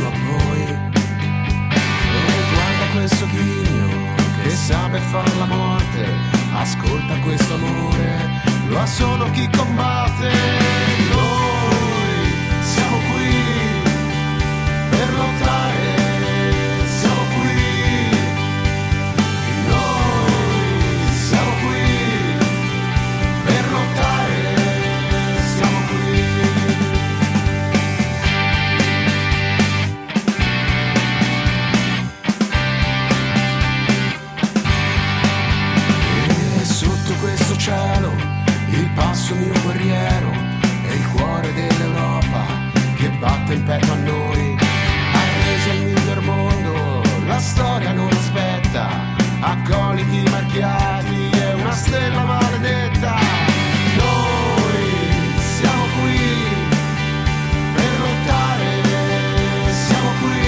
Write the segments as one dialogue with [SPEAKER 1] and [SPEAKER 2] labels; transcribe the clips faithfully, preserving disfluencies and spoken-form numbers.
[SPEAKER 1] a voi. E guarda questo ghigno che sa per far la morte, ascolta questo amore, lo ha solo chi combatte. Noi siamo qui per lottare, siamo qui, noi siamo qui per lottare, siamo qui. E sotto questo cielo il passo mio guerriero è il cuore dell'Europa che batte in petto a noi. Ha reso il miglior mondo, la storia non aspetta, accoliti marchiati, è una stella maledetta. Noi siamo qui per lottare, siamo qui,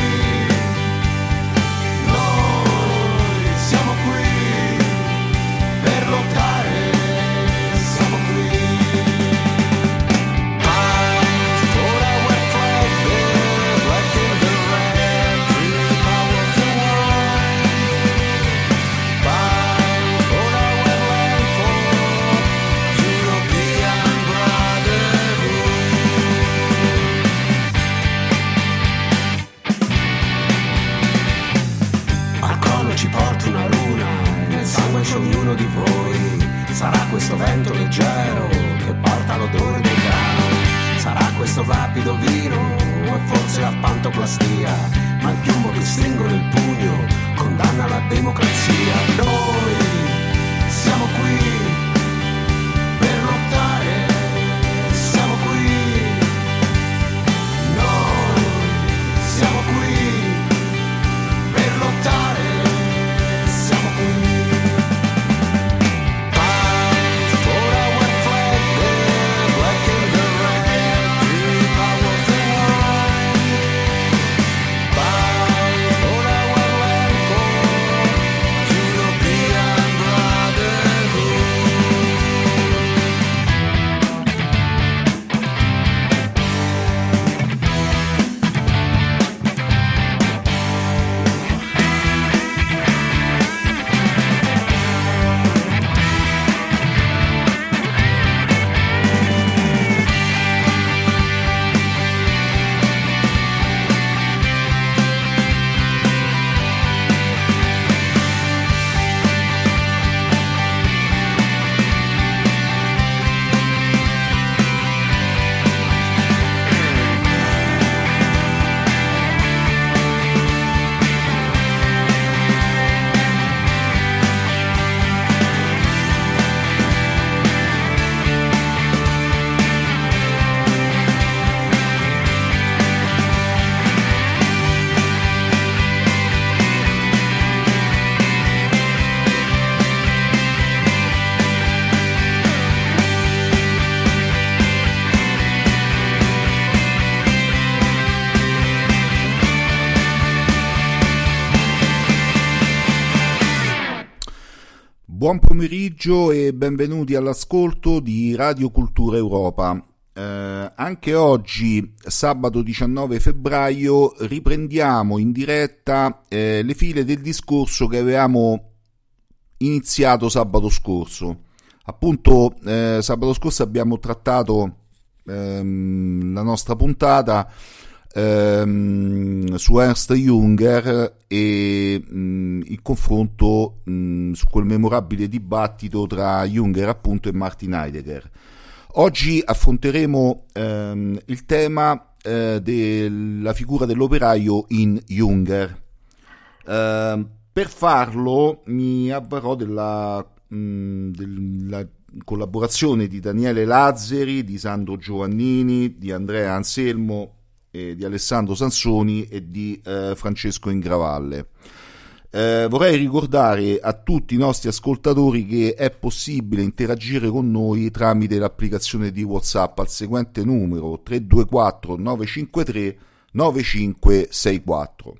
[SPEAKER 1] noi siamo qui per lottare, siamo qui. Fight for our flag, the black and the red, free power to one. Fight for our land, for European brotherhood. Al collo ci porta una luna, nel sangue c'è ognuno di voi. Sarà questo vento leggero che porta l'odore del grano, sarà questo rapido vino o forse la pantoplastia, ma il piombo che stringo nel pugno condanna la democrazia. Noi siamo qui per lottare, siamo qui, noi siamo qui per lottare, siamo qui. Fight for our flag, the black and the red, free power to one. Fight for our land, for European brotherhood.
[SPEAKER 2] Buon pomeriggio e benvenuti all'ascolto di Radio Cultura Europa. Eh, anche oggi, sabato diciannove febbraio, riprendiamo in diretta eh, le file del discorso che avevamo iniziato sabato scorso. Appunto, eh, sabato scorso abbiamo trattato ehm, la nostra puntata ehm, su Ernst Jünger e mh, il confronto mh, su quel memorabile dibattito tra Jünger appunto e Martin Heidegger. Oggi affronteremo ehm, il tema eh, della figura dell'operaio in Jünger. Eh, per farlo mi avvarrò della, mh, della collaborazione di Daniele Lazzeri, di Sandro Giovannini, di Andrea Anselmo, eh, di Alessandro Sansoni e di eh, Francesco Ingravalle. Eh, vorrei ricordare a tutti i nostri ascoltatori che è possibile interagire con noi tramite l'applicazione di WhatsApp al seguente numero tre due quattro nove cinque tre nove cinque sei quattro.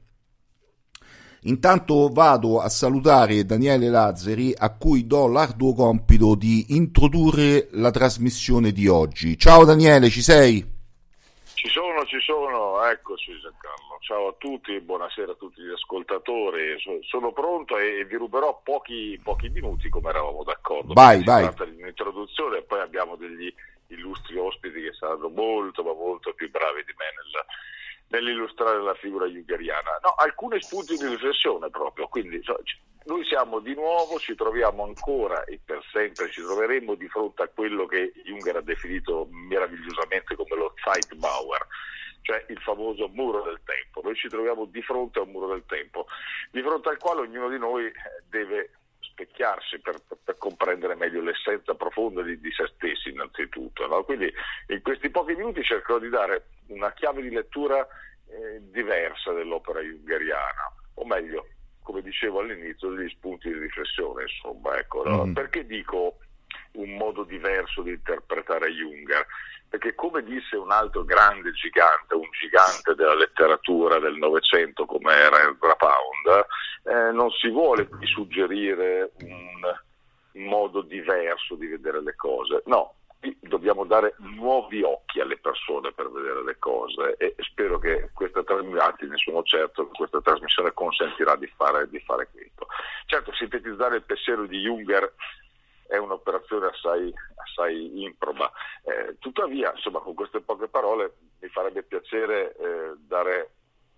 [SPEAKER 2] Intanto vado a salutare Daniele Lazzeri, a cui do l'arduo compito di introdurre la trasmissione di oggi. Ciao Daniele, ci sei?
[SPEAKER 3] Ci sono, ci sono, eccoci Giancarlo. Ciao a tutti, buonasera a tutti gli ascoltatori. Sono pronto e vi ruberò pochi, pochi minuti, come eravamo d'accordo.
[SPEAKER 2] Vai,
[SPEAKER 3] si
[SPEAKER 2] vai.
[SPEAKER 3] tratta di un'introduzione e poi abbiamo degli illustri ospiti che saranno molto, ma molto più bravi di me nel, nell'illustrare la figura jungeriana. No, alcuni spunti di riflessione proprio. Quindi noi siamo di nuovo, ci troviamo ancora e per sempre ci troveremo di fronte a quello che Junger ha definito meravigliosamente come lo Zeitmauer, cioè il famoso muro del tempo. Noi ci troviamo di fronte a un muro del tempo, di fronte al quale ognuno di noi deve specchiarsi per, per, per comprendere meglio l'essenza profonda di, di se stessi innanzitutto, no? Quindi in questi pochi minuti cercherò di dare una chiave di lettura eh, diversa dell'opera jungeriana, o meglio, come dicevo all'inizio, degli spunti di riflessione, insomma, ecco, no? Mm. Perché dico un modo diverso di interpretare Junger? Perché come disse un altro grande gigante, un gigante della letteratura del Novecento come era Ezra Pound, eh, non si vuole qui suggerire un, un modo diverso di vedere le cose, no, qui dobbiamo dare nuovi occhi alle persone per vedere le cose e spero che questa trasmissione, ne sono certo che questa trasmissione consentirà di fare, di fare questo. Certo, sintetizzare il pensiero di Junger è un'operazione assai, assai improba, eh, tuttavia insomma con queste poche parole mi farebbe piacere eh, dare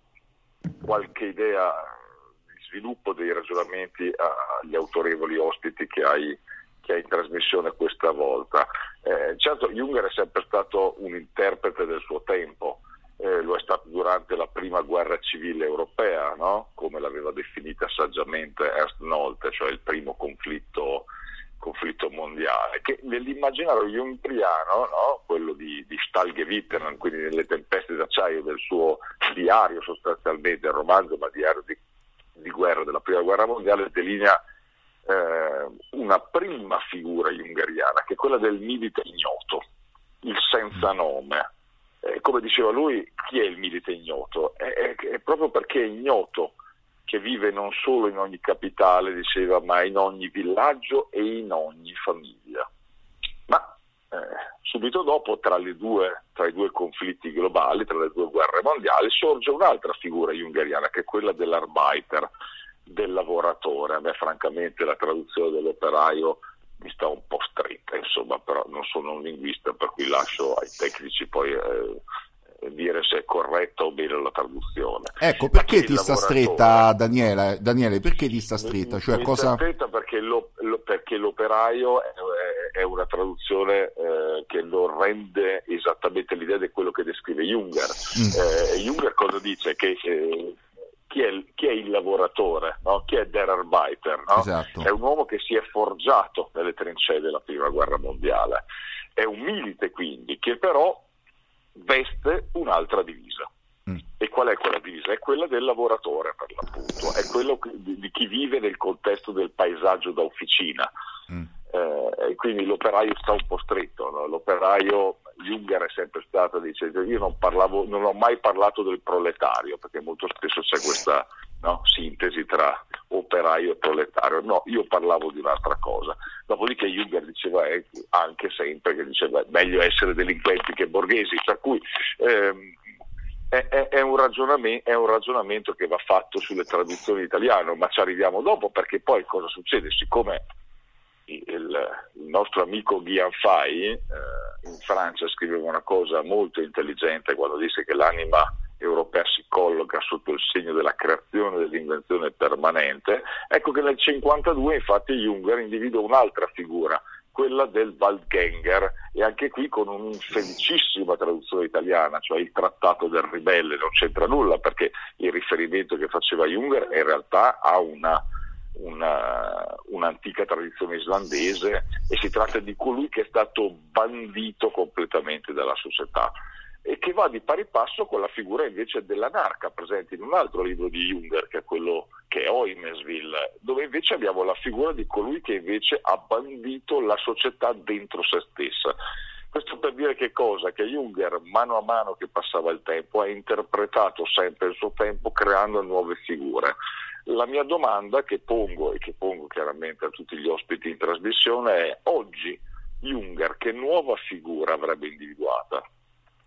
[SPEAKER 3] qualche idea di sviluppo dei ragionamenti agli autorevoli ospiti che hai, che hai in trasmissione questa volta. Eh, certo, Junger è sempre stato un interprete del suo tempo, eh, lo è stato durante la prima guerra civile europea, no? Come l'aveva definita saggiamente Ernst Nolte, cioè il primo conflitto conflitto mondiale, che nell'immaginario jungeriano, no, quello di, di Stahlgewittern, quindi nelle tempeste d'acciaio del suo diario sostanzialmente, il romanzo ma diario di, di guerra della prima guerra mondiale, delinea eh, una prima figura jungeriana che è quella del milite ignoto, il senza nome. Eh, come diceva lui, chi è il milite ignoto? È, è, è proprio perché è ignoto che vive non solo in ogni capitale, diceva, ma in ogni villaggio e in ogni famiglia. Ma eh, subito dopo, tra, le due, tra i due conflitti globali, tra le due guerre mondiali, sorge un'altra figura jungeriana, che è quella dell'Arbeiter, del lavoratore. A me francamente la traduzione dell'operaio mi sta un po' stretta, insomma, però non sono un linguista, per cui lascio ai tecnici poi eh, dire se è corretta o meno la traduzione.
[SPEAKER 2] Ecco, perché ti sta stretta, Daniele? Daniele, perché ti sta stretta? Cioè,
[SPEAKER 3] mi
[SPEAKER 2] cosa...
[SPEAKER 3] sta stretta perché, lo, lo, perché l'operaio è, è una traduzione eh, che non rende esattamente l'idea di quello che descrive Junger. Mm. Eh, Junger cosa dice? Che eh, chi, è, chi è il lavoratore, no? Chi è der Arbeiter? No?
[SPEAKER 2] Esatto.
[SPEAKER 3] È un uomo che si è forgiato nelle trincee della prima guerra mondiale. È un milite, quindi, che però veste un'altra divisa. Mm. E qual è quella divisa? È quella del lavoratore, per l'appunto, è quello di, di chi vive nel contesto del paesaggio da officina. Mm. Eh, e quindi l'operaio sta un po' stretto, no? L'operaio, Junger è sempre stato, dice, io non parlavo, non ho mai parlato del proletario, perché molto spesso c'è questa, no, sintesi tra operaio e proletario. No, io parlavo di un'altra cosa. Dopodiché Junger diceva eh, anche sempre che diceva meglio essere delinquenti che borghesi, per cui ehm, è, è, è, un ragionamento, è un ragionamento che va fatto sulle traduzioni italiane, ma ci arriviamo dopo, perché poi cosa succede? Siccome il, il nostro amico Guy Fay eh, in Francia scriveva una cosa molto intelligente quando disse che l'anima europea si colloca sotto il segno della creazione e dell'invenzione permanente, ecco che nel cinquantadue infatti Junger individua un'altra figura, quella del Waldgänger, e anche qui con un'infelicissima traduzione italiana, cioè il trattato del ribelle. Non c'entra nulla, perché il riferimento che faceva Junger in realtà ha una Una, un'antica tradizione islandese, e si tratta di colui che è stato bandito completamente dalla società, e che va di pari passo con la figura invece dell'anarca presente in un altro libro di Junger, che è quello che è Oimesville, dove invece abbiamo la figura di colui che invece ha bandito la società dentro se stessa. Questo per dire che cosa? Che Junger, mano a mano che passava il tempo, ha interpretato sempre il suo tempo creando nuove figure. La mia domanda che pongo, e che pongo chiaramente a tutti gli ospiti in trasmissione, è: oggi Junger che nuova figura avrebbe individuata?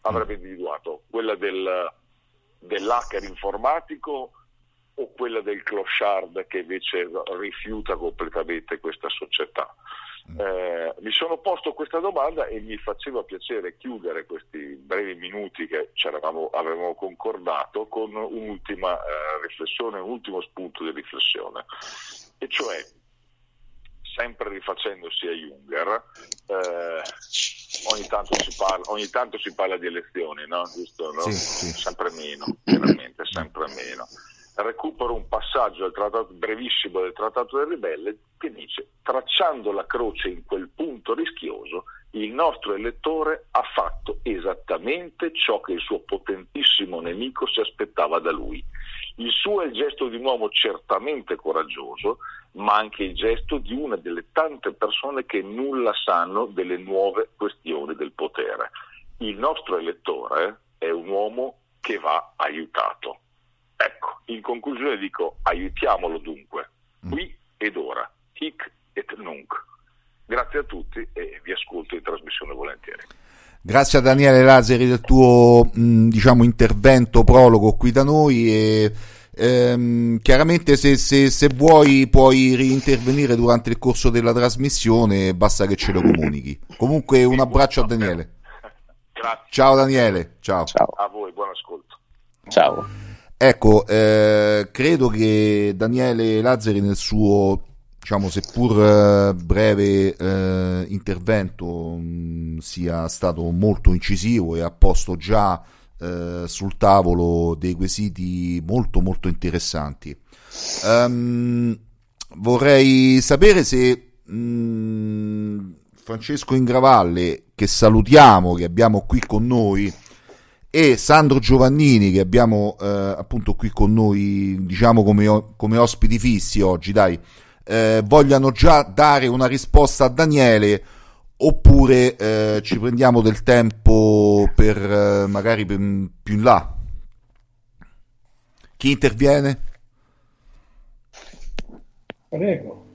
[SPEAKER 3] avrebbe individuato? Quella del, dell'hacker informatico o quella del clochard che invece rifiuta completamente questa società? Eh, mi sono posto questa domanda e mi faceva piacere chiudere questi brevi minuti che c'eravamo, avevamo concordato con un'ultima eh, riflessione, un ultimo spunto di riflessione, e cioè, sempre rifacendosi a Junger, eh, ogni tanto si parla, ogni tanto si parla di elezioni, no? Giusto, no?
[SPEAKER 2] Sì, sì.
[SPEAKER 3] Sempre meno, veramente sempre meno. Recupero un passaggio del trattato, brevissimo del Trattato del Ribelle, che dice: tracciando la croce in quel punto rischioso, il nostro elettore ha fatto esattamente ciò che il suo potentissimo nemico si aspettava da lui. Il suo è il gesto di un uomo certamente coraggioso, ma anche il gesto di una delle tante persone che nulla sanno delle nuove questioni del potere. Il nostro elettore è un uomo che va aiutato. Ecco, in conclusione dico: aiutiamolo dunque, qui ed ora, hic et nunc. Grazie a tutti e vi ascolto in trasmissione volentieri.
[SPEAKER 2] Grazie a Daniele Lazzari del tuo mh, diciamo intervento prologo qui da noi, e ehm, chiaramente se, se, se vuoi puoi reintervenire durante il corso della trasmissione, basta che ce lo comunichi. Comunque un abbraccio a Daniele.
[SPEAKER 3] Grazie.
[SPEAKER 2] Ciao Daniele, ciao.
[SPEAKER 4] Ciao.
[SPEAKER 3] A voi, buon ascolto.
[SPEAKER 4] Ciao.
[SPEAKER 2] Ecco, eh, credo che Daniele Lazzari nel suo, diciamo, seppur eh, breve eh, intervento mh, sia stato molto incisivo e ha posto già eh, sul tavolo dei quesiti molto molto interessanti. Um, vorrei sapere se mh, Francesco Ingravalle, che salutiamo, che abbiamo qui con noi, e Sandro Giovannini, che abbiamo eh, appunto qui con noi, diciamo come, come ospiti fissi oggi, dai, eh, vogliano già dare una risposta a Daniele, oppure eh, ci prendiamo del tempo per eh, magari per, più in là. Chi interviene?
[SPEAKER 5] Prego.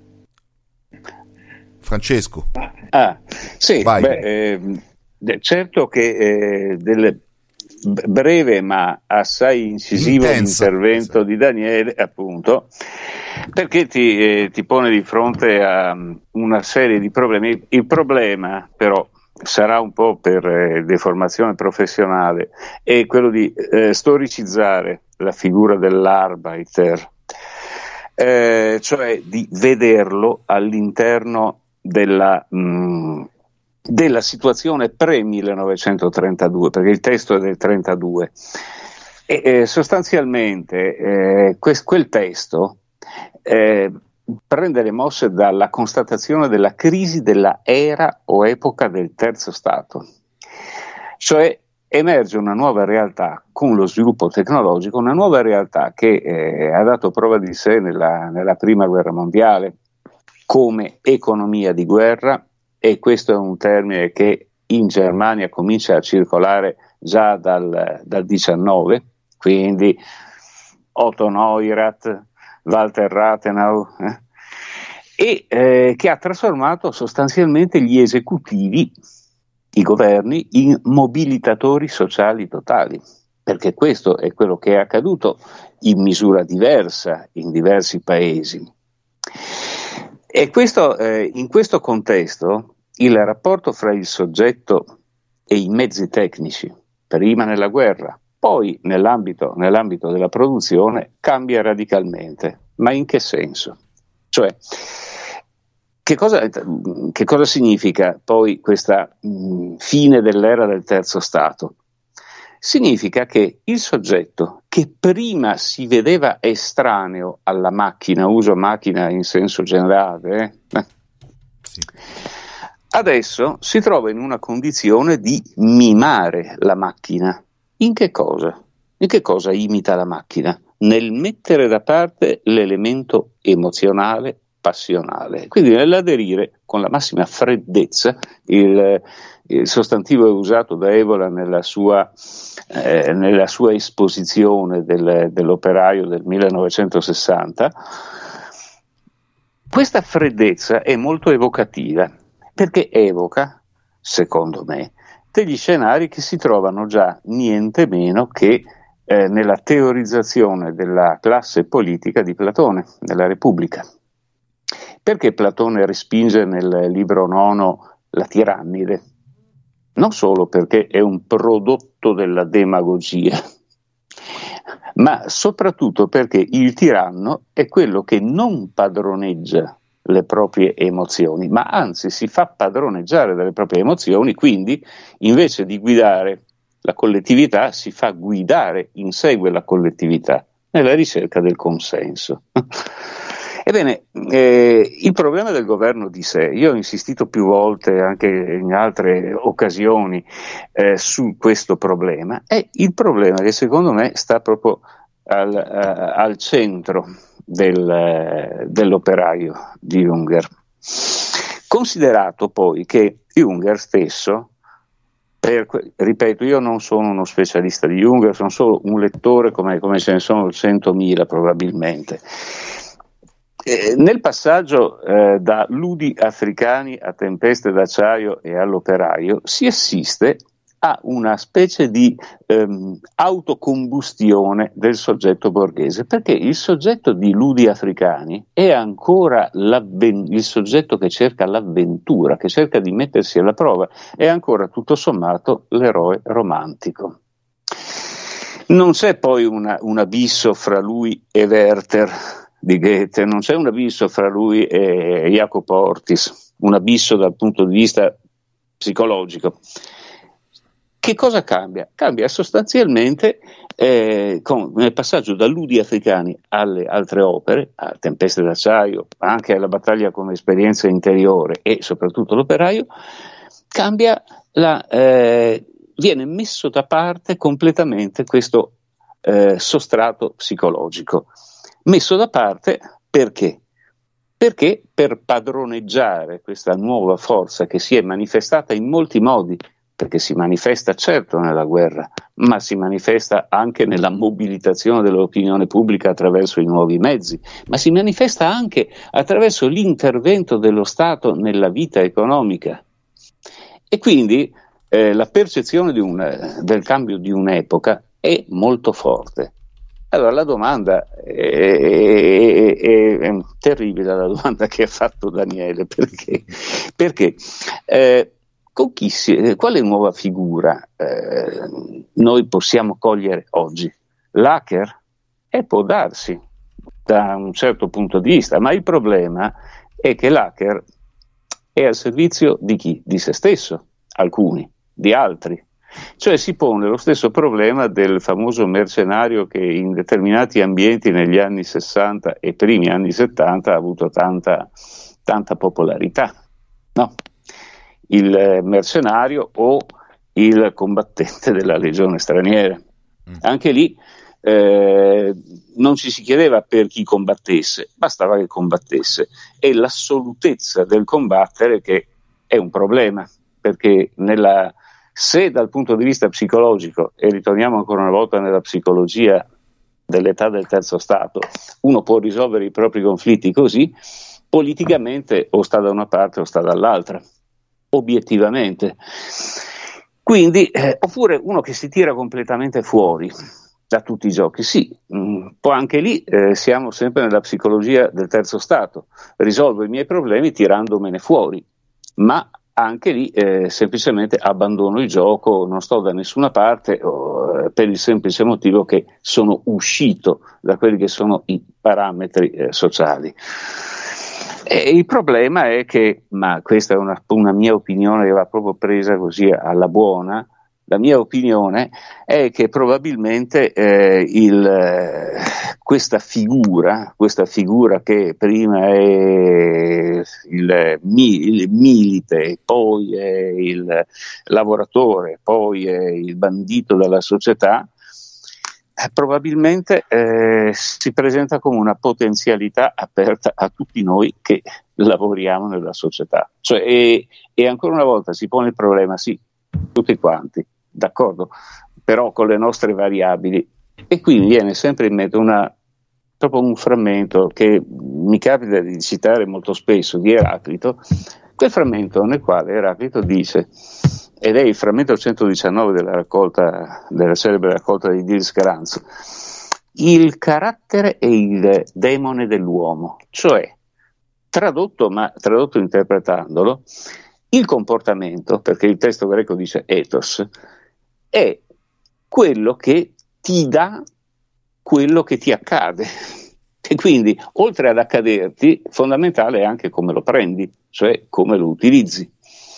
[SPEAKER 2] Francesco.
[SPEAKER 4] Ah, sì,
[SPEAKER 2] Vai.
[SPEAKER 4] Beh, eh, certo che eh, del breve ma assai incisivo
[SPEAKER 2] Intenso.
[SPEAKER 4] Intervento di Daniele, appunto, perché ti, eh, ti pone di fronte a una serie di problemi. Il problema però sarà un po' per eh, deformazione professionale, è quello di eh, storicizzare la figura dell'Arbeiter, eh, cioè di vederlo all'interno della mh, della situazione pre-millenovecentotrentadue, perché il testo è del trentadue, e eh, sostanzialmente eh, quest, quel testo eh, prende le mosse dalla constatazione della crisi della era o epoca del terzo Stato, cioè emerge una nuova realtà con lo sviluppo tecnologico, una nuova realtà che eh, ha dato prova di sé nella, nella prima guerra mondiale come economia di guerra. E questo è un termine che in Germania comincia a circolare già dal, dal diciannove, quindi Otto Neurath, Walter Rathenau, eh, e eh, che ha trasformato sostanzialmente gli esecutivi, i governi, in mobilitatori sociali totali, perché questo è quello che è accaduto in misura diversa in diversi paesi. E questo, eh, in questo contesto il rapporto fra il soggetto e i mezzi tecnici, prima nella guerra, poi nell'ambito, nell'ambito della produzione, cambia radicalmente. Ma in che senso? Cioè, che cosa, che cosa significa poi questa mh, fine dell'era del terzo Stato? Significa che il soggetto, che prima si vedeva estraneo alla macchina, uso macchina in senso generale, eh? Sì. Adesso si trova in una condizione di mimare la macchina. In che cosa? In che cosa imita la macchina? Nel mettere da parte l'elemento emozionale, passionale, quindi nell'aderire con la massima freddezza. Il, il sostantivo è usato da Evola nella sua, eh, nella sua esposizione del, dell'operaio del millenovecentosessanta. Questa freddezza è molto evocativa, perché evoca, secondo me, degli scenari che si trovano già niente meno che eh, nella teorizzazione della classe politica di Platone, nella Repubblica. Perché Platone respinge nel libro nono la tirannide? Non solo perché è un prodotto della demagogia, ma soprattutto perché il tiranno è quello che non padroneggia le proprie emozioni, ma anzi si fa padroneggiare dalle proprie emozioni, quindi invece di guidare la collettività si fa guidare, insegue la collettività nella ricerca del consenso. Ebbene, eh, il problema del governo di sé, io ho insistito più volte anche in altre occasioni eh, su questo problema, è il problema che secondo me sta proprio al, uh, al centro del, uh, dell'operaio di Junger. Considerato poi che Junger stesso, per, ripeto, io non sono uno specialista di Junger, sono solo un lettore come, come ce ne sono centomila probabilmente. Eh, nel passaggio eh, da ludi africani a tempeste d'acciaio e all'operaio si assiste a una specie di ehm, autocombustione del soggetto borghese, perché il soggetto di ludi africani è ancora il soggetto che cerca l'avventura, che cerca di mettersi alla prova, è ancora tutto sommato l'eroe romantico. Non c'è poi una, un abisso fra lui e Werther di Goethe, non c'è un abisso fra lui e Jacopo Ortis, un abisso dal punto di vista psicologico. Che cosa cambia? Cambia sostanzialmente eh, con, nel passaggio da ludi africani alle altre opere, a Tempeste d'acciaio, anche alla battaglia come esperienza interiore e soprattutto l'operaio, cambia la, eh, viene messo da parte completamente questo eh, sostrato psicologico. Messo da parte perché? Perché per padroneggiare questa nuova forza che si è manifestata in molti modi, perché si manifesta certo nella guerra, ma si manifesta anche nella mobilitazione dell'opinione pubblica attraverso i nuovi mezzi, ma si manifesta anche attraverso l'intervento dello Stato nella vita economica. E quindi eh, la percezione di un, del cambio di un'epoca è molto forte. Allora la domanda è, è, è, è terribile, la domanda che ha fatto Daniele, perché, perché eh, con chi si, quale nuova figura eh, noi possiamo cogliere oggi? L'hacker? E può darsi da un certo punto di vista, ma il problema è che l'hacker è al servizio di chi? Di se stesso, alcuni, di altri. Cioè si pone lo stesso problema del famoso mercenario che in determinati ambienti negli anni sessanta e primi anni settanta ha avuto tanta, tanta popolarità, no? Il mercenario o il combattente della legione straniera. Anche lì eh, non ci si chiedeva per chi combattesse, bastava che combattesse. È l'assolutezza del combattere che è un problema, perché nella se dal punto di vista psicologico, e ritorniamo ancora una volta nella psicologia dell'età del terzo stato, uno può risolvere i propri conflitti così, politicamente o sta da una parte o sta dall'altra, obiettivamente. Quindi, eh, oppure uno che si tira completamente fuori da tutti i giochi, sì, mh, poi anche lì eh, siamo sempre nella psicologia del terzo stato, risolvo i miei problemi tirandomene fuori, ma anche lì eh, semplicemente abbandono il gioco, non sto da nessuna parte oh, eh, per il semplice motivo che sono uscito da quelli che sono i parametri eh, sociali. E il problema è che, ma questa è una, una mia opinione che va proprio presa così alla buona, la mia opinione è che probabilmente eh, il, eh, questa figura, questa figura che prima è il, il milite, poi è il lavoratore, poi è il bandito della società, eh, probabilmente eh, si presenta come una potenzialità aperta a tutti noi che lavoriamo nella società. Cioè, e, e ancora una volta si pone il problema, sì, tutti quanti, d'accordo, però con le nostre variabili, e qui viene sempre in mente una, proprio un frammento che mi capita di citare molto spesso di Eraclito, quel frammento nel quale Eraclito dice ed è il frammento centodiciannove della raccolta, della celebre raccolta di Diels Granz, il carattere e il demone dell'uomo, cioè tradotto, ma tradotto interpretandolo, il comportamento, perché il testo greco dice ethos, è quello che ti dà quello che ti accade. E quindi, oltre ad accaderti, fondamentale è anche come lo prendi, cioè come lo utilizzi.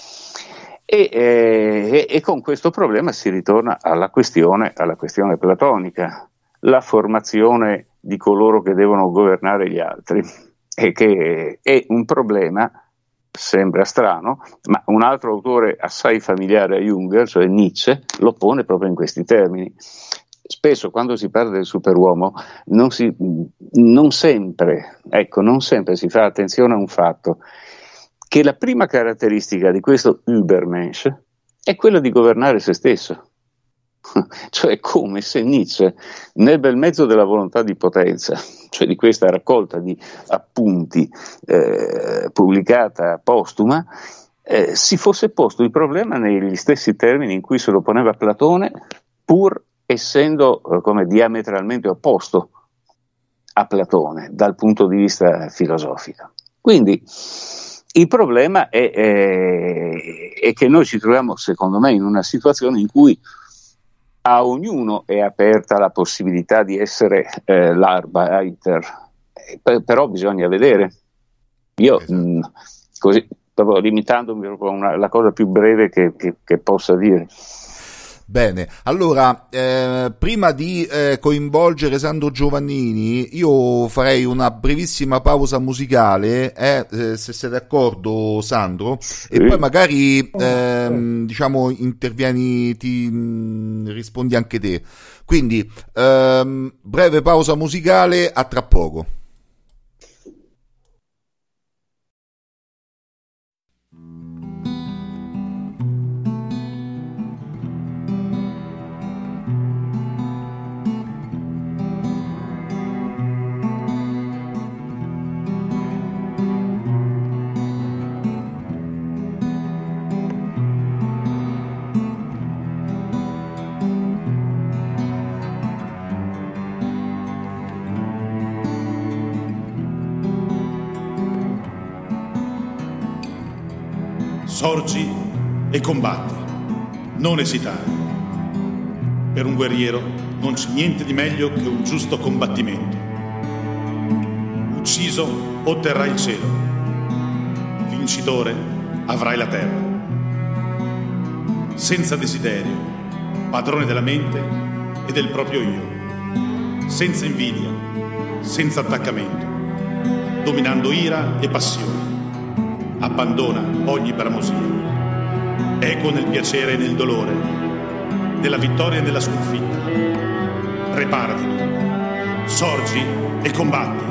[SPEAKER 4] E, eh, e con questo problema si ritorna alla questione, alla questione platonica, la formazione di coloro che devono governare gli altri, e che è un problema, sembra strano, ma un altro autore assai familiare a Junger, cioè Nietzsche, lo pone proprio in questi termini. Spesso quando si parla del superuomo non, si, non sempre, ecco, non sempre si fa attenzione a un fatto, che la prima caratteristica di questo Übermensch è quella di governare se stesso. Cioè come se Nietzsche, nel bel mezzo della volontà di potenza, cioè di questa raccolta di appunti eh, pubblicata postuma, eh, si fosse posto il problema negli stessi termini in cui se lo poneva Platone, pur essendo eh, come diametralmente opposto a Platone dal punto di vista filosofico. Quindi il problema è, è, è che noi ci troviamo, secondo me, in una situazione in cui a ognuno è aperta la possibilità di essere eh, l'Arbeiter, eh, però bisogna vedere. Io, esatto. mh, così, proprio limitandomi a una, la cosa più breve che, che, che possa dire.
[SPEAKER 2] Bene, allora, eh, prima di eh, coinvolgere Sandro Giovannini, io farei una brevissima pausa musicale, eh, eh, se sei d'accordo, Sandro, sì. E poi magari, ehm, diciamo, intervieni, ti mh, rispondi anche te. Quindi, ehm, breve pausa musicale, a tra poco.
[SPEAKER 5] Sorgi e combatti, non esitare. Per un guerriero non c'è niente di meglio che un giusto combattimento. Ucciso otterrai il cielo, vincitore avrai la terra. Senza desiderio, padrone della mente e del proprio io, senza invidia, senza attaccamento, dominando ira e passione. Abbandona ogni bramosia, equo nel piacere e nel dolore, nella vittoria e nella sconfitta. Preparati, sorgi e combatti.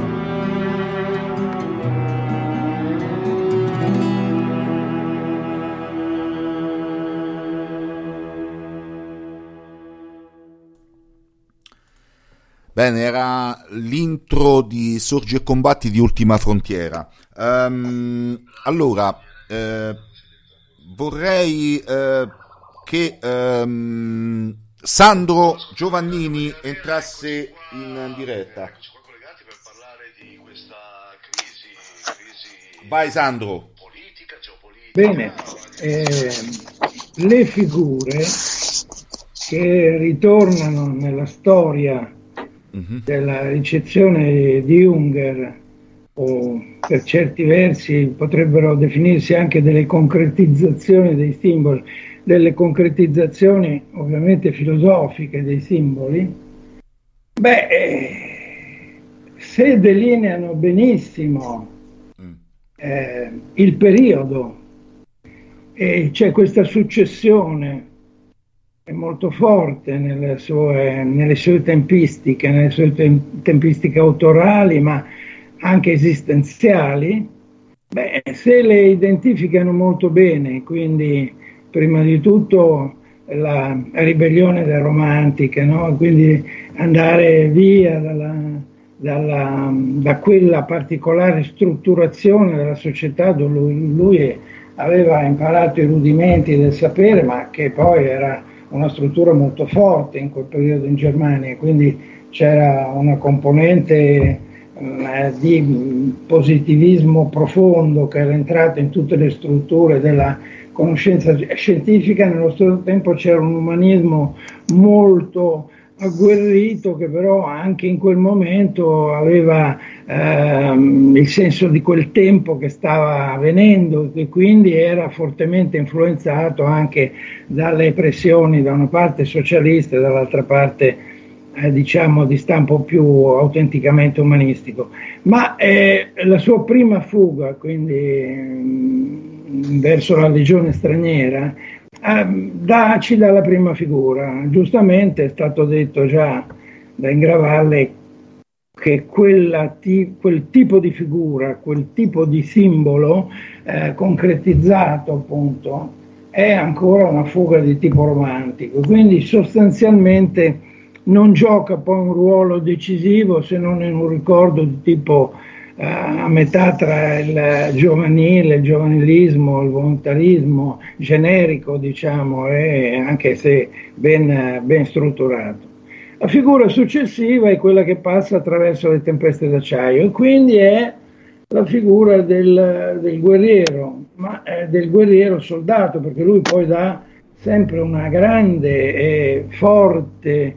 [SPEAKER 2] Bene, era l'intro di Sorgi e combatti di Ultima Frontiera. Um, allora, eh, vorrei eh, che um, Sandro Giovannini entrasse in diretta. Vai Sandro.
[SPEAKER 6] Bene, eh, le figure che ritornano nella storia uh-huh. della ricezione di Junger, o per certi versi potrebbero definirsi anche delle concretizzazioni dei simboli, delle concretizzazioni ovviamente filosofiche dei simboli, beh, eh, se delineano benissimo eh, il periodo, e c'è questa successione è molto forte nelle sue, nelle sue tempistiche, nelle sue tempistiche autorali, ma anche esistenziali, beh, se le identificano molto bene, quindi prima di tutto la ribellione delle romantiche, no? Quindi andare via dalla, dalla, da quella particolare strutturazione della società dove lui, lui aveva imparato i rudimenti del sapere, ma che poi era una struttura molto forte in quel periodo in Germania, quindi c'era una componente eh, di positivismo profondo che era entrata in tutte le strutture della conoscenza scientifica. Nello stesso tempo c'era un umanismo molto agguerrito che però anche in quel momento aveva ehm, il senso di quel tempo che stava avvenendo e quindi era fortemente influenzato anche dalle pressioni da una parte socialista e dall'altra parte eh, diciamo di stampo più autenticamente umanistico. Ma eh, la sua prima fuga, quindi mh, verso la legione straniera, Eh, da, ci dà la prima figura. Giustamente è stato detto già da Ingravalle che quella ti, quel tipo di figura, quel tipo di simbolo eh, concretizzato appunto è ancora una fuga di tipo romantico, quindi sostanzialmente non gioca poi un ruolo decisivo se non in un ricordo di tipo a metà tra il giovanile, il giovanilismo, il volontarismo generico, diciamo, e anche se ben, ben strutturato. La figura successiva è quella che passa attraverso le tempeste d'acciaio e quindi è la figura del, del guerriero, ma è del guerriero soldato, perché lui poi dà sempre una grande e forte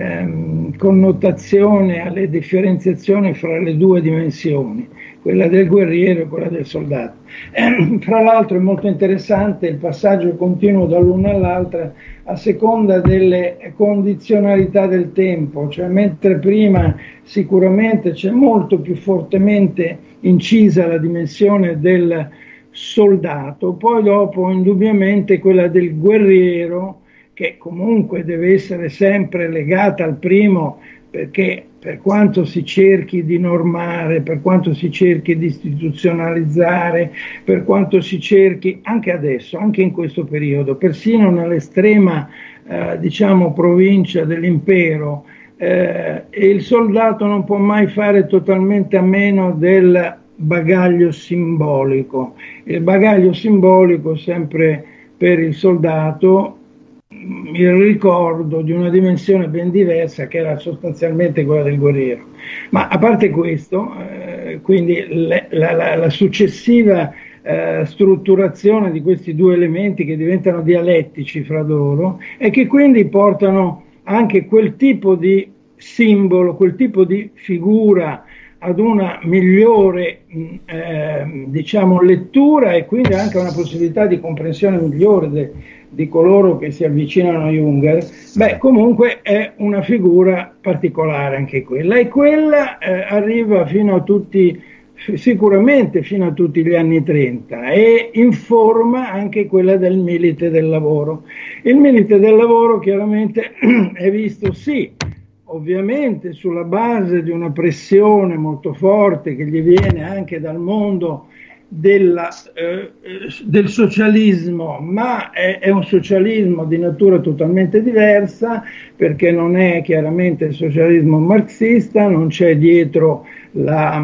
[SPEAKER 6] ehm, connotazione alle differenziazioni fra le due dimensioni, quella del guerriero e quella del soldato. Eh, fra l'altro è molto interessante il passaggio continuo dall'una all'altra a seconda delle condizionalità del tempo, cioè mentre prima sicuramente c'è molto più fortemente incisa la dimensione del soldato, poi dopo indubbiamente quella del guerriero, che comunque deve essere sempre legata al primo, perché per quanto si cerchi di normare, per quanto si cerchi di istituzionalizzare, per quanto si cerchi anche adesso, anche in questo periodo, persino nell'estrema eh, diciamo provincia dell'impero, eh, il soldato non può mai fare totalmente a meno del bagaglio simbolico. Il bagaglio simbolico sempre per il soldato il ricordo di una dimensione ben diversa che era sostanzialmente quella del guerriero. Ma a parte questo, eh, quindi le, la, la, la successiva eh, strutturazione di questi due elementi che diventano dialettici fra loro e che quindi portano anche quel tipo di simbolo, quel tipo di figura ad una migliore eh, diciamo lettura e quindi anche una possibilità di comprensione migliore de, di coloro che si avvicinano a Junger. Beh, comunque è una figura particolare anche quella e quella eh, arriva fino a tutti, sicuramente fino a tutti gli anni trenta e informa anche quella del milite del lavoro. Il milite del lavoro chiaramente è visto sì ovviamente sulla base di una pressione molto forte che gli viene anche dal mondo della, eh, del socialismo, ma è, è un socialismo di natura totalmente diversa, perché non è chiaramente il socialismo marxista, non c'è dietro la,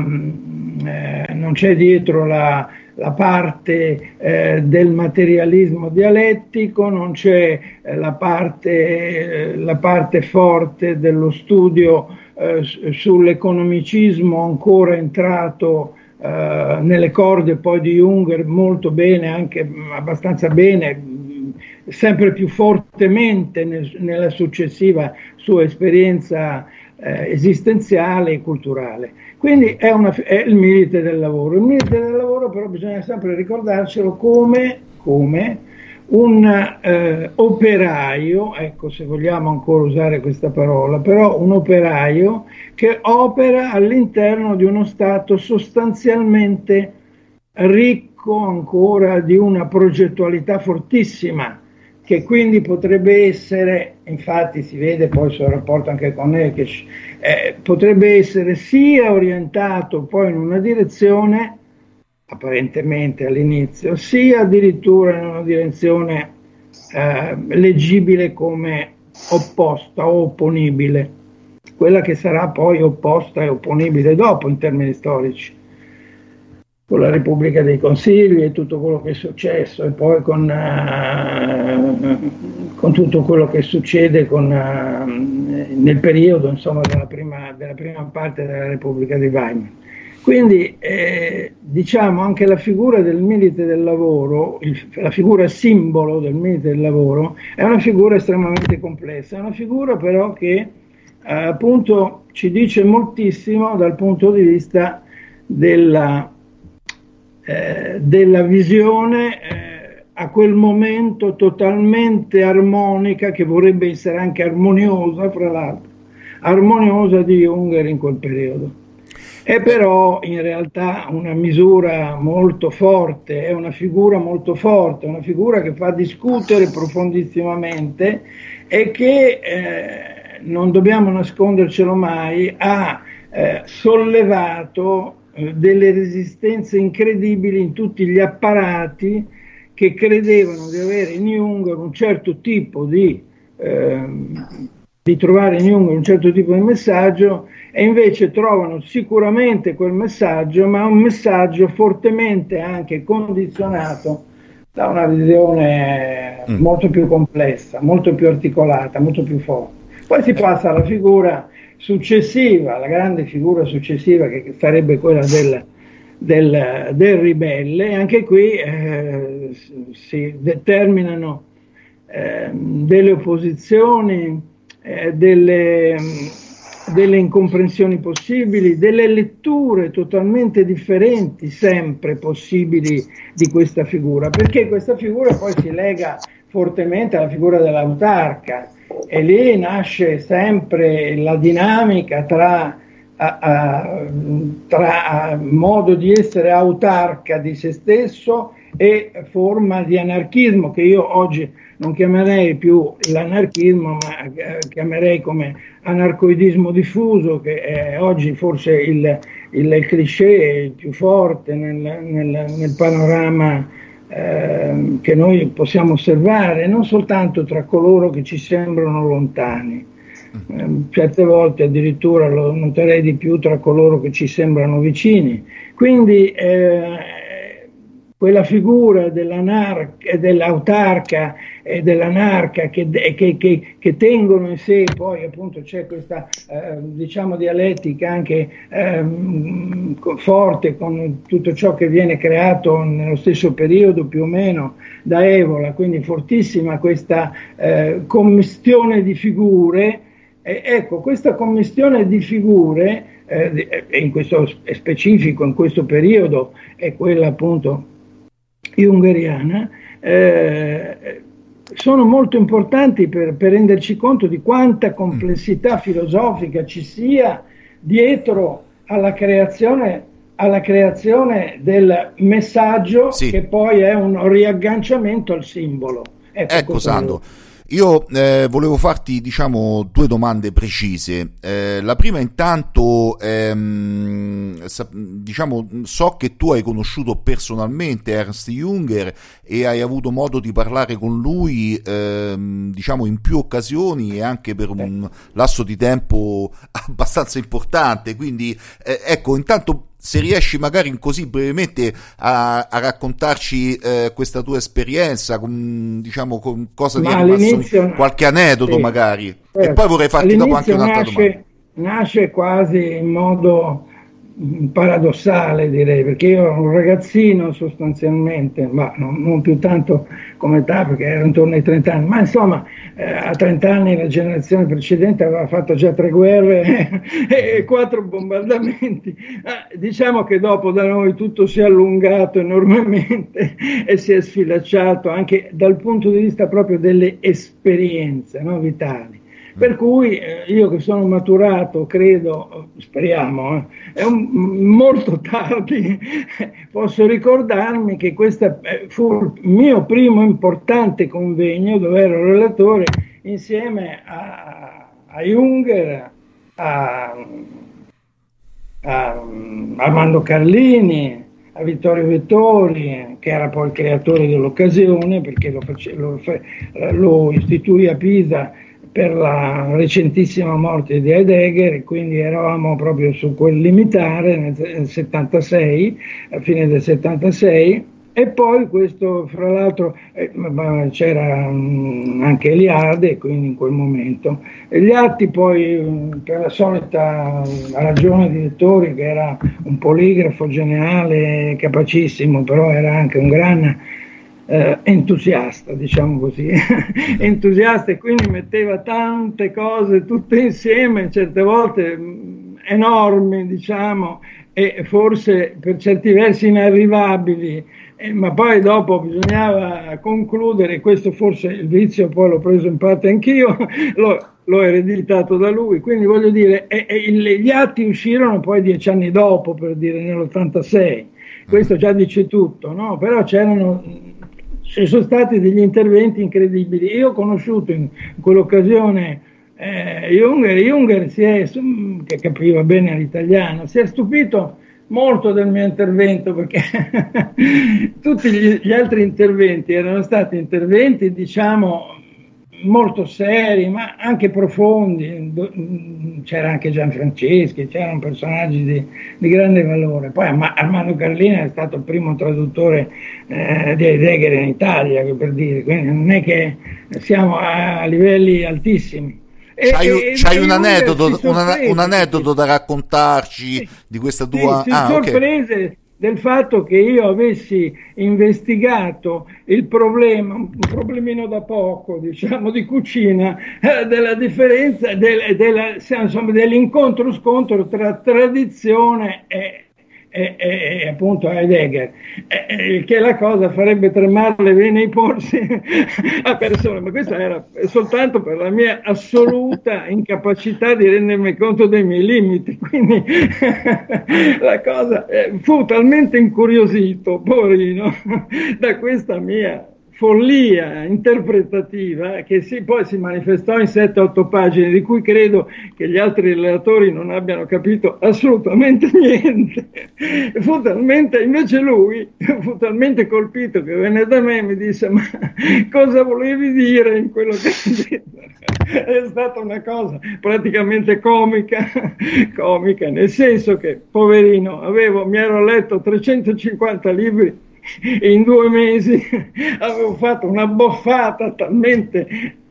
[SPEAKER 6] eh, non c'è dietro la la parte eh, del materialismo dialettico, non c'è eh, la, parte, eh, la parte forte dello studio eh, sull'economicismo ancora entrato eh, nelle corde poi di Junger molto bene, anche abbastanza bene, sempre più fortemente nel, nella successiva sua esperienza eh, esistenziale e culturale. Quindi è, una, è il milite del lavoro. Il milite del lavoro però bisogna sempre ricordarcelo come, come un eh, operaio, ecco se vogliamo ancora usare questa parola, però un operaio che opera all'interno di uno Stato sostanzialmente ricco ancora di una progettualità fortissima, che quindi potrebbe essere, infatti si vede poi sul rapporto anche con Ekes, eh, potrebbe essere sia orientato poi in una direzione, apparentemente all'inizio, sia addirittura in una direzione eh, leggibile come opposta o opponibile, quella che sarà poi opposta e opponibile dopo in termini storici. con la Repubblica dei Consigli e tutto quello che è successo, e poi con, uh, con tutto quello che succede con, uh, nel periodo, insomma, della prima, della prima parte della Repubblica di Weimar. Quindi eh, diciamo anche la figura del milite del lavoro, il, la figura simbolo del milite del lavoro è una figura estremamente complessa, è una figura però che eh, appunto ci dice moltissimo dal punto di vista della, eh, della visione eh, a quel momento totalmente armonica, che vorrebbe essere anche armoniosa, fra l'altro, armoniosa di Junger in quel periodo. È però in realtà una misura molto forte, è una figura molto forte, una figura che fa discutere profondissimamente e che, eh, non dobbiamo nascondercelo mai, ha eh, sollevato eh, delle resistenze incredibili in tutti gli apparati che credevano di avere in Junger un certo tipo di, eh, di trovare in Junger un certo tipo di messaggio, e invece trovano sicuramente quel messaggio, ma un messaggio fortemente anche condizionato da una visione mm. molto più complessa, molto più articolata, molto più forte. Poi si passa alla figura successiva, la grande figura successiva, che sarebbe quella del, del, del ribelle, e anche qui eh, si determinano eh, delle opposizioni, eh, delle... delle incomprensioni possibili, delle letture totalmente differenti sempre possibili di questa figura, perché questa figura poi si lega fortemente alla figura dell'autarca, e lì nasce sempre la dinamica tra, a, a, tra modo di essere autarca di se stesso e forma di anarchismo, che io oggi non chiamerei più l'anarchismo, ma chiamerei come anarcoidismo diffuso, che è oggi forse il, il, il cliché più forte nel, nel, nel panorama eh, che noi possiamo osservare, non soltanto tra coloro che ci sembrano lontani, eh, certe volte addirittura lo noterei di più tra coloro che ci sembrano vicini. Quindi eh, quella figura dell'anarca, dell'autarca e dell'anarca che, che, che, che tengono in sé, poi appunto c'è questa eh, diciamo dialettica anche eh, forte con tutto ciò che viene creato nello stesso periodo più o meno da Evola, quindi fortissima questa eh, commistione di figure. E ecco, questa commistione di figure eh, in questo specifico, in questo periodo, è quella appunto jungeriana, eh, sono molto importanti per, per renderci conto di quanta complessità filosofica ci sia dietro alla creazione, alla creazione del messaggio, sì, che poi è un riagganciamento al simbolo. Ecco,
[SPEAKER 2] ecco Sandro, io eh, volevo farti diciamo due domande precise. Eh, la prima intanto, ehm, sa, diciamo, so che tu hai conosciuto personalmente Ernst Junger e hai avuto modo di parlare con lui ehm, diciamo in più occasioni e anche per un lasso di tempo abbastanza importante, quindi eh, ecco, intanto se riesci magari così brevemente a, a raccontarci eh, questa tua esperienza, con, diciamo con cosa ti è rimasto, qualche aneddoto sì, magari, certo. E poi vorrei farti dopo anche un'altra
[SPEAKER 6] nasce,
[SPEAKER 2] domanda.
[SPEAKER 6] Nasce quasi in modo paradossale, direi, perché io ero un ragazzino sostanzialmente, ma non, non più tanto come età, perché ero intorno ai trenta anni, ma insomma eh, a trenta anni la generazione precedente aveva fatto già tre guerre e quattro bombardamenti. Eh, diciamo che dopo da noi tutto si è allungato enormemente e si è sfilacciato anche dal punto di vista proprio delle esperienze, no, vitali. Per cui eh, io che sono maturato, credo, speriamo, eh, è un, molto tardi, posso ricordarmi che questo eh, fu il mio primo importante convegno dove ero relatore insieme a, a Junger, a, a Armando Carlini, a Vittorio Vettori, che era poi il creatore dell'occasione, perché lo, face, lo, lo istituì a Pisa per la recentissima morte di Heidegger, e quindi eravamo proprio su quel limitare nel settantasei, a fine del settantasei. E poi questo, fra l'altro, eh, c'era mh, anche Eliade, quindi in quel momento. E gli atti poi, mh, per la solita ragione di lettori, che era un poligrafo geniale, capacissimo, però era anche un gran eh, entusiasta, diciamo così, entusiasta, e quindi metteva tante cose tutte insieme, certe volte mh, enormi, diciamo, e forse per certi versi inarrivabili. Eh, ma poi dopo bisognava concludere, questo forse il vizio poi l'ho preso in parte anch'io, l'ho, l'ho ereditato da lui, quindi voglio dire, e, e il, gli atti uscirono poi dieci anni dopo, per dire nell'ottantasei, questo già dice tutto, no? Però c'erano, ci sono stati degli interventi incredibili. Io ho conosciuto in, in quell'occasione eh, Junger, Junger si è, che capiva bene l'italiano, si è stupito molto del mio intervento, perché tutti gli, gli altri interventi erano stati interventi, diciamo, molto seri, ma anche profondi. C'era anche Gianfranceschi, c'erano personaggi di, di grande valore. Poi Armando Carlina è stato il primo traduttore eh, di Heidegger in Italia, per dire, quindi non è che siamo a livelli altissimi.
[SPEAKER 2] C'hai, e, c'hai un, aneddoto, un, un aneddoto da raccontarci sì, di questa tua...
[SPEAKER 6] Sì, si
[SPEAKER 2] ah,
[SPEAKER 6] sorprese okay. del fatto che io avessi investigato il problema, un problemino da poco, diciamo, di cucina, eh, della differenza, del, della, insomma, dell'incontro-scontro tra tradizione e... E, e, e appunto Heidegger, e, e, che la cosa farebbe tremare le vene ai polsi a persone, ma questo era soltanto per la mia assoluta incapacità di rendermi conto dei miei limiti, quindi la cosa eh, fu talmente incuriosito, poverino, da questa mia follia interpretativa, che si, poi si manifestò in sette otto pagine, di cui credo che gli altri relatori non abbiano capito assolutamente niente. Fu talmente, invece lui fu talmente colpito che venne da me e mi disse: ma cosa volevi dire in quello che hai detto? È stata una cosa praticamente comica, comica, nel senso che, poverino, avevo, mi ero letto trecentocinquanta libri in due mesi, avevo fatto una boffata talmente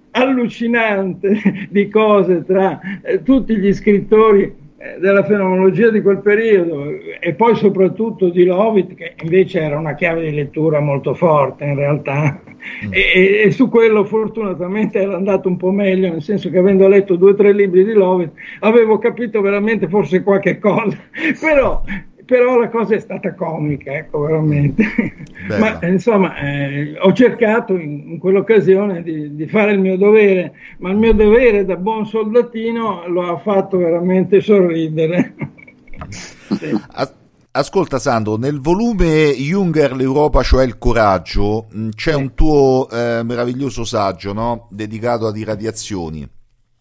[SPEAKER 6] allucinante di cose tra eh, tutti gli scrittori eh, della fenomenologia di quel periodo, e poi soprattutto di Lovett, che invece era una chiave di lettura molto forte in realtà, mm. e, e su quello fortunatamente era andato un po' meglio, nel senso che, avendo letto due o tre libri di Lovett, avevo capito veramente forse qualche cosa, però Però la cosa è stata comica, ecco, veramente. Bella. Ma insomma, eh, ho cercato in, in quell'occasione di, di fare il mio dovere, ma il mio dovere da buon soldatino lo ha fatto veramente sorridere. Sì.
[SPEAKER 2] Ascolta Sandro, nel volume Junger, l'Europa, cioè il coraggio, c'è un tuo eh, meraviglioso saggio, no? Dedicato ad irradiazioni.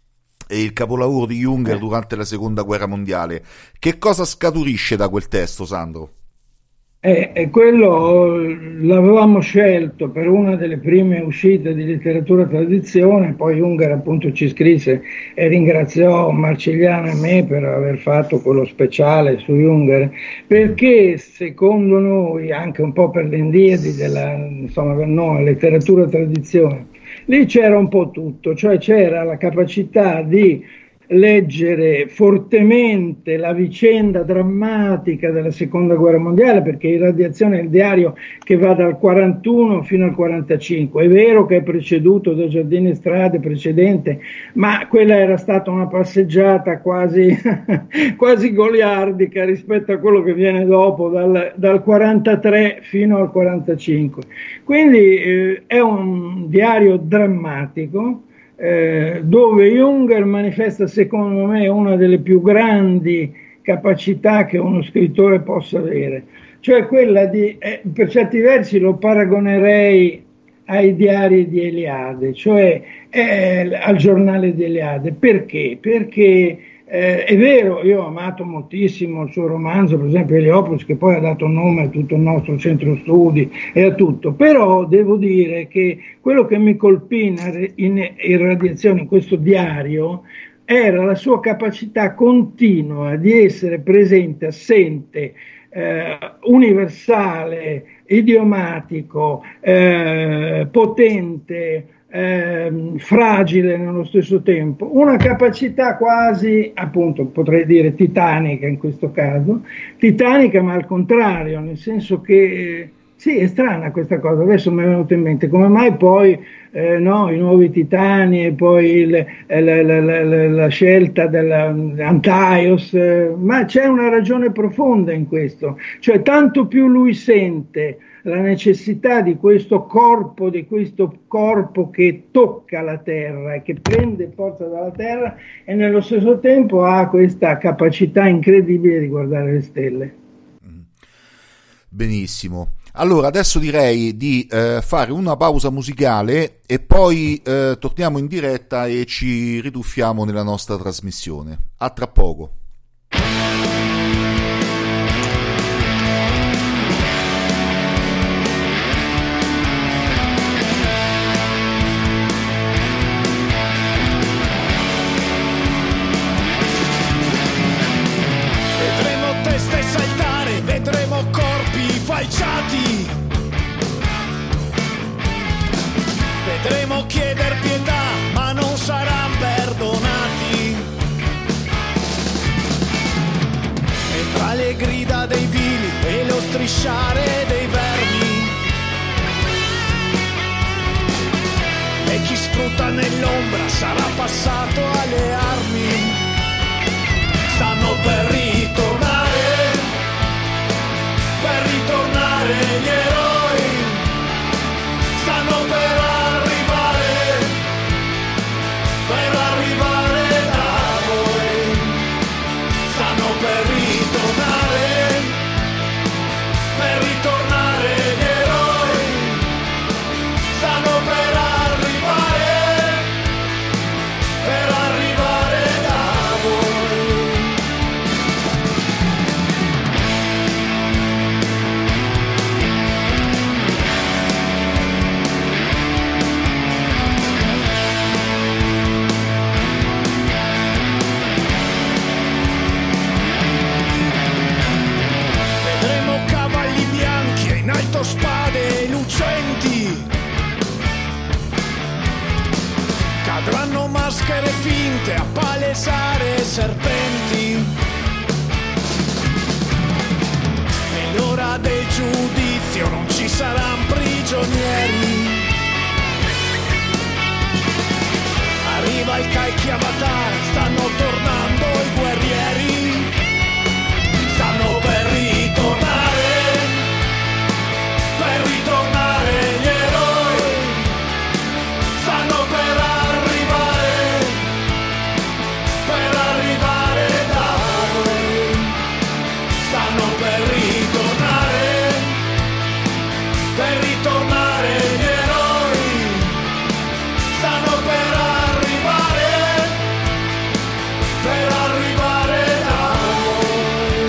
[SPEAKER 2] E il capolavoro di Junger eh. durante la seconda guerra mondiale. Che cosa scaturisce da quel testo, Sandro?
[SPEAKER 6] Eh, e quello l'avevamo scelto per una delle prime uscite di letteratura tradizione, poi Junger appunto ci scrisse e ringraziò Marcigliano e me per aver fatto quello speciale su Junger, perché secondo noi, anche un po' per l'endiadi della, insomma, per noi, letteratura tradizione, lì c'era un po' tutto, cioè c'era la capacità di leggere fortemente la vicenda drammatica della seconda guerra mondiale, perché Irradiazione è il diario che va dal quarantuno fino al quarantacinque. È vero che è preceduto da Giardini e Strade, precedente, ma quella era stata una passeggiata quasi, quasi goliardica rispetto a quello che viene dopo, dal, dal quarantatré fino al quarantacinque. Quindi eh, è un diario drammatico, Eh, dove Junger manifesta, secondo me, una delle più grandi capacità che uno scrittore possa avere, cioè quella di, eh, per certi versi lo paragonerei ai diari di Eliade, cioè eh, al giornale di Eliade. Perché? Perché Eh, è vero, io ho amato moltissimo il suo romanzo, per esempio Heliopoli, che poi ha dato nome a tutto il nostro centro studi e a tutto, però devo dire che quello che mi colpì in, in irradiazione in questo diario era la sua capacità continua di essere presente, assente, eh, universale, idiomatico, eh, potente, Eh, fragile nello stesso tempo, una capacità quasi, appunto, potrei dire titanica in questo caso, titanica ma al contrario, nel senso che eh, sì, è strana questa cosa, adesso mi è venuto in mente, come mai poi eh, no, i nuovi titani e poi il, la, la, la, la scelta dell'Antaios, eh, ma c'è una ragione profonda in questo, cioè tanto più lui sente la necessità di questo corpo, di questo corpo che tocca la terra e che prende forza dalla terra, e nello stesso tempo ha questa capacità incredibile di guardare le stelle.
[SPEAKER 2] Benissimo. Allora adesso direi di eh, fare una pausa musicale e poi eh, torniamo in diretta e ci rituffiamo nella nostra trasmissione. A tra poco.
[SPEAKER 7] Vedremo chieder pietà, ma non saranno perdonati. E tra le grida dei vili e lo strisciare dei vermi, e chi sfrutta nell'ombra sarà passato alle armi. Stanno per ritornare, per ritornare gli eroi, stanno per arrivare, per arrivare da voi, stanno per ritornare, per ritornare gli eroi, stanno per arrivare, per arrivare da voi. Spade lucenti, cadranno maschere finte a palesare serpenti. Nell'ora del giudizio non ci saranno prigionieri. Arriva il Caichi Avatar, stanno tornando i guerrieri, stanno per ritornare, per ritornare gli eroi, stanno per arrivare, per arrivare da voi, stanno per ritornare, per ritornare gli eroi, stanno per arrivare, per arrivare da voi.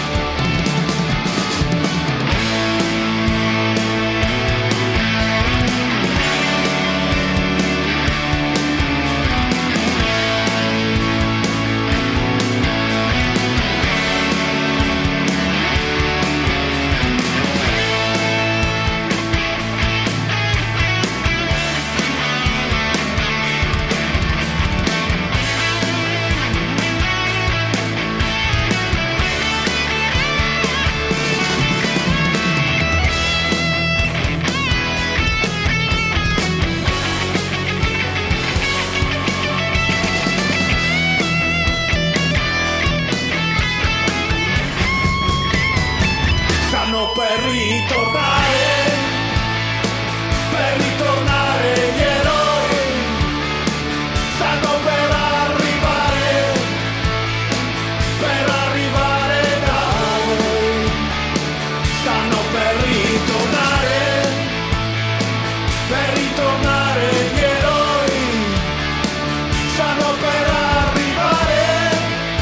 [SPEAKER 7] Stanno per ritornare, per ritornare gli eroi, stanno per arrivare, per arrivare da voi, stanno per ritornare, per ritornare gli eroi, stanno per arrivare,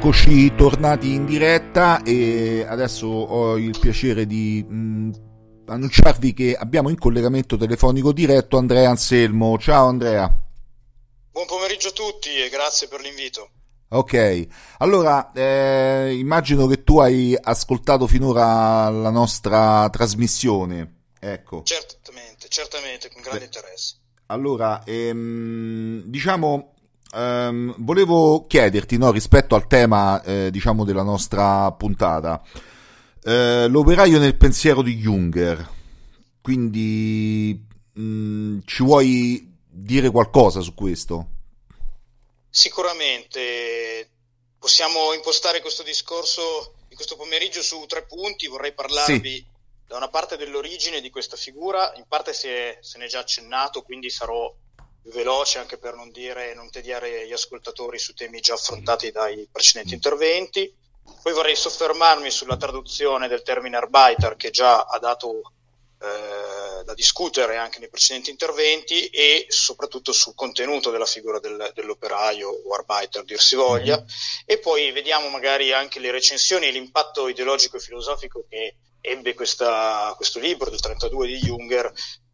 [SPEAKER 2] Eccoci tornati in diretta e adesso ho il piacere di mh, annunciarvi che abbiamo in collegamento telefonico diretto Andrea Anselmo. Ciao Andrea.
[SPEAKER 8] Buon pomeriggio a tutti e grazie per l'invito.
[SPEAKER 2] Ok, allora eh, immagino che tu hai ascoltato finora la nostra trasmissione, ecco.
[SPEAKER 8] Certamente, certamente, con grande
[SPEAKER 2] Beh,
[SPEAKER 8] interesse.
[SPEAKER 2] Allora, ehm, diciamo... Um, volevo chiederti, no, rispetto al tema eh, diciamo della nostra puntata, eh, l'operaio nel pensiero di Junger, quindi mh, ci vuoi dire qualcosa su questo?
[SPEAKER 8] Sicuramente possiamo impostare questo discorso di questo pomeriggio su tre punti. Vorrei parlarvi sì. da una parte dell'origine di questa figura, in parte si è, se ne è già accennato, quindi sarò veloce anche per non dire non tediare gli ascoltatori su temi già affrontati dai precedenti interventi. Poi vorrei soffermarmi sulla traduzione del termine Arbeiter, che già ha dato eh, da discutere anche nei precedenti interventi, e soprattutto sul contenuto della figura del, dell'operaio o Arbeiter, dir si voglia. Mm-hmm. E poi vediamo magari anche le recensioni e l'impatto ideologico e filosofico che ebbe questa, questo libro del trentadue di Junger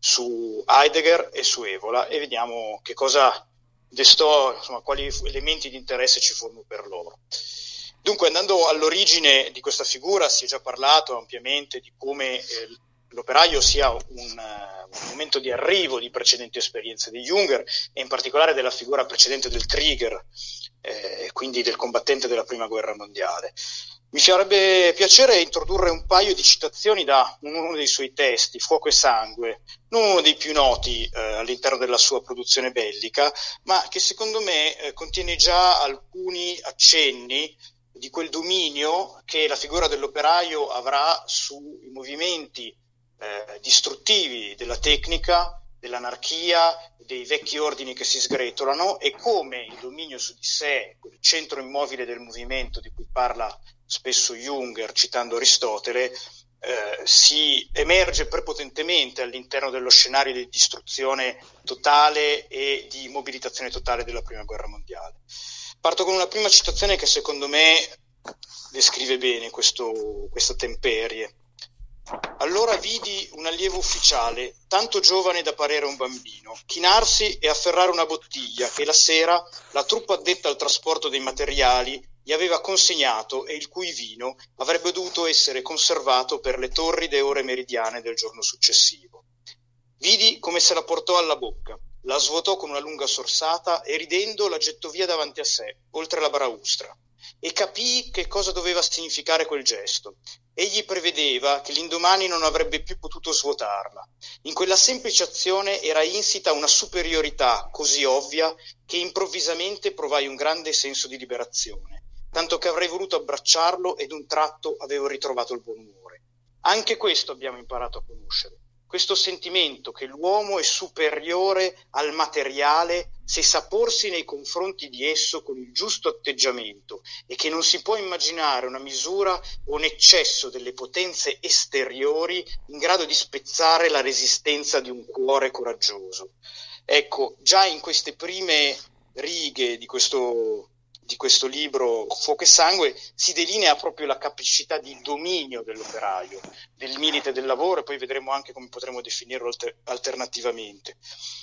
[SPEAKER 8] su Heidegger e su Evola, e vediamo che cosa destò, insomma, quali elementi di interesse ci furono per loro. Dunque, andando all'origine di questa figura, si è già parlato ampiamente di come eh, l'operaio sia un, uh, un momento di arrivo di precedenti esperienze di Junger, e in particolare della figura precedente del Krieger, eh, quindi del combattente della Prima Guerra Mondiale. Mi farebbe piacere introdurre un paio di citazioni da uno dei suoi testi, Fuoco e Sangue, non uno dei più noti eh, all'interno della sua produzione bellica, ma che secondo me eh, contiene già alcuni accenni di quel dominio che la figura dell'operaio avrà sui movimenti eh, distruttivi della tecnica, dell'anarchia, dei vecchi ordini che si sgretolano, e come il dominio su di sé, quel centro immobile del movimento di cui parla spesso Junger citando Aristotele, eh, si emerge prepotentemente all'interno dello scenario di distruzione totale e di mobilitazione totale della Prima Guerra Mondiale. Parto con una prima citazione che secondo me descrive bene questo, questa temperie. Allora vidi un allievo ufficiale, tanto giovane da parere un bambino, chinarsi e afferrare una bottiglia che la sera la truppa addetta al trasporto dei materiali gli aveva consegnato e il cui vino avrebbe dovuto essere conservato per le torride ore meridiane del giorno successivo. Vidi come se la portò alla bocca, la svuotò con una lunga sorsata e ridendo la gettò via davanti a sé, oltre la baraustra, e capii che cosa doveva significare quel gesto. Egli prevedeva che l'indomani non avrebbe più potuto svuotarla. In quella semplice azione era insita una superiorità così ovvia che improvvisamente provai un grande senso di liberazione, tanto che avrei voluto abbracciarlo ed un tratto avevo ritrovato il buon umore. Anche questo abbiamo imparato a conoscere. Questo sentimento che l'uomo è superiore al materiale se sa porsi nei confronti di esso con il giusto atteggiamento, e che non si può immaginare una misura o un eccesso delle potenze esteriori in grado di spezzare la resistenza di un cuore coraggioso. Ecco, già in queste prime righe di questo di questo libro Fuoco e Sangue si delinea proprio la capacità di dominio dell'operaio, del milite del lavoro, e poi vedremo anche come potremo definirlo alter- alternativamente.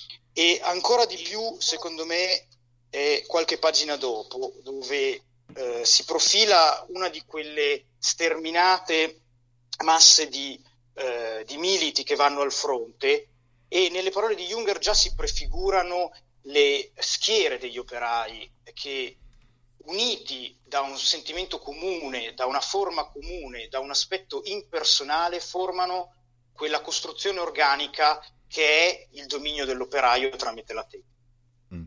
[SPEAKER 8] E ancora di più, secondo me, è qualche pagina dopo, dove eh, si profila una di quelle sterminate masse di, eh, di militi che vanno al fronte, e nelle parole di Junger già si prefigurano le schiere degli operai che, uniti da un sentimento comune, da una forma comune, da un aspetto impersonale, formano quella costruzione organica che è il dominio dell'operaio tramite la tecnica. Mm.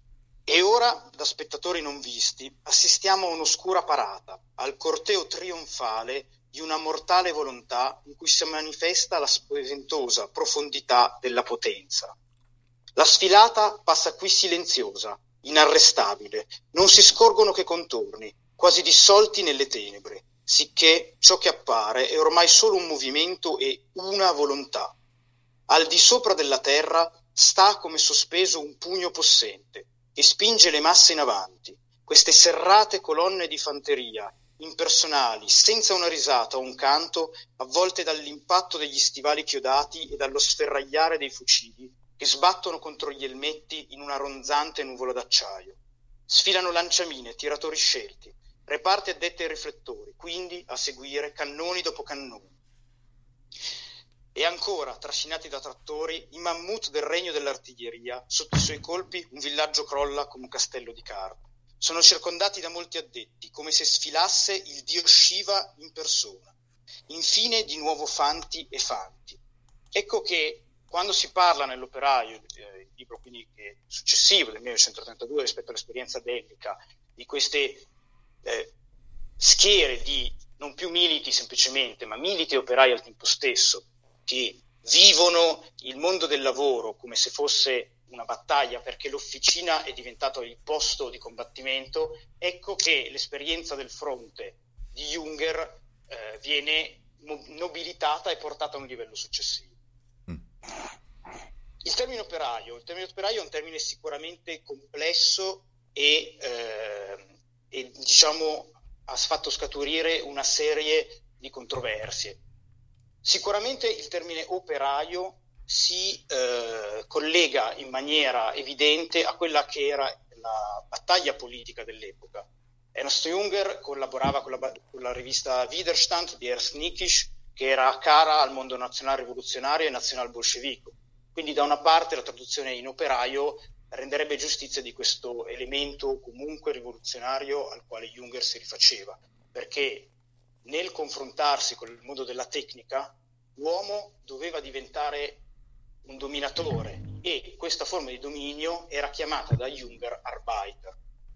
[SPEAKER 8] E ora, da spettatori non visti, assistiamo a un'oscura parata, al corteo trionfale di una mortale volontà in cui si manifesta la spaventosa profondità della potenza. La sfilata passa qui silenziosa, inarrestabile, non si scorgono che contorni, quasi dissolti nelle tenebre, sicché ciò che appare è ormai solo un movimento e una volontà. Al di sopra della terra sta come sospeso un pugno possente e spinge le masse in avanti, queste serrate colonne di fanteria, impersonali, senza una risata o un canto, avvolte dall'impatto degli stivali chiodati e dallo sferragliare dei fucili, che sbattono contro gli elmetti in una ronzante nuvola d'acciaio. Sfilano lanciamine, tiratori scelti, reparti addetti ai riflettori, quindi a seguire cannoni dopo cannoni. E ancora, trascinati da trattori, i mammut del regno dell'artiglieria, sotto i suoi colpi un villaggio crolla come un castello di carta. Sono circondati da molti addetti, come se sfilasse il dio Shiva in persona. Infine di nuovo fanti e fanti. Ecco che quando si parla nell'Operaio, eh, il libro quindi che successivo del millenovecentotrentadue rispetto all'esperienza bellica, di queste eh, schiere di non più militi semplicemente, ma militi e operai al tempo stesso, che vivono il mondo del lavoro come se fosse una battaglia perché l'officina è diventato il posto di combattimento, ecco che l'esperienza del fronte di Junger eh, viene nobilitata e portata a un livello successivo. Mm. Il termine operaio, il termine operaio è un termine sicuramente complesso e, eh, e diciamo ha fatto scaturire una serie di controversie. Sicuramente il termine operaio si eh, collega in maniera evidente a quella che era la battaglia politica dell'epoca. Ernst Junger collaborava con la, con la rivista Widerstand di Ernst Nikisch, che era cara al mondo nazionale rivoluzionario e nazional bolscevico. Quindi da una parte la traduzione in operaio renderebbe giustizia di questo elemento comunque rivoluzionario al quale Junger si rifaceva, perché nel confrontarsi con il mondo della tecnica l'uomo doveva diventare un dominatore e questa forma di dominio era chiamata da Junger Arbeiter.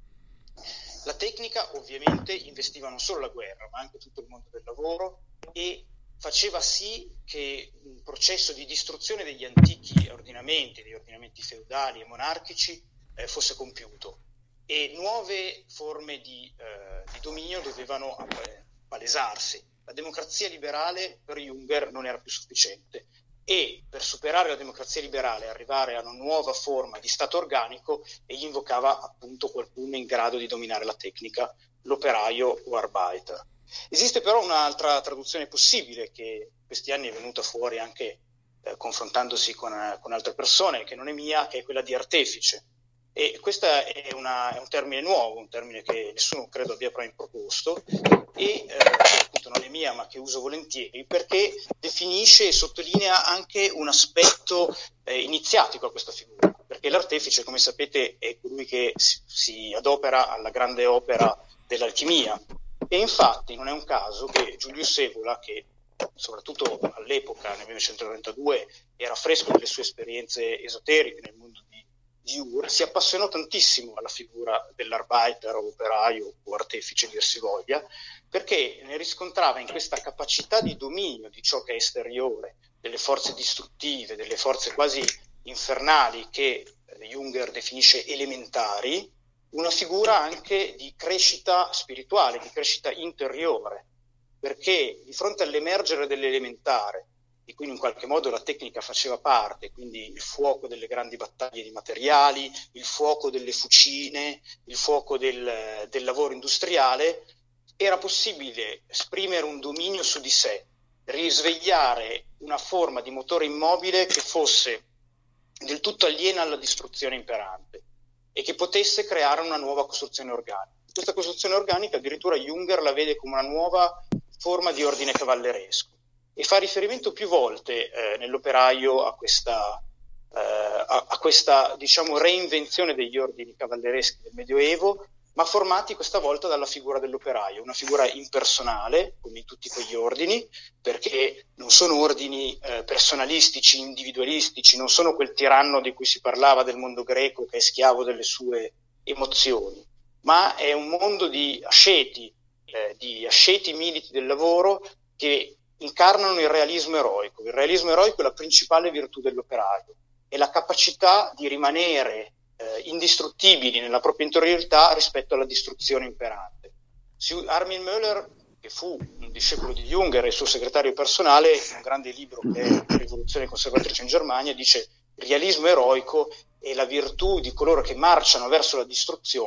[SPEAKER 8] La tecnica ovviamente investiva non solo la guerra ma anche tutto il mondo del lavoro e faceva sì che un processo di distruzione degli antichi ordinamenti, degli ordinamenti feudali e monarchici eh, fosse compiuto e nuove forme di, eh, di dominio dovevano eh, palesarsi. La democrazia liberale per Junger non era più sufficiente e per superare la democrazia liberale e arrivare a una nuova forma di stato organico egli invocava appunto qualcuno in grado di dominare la tecnica, l'operaio o Arbeiter. Esiste però un'altra traduzione possibile che in questi anni è venuta fuori anche eh, confrontandosi con, eh, con altre persone, che non è mia, che è quella di artefice. E questo è, una, è un termine nuovo, un termine che nessuno credo abbia prima proposto e eh, appunto non è mia ma che uso volentieri perché definisce e sottolinea anche un aspetto eh, iniziatico a questa figura, perché l'artefice, come sapete, è colui che si, si adopera alla grande opera dell'alchimia e infatti non è un caso che Julius Evola, che soprattutto all'epoca nel millenovecentotrentadue era fresco delle sue esperienze esoteriche nel mondo di di Ur, si appassionò tantissimo alla figura dell'arbeiter o operaio o artefice, dir si voglia, perché ne riscontrava in questa capacità di dominio di ciò che è esteriore, delle forze distruttive, delle forze quasi infernali che Junger definisce elementari, una figura anche di crescita spirituale, di crescita interiore, perché di fronte all'emergere dell'elementare, di cui in qualche modo la tecnica faceva parte, quindi il fuoco delle grandi battaglie di materiali, il fuoco delle fucine, il fuoco del, del lavoro industriale, era possibile esprimere un dominio su di sé, risvegliare una forma di motore immobile che fosse del tutto aliena alla distruzione imperante e che potesse creare una nuova costruzione organica. Questa costruzione organica addirittura Junger la vede come una nuova forma di ordine cavalleresco e fa riferimento più volte eh, nell'operaio a questa, eh, a, a questa diciamo reinvenzione degli ordini cavallereschi del Medioevo, ma formati questa volta dalla figura dell'operaio, una figura impersonale, come in tutti quegli ordini, perché non sono ordini eh, personalistici, individualistici, non sono quel tiranno di cui si parlava del mondo greco che è schiavo delle sue emozioni, ma è un mondo di asceti, eh, di asceti militi del lavoro che incarnano il realismo eroico. Il realismo eroico è la principale virtù dell'operaio, è la capacità di rimanere eh, indistruttibili nella propria interiorità rispetto alla distruzione imperante. Armin Möller, che fu un discepolo di Junger e il suo segretario personale, in un grande libro che è La rivoluzione conservatrice in Germania, dice: il realismo eroico è la virtù di coloro che marciano verso la distruzione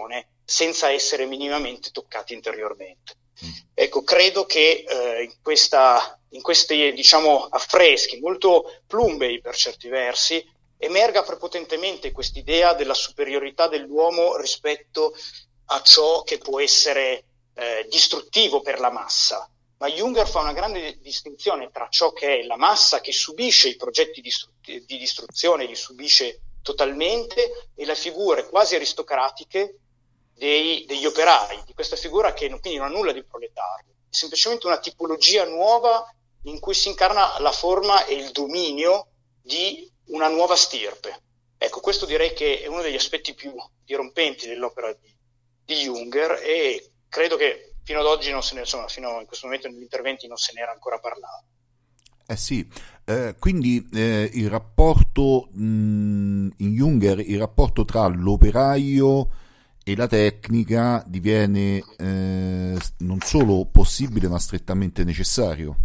[SPEAKER 8] senza essere minimamente toccati interiormente. Ecco, credo che eh, in, questa, in questi, diciamo, affreschi molto plumbei per certi versi emerga prepotentemente quest'idea della superiorità dell'uomo rispetto a ciò che può essere eh, distruttivo per la massa. Ma Junger fa una grande distinzione tra ciò che è la massa che subisce i progetti di distruzione, li subisce totalmente, e le figure quasi aristocratiche dei, degli operai, di questa figura che quindi non ha nulla di proletario, è semplicemente una tipologia nuova in cui si incarna la forma e il dominio di una nuova stirpe. Ecco, questo direi che è uno degli aspetti più dirompenti dell'opera di, di Junger, e credo che fino ad oggi non se ne, insomma, fino a questo momento negli interventi non se ne era ancora parlato.
[SPEAKER 2] Eh sì, eh, quindi eh, il rapporto mh, in Junger, il rapporto tra l'operaio e la tecnica diviene eh, non solo possibile ma strettamente necessario.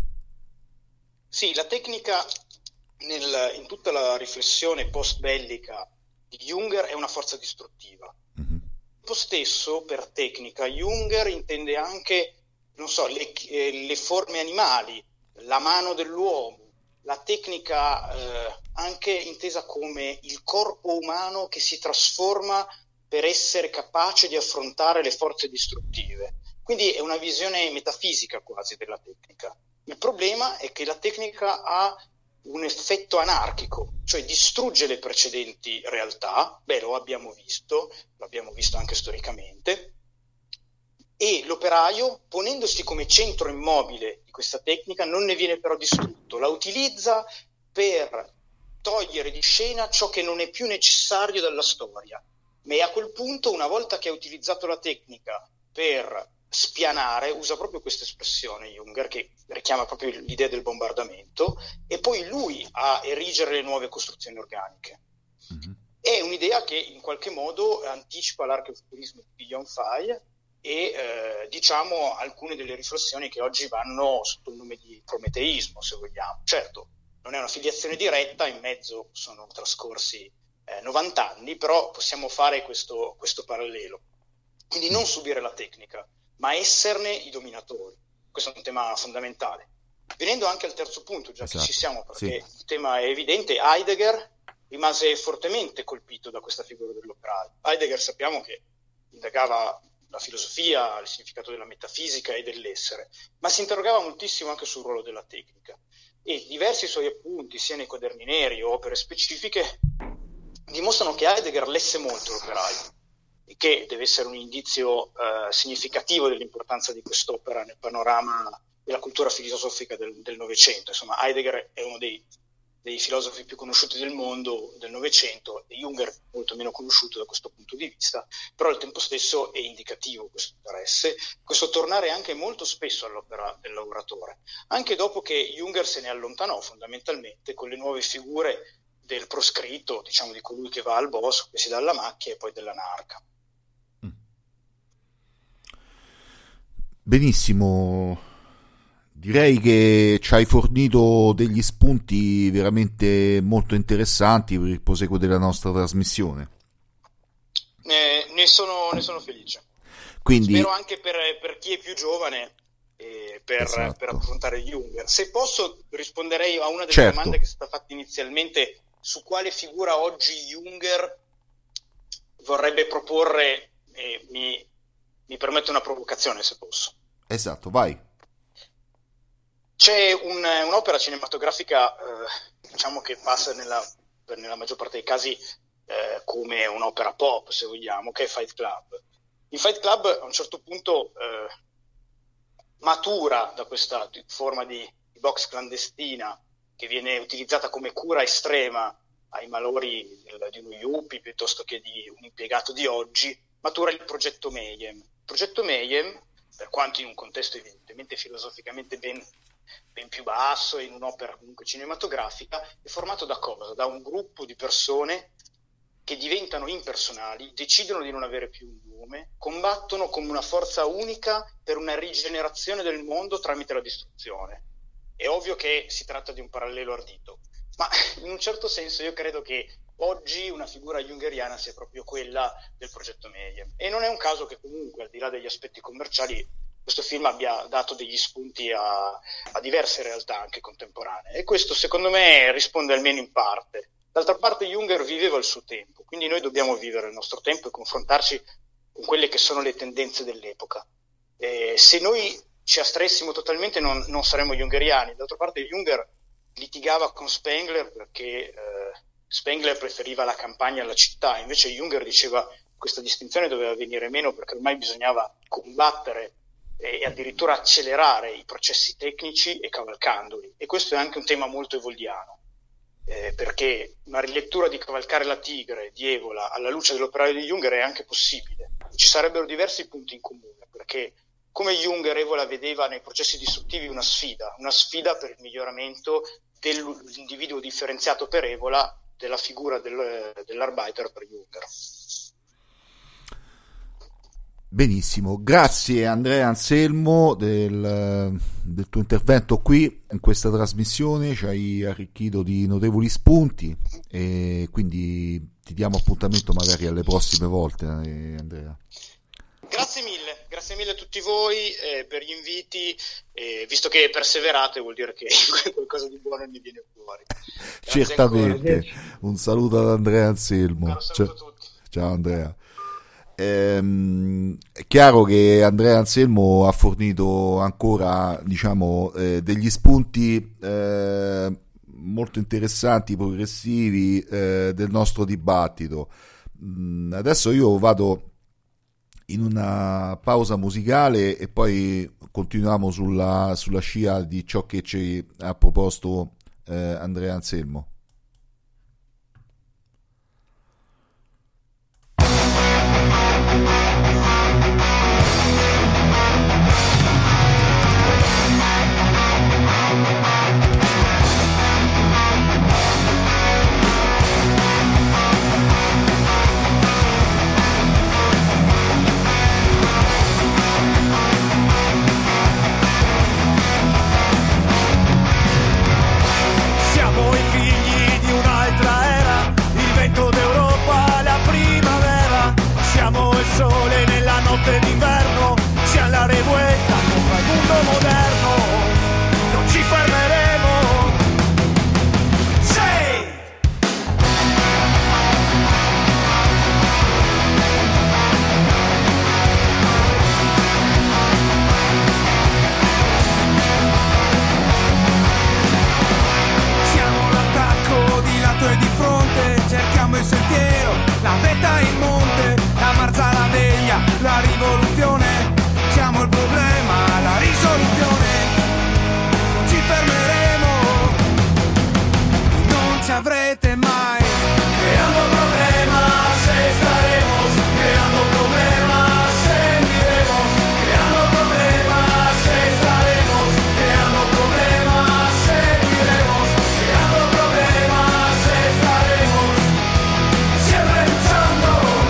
[SPEAKER 8] Sì, la tecnica nel, in tutta la riflessione post-bellica di Junger è una forza distruttiva. Mm-hmm. Al tempo stesso, per tecnica, Junger intende anche, non so, le, eh, le forme animali, la mano dell'uomo, la tecnica eh, anche intesa come il corpo umano che si trasforma per essere capace di affrontare le forze distruttive. Quindi è una visione metafisica quasi della tecnica. Il problema è che la tecnica ha un effetto anarchico, cioè distrugge le precedenti realtà, beh, lo abbiamo visto, lo abbiamo visto anche storicamente, e l'operaio, ponendosi come centro immobile di questa tecnica, non ne viene però distrutto, la utilizza per togliere di scena ciò che non è più necessario dalla storia. Ma a quel punto, una volta che ha utilizzato la tecnica per spianare, usa proprio questa espressione Junger, che richiama proprio l'idea del bombardamento, e poi lui a erigere le nuove costruzioni organiche. Mm-hmm. È un'idea che in qualche modo anticipa l'archeofuturismo di Guillaume Faye e eh, diciamo alcune delle riflessioni che oggi vanno sotto il nome di prometeismo, se vogliamo. Certo, non è una filiazione diretta, in mezzo sono trascorsi eh, novanta anni, però possiamo fare questo, questo parallelo. Quindi non subire la tecnica, ma esserne i dominatori. Questo è un tema fondamentale. Venendo anche al terzo punto, già esatto, che ci siamo, perché sì, il tema è evidente, Heidegger rimase fortemente colpito da questa figura dell'operaio. Heidegger sappiamo che indagava la filosofia, il significato della metafisica e dell'essere, ma si interrogava moltissimo anche sul ruolo della tecnica. E diversi suoi appunti, sia nei quaderni neri o opere specifiche, dimostrano che Heidegger lesse molto l'operaio, che deve essere un indizio eh, significativo dell'importanza di quest'opera nel panorama della cultura filosofica del, del Novecento. Insomma, Heidegger è uno dei, dei filosofi più conosciuti del mondo del Novecento, e Junger molto meno conosciuto da questo punto di vista, però al tempo stesso è indicativo questo interesse, questo tornare anche molto spesso all'opera del lavoratore, anche dopo che Junger se ne allontanò fondamentalmente con le nuove figure del proscritto, diciamo di colui che va al bosco, che si dà alla macchia, e poi dell'anarca.
[SPEAKER 2] Benissimo, direi che ci hai fornito degli spunti veramente molto interessanti per il proseguo della nostra trasmissione.
[SPEAKER 8] Ne, ne, sono, ne sono felice.
[SPEAKER 2] Quindi,
[SPEAKER 8] spero anche per, per chi è più giovane eh, per,
[SPEAKER 2] esatto.
[SPEAKER 8] per affrontare Junger. Se posso, risponderei a una delle
[SPEAKER 2] certo.
[SPEAKER 8] domande che è stata fatta inizialmente su quale figura oggi Junger vorrebbe proporre. eh, mi Mi permette una provocazione, se posso.
[SPEAKER 2] Esatto, vai.
[SPEAKER 8] C'è un, un'opera cinematografica, eh, diciamo che passa nella, nella maggior parte dei casi eh, come un'opera pop, se vogliamo, che è Fight Club. In Fight Club a un certo punto eh, matura da questa forma di, di box clandestina che viene utilizzata come cura estrema ai malori del, di uno yuppie piuttosto che di un impiegato di oggi, matura il progetto Mayhem. Il progetto Mayhem, per quanto in un contesto evidentemente filosoficamente ben, ben più basso e in un'opera comunque cinematografica, è formato da cosa? Da un gruppo di persone che diventano impersonali, decidono di non avere più un nome, combattono come una forza unica per una rigenerazione del mondo tramite la distruzione. È ovvio che si tratta di un parallelo ardito, ma in un certo senso io credo che oggi una figura jungheriana sia proprio quella del progetto Mayhem. E non è un caso che comunque, al di là degli aspetti commerciali, questo film abbia dato degli spunti a, a diverse realtà anche contemporanee, e questo secondo me risponde almeno in parte. D'altra parte Junger viveva il suo tempo, quindi noi dobbiamo vivere il nostro tempo e confrontarci con quelle che sono le tendenze dell'epoca. Eh, se noi ci astraessimo totalmente non, non saremmo jungeriani. D'altra parte Junger litigava con Spengler perché eh, Spengler preferiva la campagna alla città, invece Junger diceva che questa distinzione doveva venire meno perché ormai bisognava combattere e addirittura accelerare i processi tecnici e cavalcandoli, e questo è anche un tema molto evoldiano, eh, perché una rilettura di Cavalcare la tigre di Evola alla luce dell'operaio di Junger è anche possibile. Ci sarebbero diversi punti in comune, perché come Junger, Evola vedeva nei processi distruttivi una sfida, una sfida per il miglioramento dell'individuo differenziato per Evola, della figura del, dell'Arbeiter per Junger.
[SPEAKER 2] Benissimo, grazie Andrea Anselmo del, del tuo intervento qui in questa trasmissione, ci hai arricchito di notevoli spunti e quindi ti diamo appuntamento magari alle prossime volte, eh, Andrea.
[SPEAKER 8] Grazie mille, grazie mille a tutti voi eh, per gli inviti, eh, visto che perseverate vuol dire che qualcosa di buono ne viene fuori. Grazie
[SPEAKER 2] certamente,
[SPEAKER 8] ancora.
[SPEAKER 2] Un saluto ad Andrea Anselmo.
[SPEAKER 8] Un saluto
[SPEAKER 2] ciao,
[SPEAKER 8] a tutti.
[SPEAKER 2] Ciao Andrea. Ehm, è chiaro che Andrea Anselmo ha fornito ancora, diciamo, eh, degli spunti eh, molto interessanti, progressivi eh, del nostro dibattito. Mm, adesso io vado in una pausa musicale e poi continuiamo sulla, sulla scia di ciò che ci ha proposto eh, Andrea Anselmo.
[SPEAKER 7] Siamo i figli di un'altra era, il vento d'Europa, la primavera. Siamo il sole nella notte d'inverno, siamo la revuelta contro il mondo moderno. Non ci fermeremo. Sì! Siamo l'attacco di lato e di fronte, cerchiamo il sentiero, la vetta in monte, la marzana veglia, la rivoluzione. Siamo il problema, la risoluzione. Non ci fermeremo, non ci avrete mai. Creando problema se staremo, creando problema se vivremo, creando problema se staremo, creando problema se vivremo, creando problema se staremo, siempre luchando.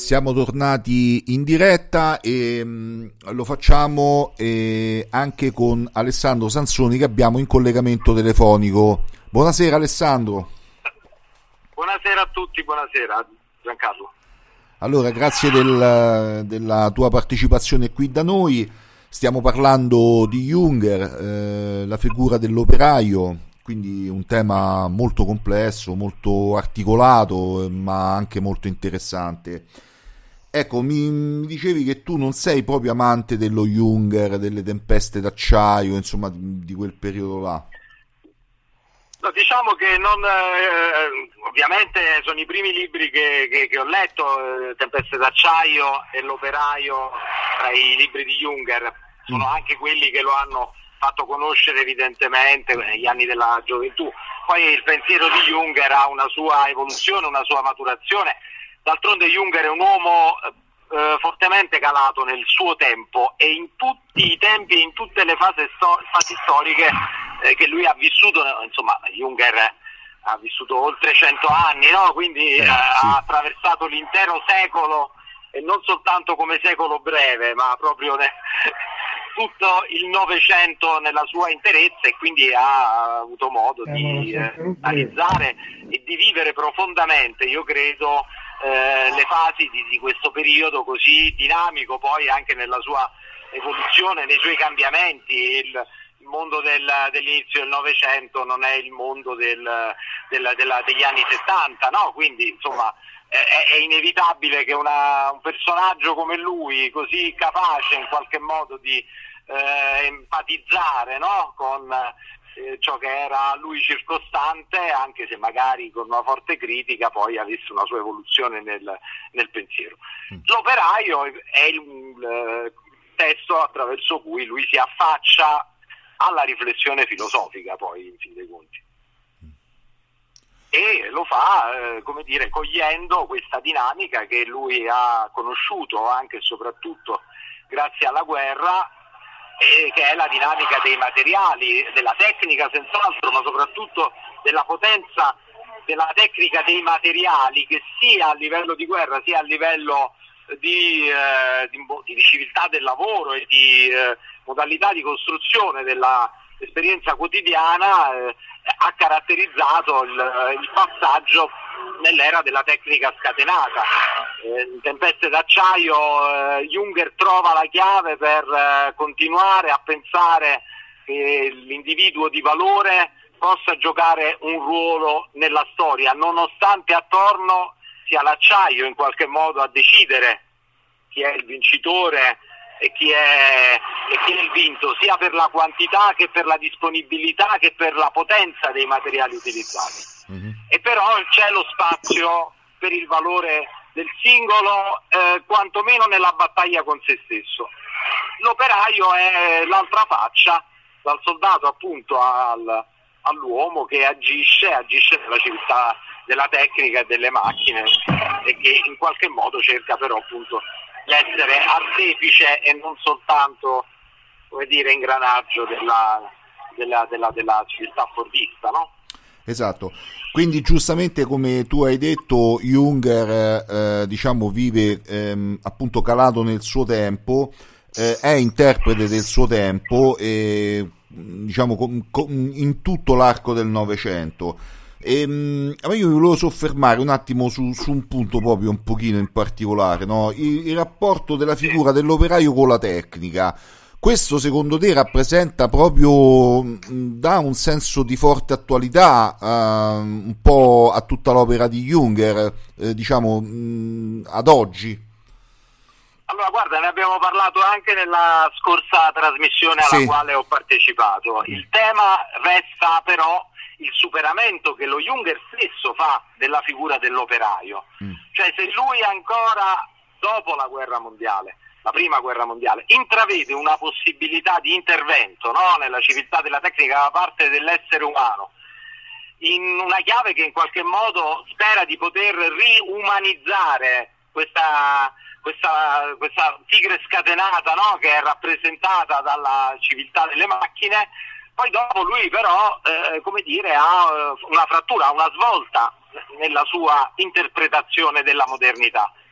[SPEAKER 2] siamo tornati in diretta e mh, lo facciamo eh, anche con Alessandro Sansoni che abbiamo in collegamento telefonico. Buonasera Alessandro.
[SPEAKER 9] Buonasera a tutti, buonasera Giancarlo.
[SPEAKER 2] Allora, grazie del, della tua partecipazione qui da noi. Stiamo parlando di Junger, eh, la figura dell'operaio. Quindi un tema molto complesso, molto articolato, ma anche molto interessante. Ecco, mi, mi dicevi che tu non sei proprio amante dello Junger, delle tempeste d'acciaio, insomma, di, di quel periodo là.
[SPEAKER 9] No, diciamo che non, eh, ovviamente sono i primi libri che, che, che ho letto, eh, Tempeste d'acciaio e L'operaio, tra i libri di Junger, sono mm. anche quelli che lo hanno fatto conoscere evidentemente negli anni della gioventù. Poi il pensiero di Junger ha una sua evoluzione, una sua maturazione. D'altronde Junger è un uomo eh, fortemente calato nel suo tempo e in tutti i tempi e in tutte le fasi, sto- fasi storiche eh, che lui ha vissuto. Insomma, Junger ha vissuto oltre cento anni, no? Quindi eh, sì. ha attraversato l'intero secolo, e non soltanto come secolo breve, ma proprio ne- tutto il Novecento nella sua interezza, e quindi ha avuto modo di eh, analizzare e di vivere profondamente, io credo, eh, le fasi di, di questo periodo così dinamico, poi anche nella sua evoluzione, nei suoi cambiamenti. Il, il mondo del, dell'inizio del Novecento non è il mondo del, del, della, degli anni settanta, no? Quindi insomma è, è inevitabile che una, un personaggio come lui, così capace in qualche modo di eh, empatizzare, no? con eh, ciò che era lui circostante, anche se magari con una forte critica poi avesse una sua evoluzione nel, nel pensiero. Mm. L'operaio è il, il testo attraverso cui lui si affaccia alla riflessione filosofica, poi in fin dei conti. E lo fa, eh, come dire, cogliendo questa dinamica che lui ha conosciuto anche e soprattutto grazie alla guerra, e che è la dinamica dei materiali, della tecnica senz'altro, ma soprattutto della potenza della tecnica dei materiali, che sia a livello di guerra sia a livello di, eh, di, di civiltà del lavoro e di eh, modalità di costruzione dell'esperienza quotidiana, eh, ha caratterizzato il, il passaggio nell'era della tecnica scatenata. Eh, in Tempeste d'acciaio eh, Junger trova la chiave per eh, continuare a pensare che l'individuo di valore possa giocare un ruolo nella storia, nonostante attorno sia l'acciaio in qualche modo a decidere chi è il vincitore e chi è, e chi è il vinto, sia per la quantità che per la disponibilità che per la potenza dei materiali utilizzati. Mm-hmm. E però c'è lo spazio per il valore del singolo, eh, quantomeno nella battaglia con se stesso. L'operaio è l'altra faccia, dal soldato appunto al, all'uomo che agisce, agisce nella civiltà della tecnica e delle macchine, e che in qualche modo cerca però appunto di essere artefice e non soltanto, come dire, ingranaggio della, della, della, della civiltà fordista, no?
[SPEAKER 2] Esatto, quindi giustamente come tu hai detto, Junger eh, diciamo vive ehm, appunto calato nel suo tempo, eh, è interprete del suo tempo e diciamo com, com, in tutto l'arco del Novecento. E, mh, io mi volevo soffermare un attimo su, su un punto proprio un pochino in particolare, no? il, il rapporto della figura dell'operaio con la tecnica. Questo secondo te rappresenta proprio, dà un senso di forte attualità uh, un po' a tutta l'opera di Junger, eh, diciamo mh, ad oggi?
[SPEAKER 9] Allora guarda, ne abbiamo parlato anche nella scorsa trasmissione alla sì. quale ho partecipato. Il tema resta però il superamento che lo Junger stesso fa della figura dell'operaio. Mm. Cioè se lui ancora dopo la guerra mondiale, la prima guerra mondiale, intravede una possibilità di intervento, no, nella civiltà della tecnica da parte dell'essere umano, in una chiave che in qualche modo spera di poter riumanizzare questa, questa, questa tigre scatenata, no, che è rappresentata dalla civiltà delle macchine. Poi dopo lui però, eh, come dire, ha una frattura, una svolta nella sua interpretazione della modernità.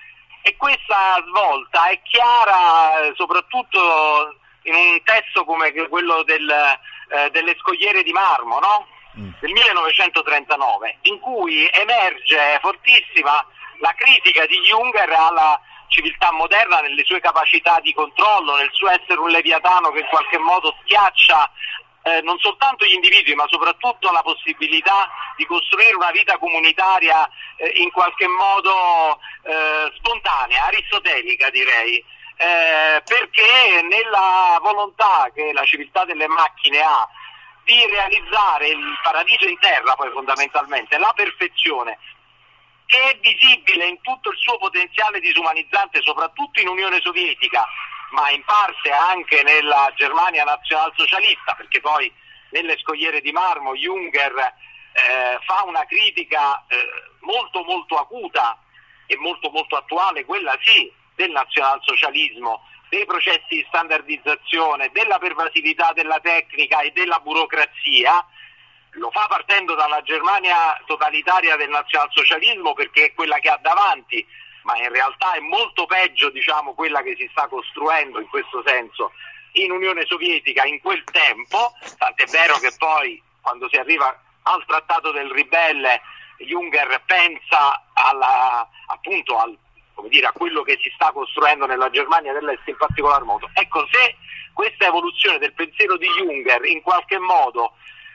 [SPEAKER 9] E questa svolta è chiara soprattutto in un testo come quello del, eh, delle Scogliere di Marmo, no? Mm. del millenovecentotrentanove, in cui emerge fortissima la critica di Junger alla civiltà moderna nelle sue capacità di controllo, nel suo essere un leviatano che in qualche modo schiaccia eh, non soltanto gli individui ma soprattutto la possibilità di costruire una vita comunitaria eh, in qualche modo eh, spontanea, aristotelica direi, eh, perché nella volontà che la civiltà delle macchine ha di realizzare il paradiso in terra, poi fondamentalmente la perfezione, che è visibile in tutto il suo potenziale disumanizzante, soprattutto in Unione Sovietica, ma in parte anche nella Germania nazionalsocialista, perché poi nelle Scogliere di Marmo Junger eh, fa una critica eh, molto molto acuta e molto molto attuale, quella sì, del nazionalsocialismo, dei processi di standardizzazione, della pervasività della tecnica e della burocrazia. Lo fa partendo dalla Germania totalitaria del nazionalsocialismo perché è quella che ha davanti, ma in realtà è molto peggio, diciamo, quella che si sta costruendo in questo senso in Unione Sovietica in quel tempo, tant'è vero che poi quando si arriva al Trattato del Ribelle Junger pensa alla, appunto al, come dire, a quello che si sta costruendo nella Germania dell'Est in particolar modo. Ecco, se questa evoluzione del pensiero di Junger in qualche modo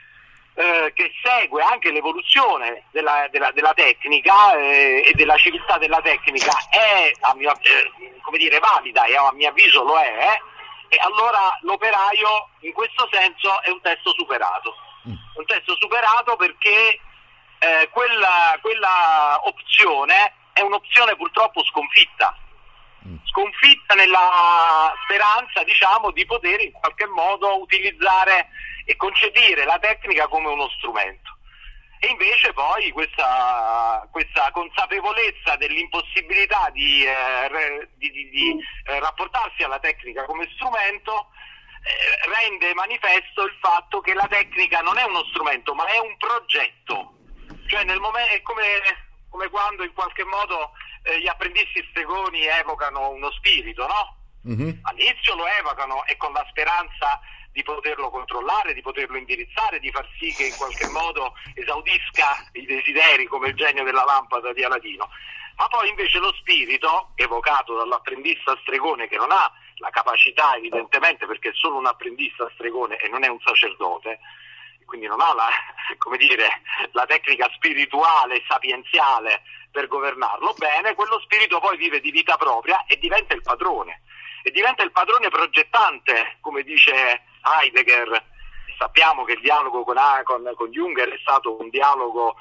[SPEAKER 9] Eh, che segue anche l'evoluzione della, della, della tecnica eh, e della civiltà della tecnica è a mio, eh, come dire, valida e a mio avviso lo è, eh, e allora l'operaio in questo senso è un testo superato, mm. un testo superato perché eh, quella, quella opzione è un'opzione purtroppo sconfitta, mm. sconfitta nella speranza, diciamo, di poter in qualche modo utilizzare e concepire la tecnica come uno strumento. E invece poi questa, questa consapevolezza dell'impossibilità di, eh, di, di, di eh, rapportarsi alla tecnica come strumento eh, rende manifesto il fatto che la tecnica non è uno strumento ma è un progetto, cioè nel momento è come, come quando in qualche modo eh, gli apprendisti stregoni evocano uno spirito, no? Mm-hmm. All'inizio lo evocano e con la speranza di poterlo controllare, di poterlo indirizzare, di far sì che in qualche modo esaudisca i desideri come il genio della lampada di Aladino. Ma poi invece lo spirito, evocato dall'apprendista stregone, che non ha la capacità evidentemente perché è solo un apprendista stregone e non è un sacerdote, quindi non ha la, come dire, la tecnica spirituale e sapienziale per governarlo bene, quello spirito poi vive di vita propria e diventa il padrone. E diventa il padrone progettante, come dice Heidegger. Sappiamo che il dialogo con, con, con Junger è stato un dialogo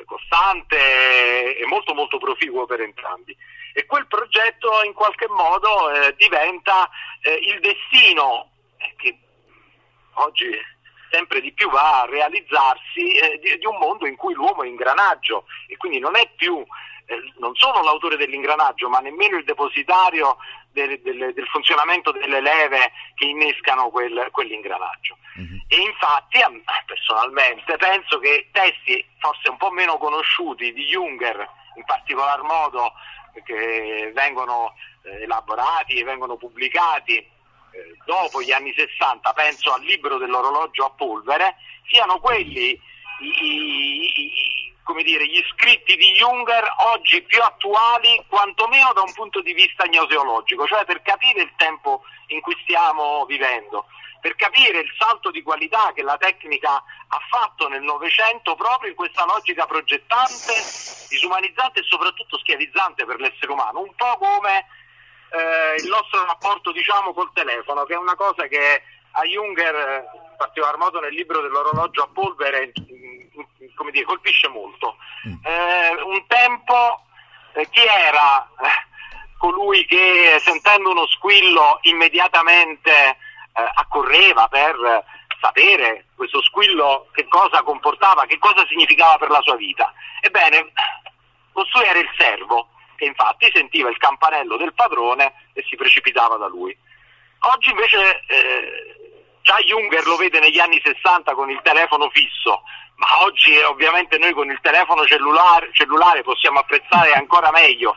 [SPEAKER 9] costante e molto molto proficuo per entrambi. E quel progetto in qualche modo eh, diventa eh, il destino eh, che oggi sempre di più va a realizzarsi eh, di, di un mondo in cui l'uomo è ingranaggio e quindi non è più eh, non solo l'autore dell'ingranaggio ma nemmeno il depositario del, del, del funzionamento delle leve che innescano quel, quell'ingranaggio. Mm-hmm. E infatti personalmente penso che testi forse un po' meno conosciuti di Junger, in particolar modo che vengono eh, elaborati e vengono pubblicati eh, dopo gli anni sessanta, penso al libro dell'orologio a polvere, siano quelli i, i, i, come dire, gli scritti di Junger oggi più attuali, quantomeno da un punto di vista gnoseologico, cioè per capire il tempo in cui stiamo vivendo, per capire il salto di qualità che la tecnica ha fatto nel Novecento proprio in questa logica progettante, disumanizzante e soprattutto schiavizzante per l'essere umano, un po' come eh, il nostro rapporto, diciamo, col telefono, che è una cosa che a Junger, in particolar modo nel libro dell'orologio a polvere, come dire, colpisce molto. Eh, un tempo eh, chi era eh, colui che sentendo uno squillo immediatamente eh, accorreva per sapere questo squillo che cosa comportava, che cosa significava per la sua vita? Ebbene, costui era il servo che infatti sentiva il campanello del padrone e si precipitava da lui. Oggi invece eh, già Junger lo vede negli anni sessanta con il telefono fisso, ma oggi ovviamente noi con il telefono cellulare, cellulare possiamo apprezzare ancora meglio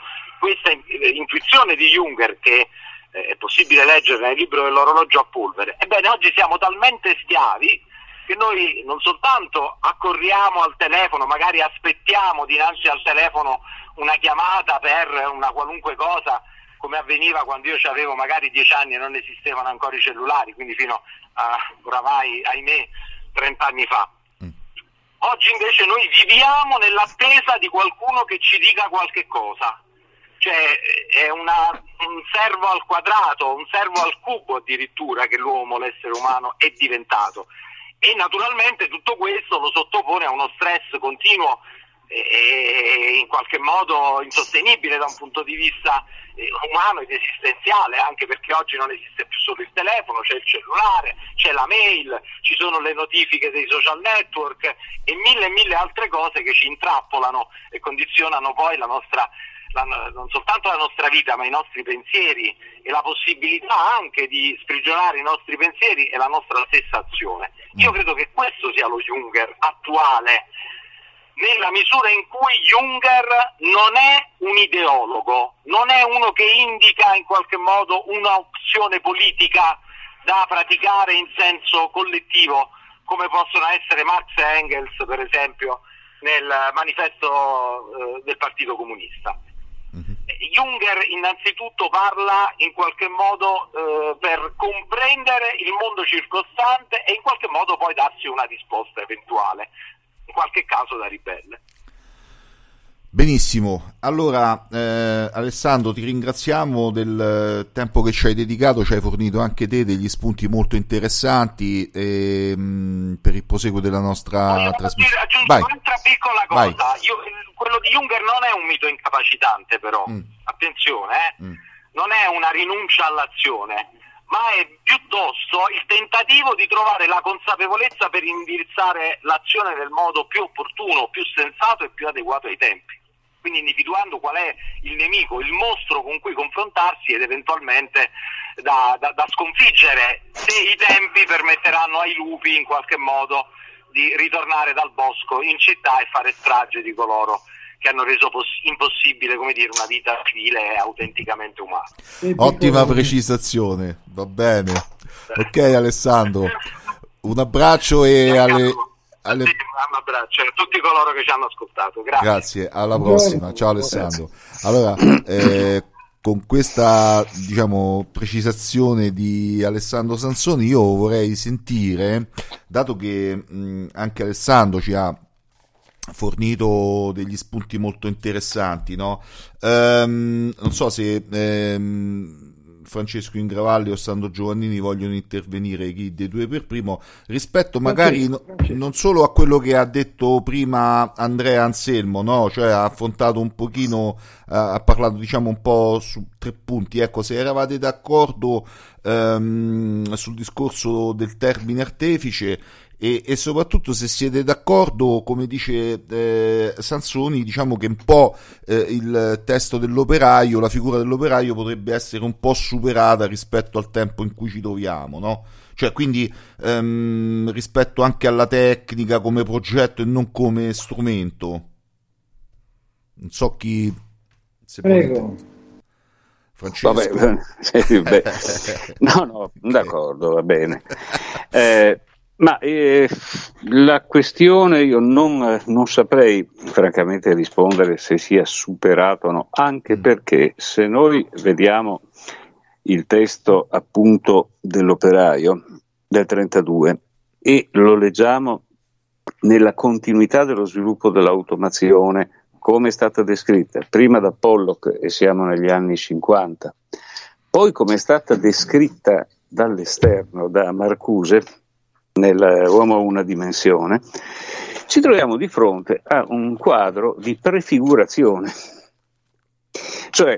[SPEAKER 9] questa intuizione di Junger, che è possibile leggere nel libro dell'orologio a polvere, ebbene oggi siamo talmente schiavi che noi non soltanto accorriamo al telefono, magari aspettiamo dinanzi al telefono una chiamata per una qualunque cosa, come avveniva quando io avevo magari dieci anni e non esistevano ancora i cellulari, quindi fino a oramai, ahimè, trent'anni fa. Oggi invece noi viviamo nell'attesa di qualcuno che ci dica qualche cosa. Cioè è una, un servo al quadrato, un servo al cubo addirittura che l'uomo, l'essere umano, è diventato. E naturalmente tutto questo lo sottopone a uno stress continuo e in qualche modo insostenibile da un punto di vista umano ed esistenziale, anche perché oggi non esiste più solo il telefono, c'è il cellulare, c'è la mail, ci sono le notifiche dei social network e mille e mille altre cose che ci intrappolano e condizionano poi la nostra, la, non soltanto la nostra vita, ma i nostri pensieri e la possibilità anche di sprigionare i nostri pensieri e la nostra stessa azione. Io credo che questo sia lo Junger attuale, nella misura in cui Junger non è un ideologo, non è uno che indica in qualche modo un'opzione politica da praticare in senso collettivo, come possono essere Marx e Engels, per esempio, nel manifesto eh, del Partito Comunista. Mm-hmm. Junger innanzitutto parla in qualche modo eh, per comprendere il mondo circostante e in qualche modo poi darsi una risposta eventuale, in qualche caso da ribelle.
[SPEAKER 2] Benissimo, allora eh, Alessandro, ti ringraziamo del tempo che ci hai dedicato, ci hai fornito anche te degli spunti molto interessanti e, mh, per il proseguo della nostra trasmissione.
[SPEAKER 9] Aggiungo un'altra piccola cosa, Io, quello di Junger non è un mito incapacitante però, mm. attenzione, eh? mm. non è una rinuncia all'azione, ma è piuttosto il tentativo di trovare la consapevolezza per indirizzare l'azione nel modo più opportuno, più sensato e più adeguato ai tempi. Quindi individuando qual è il nemico, il mostro con cui confrontarsi ed eventualmente da, da, da sconfiggere, se i tempi permetteranno ai lupi in qualche modo di ritornare dal bosco in città e fare strage di coloro che hanno reso poss- impossibile, come dire, una vita civile e autenticamente umana.
[SPEAKER 2] Ottima precisazione, va bene. Ok Alessandro, un abbraccio e alle... alle...
[SPEAKER 9] un abbraccio a tutti coloro che ci hanno ascoltato. Grazie.
[SPEAKER 2] Grazie, alla prossima. Ciao Alessandro. Allora, eh, con questa, diciamo, precisazione di Alessandro Sansoni, io vorrei sentire, dato che mh, anche Alessandro ci ha fornito degli spunti molto interessanti, no? Um, non so se um, Francesco Ingravalli o Sandro Giovannini vogliono intervenire, chi dei due per primo, rispetto magari no, non solo a quello che ha detto prima Andrea Anselmo, no? Cioè ha affrontato un pochino, uh, ha parlato diciamo un po' su tre punti, ecco, se eravate d'accordo um, sul discorso del termine artefice e, e soprattutto se siete d'accordo, come dice eh, Sansoni, diciamo che un po' eh, il testo dell'operaio, la figura dell'operaio potrebbe essere un po' superata rispetto al tempo in cui ci troviamo, no? Cioè quindi ehm, rispetto anche alla tecnica come progetto e non come strumento. Non so chi... Se
[SPEAKER 6] Prego.
[SPEAKER 2] Francesco.
[SPEAKER 4] Vabbè, sì, beh. No, no, okay. D'accordo, va bene. Eh, Ma eh, la questione io non, non saprei francamente rispondere se sia superato o no, anche perché se noi vediamo il testo appunto dell'operaio del trentadue e lo leggiamo nella continuità dello sviluppo dell'automazione come è stata descritta prima da Pollock e siamo negli anni cinquanta, poi come è stata descritta dall'esterno da Marcuse nell'Uomo a una dimensione, ci troviamo di fronte a un quadro di prefigurazione, cioè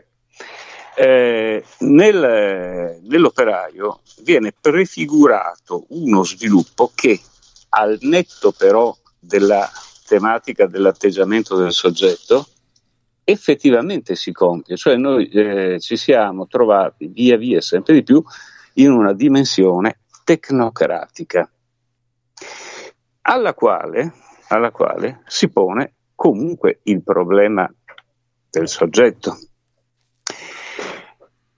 [SPEAKER 4] eh, nel, nell'operaio viene prefigurato uno sviluppo che al netto però della tematica dell'atteggiamento del soggetto effettivamente si compie, cioè noi eh, ci siamo trovati via via sempre di più in una dimensione tecnocratica alla quale, alla quale si pone comunque il problema del soggetto,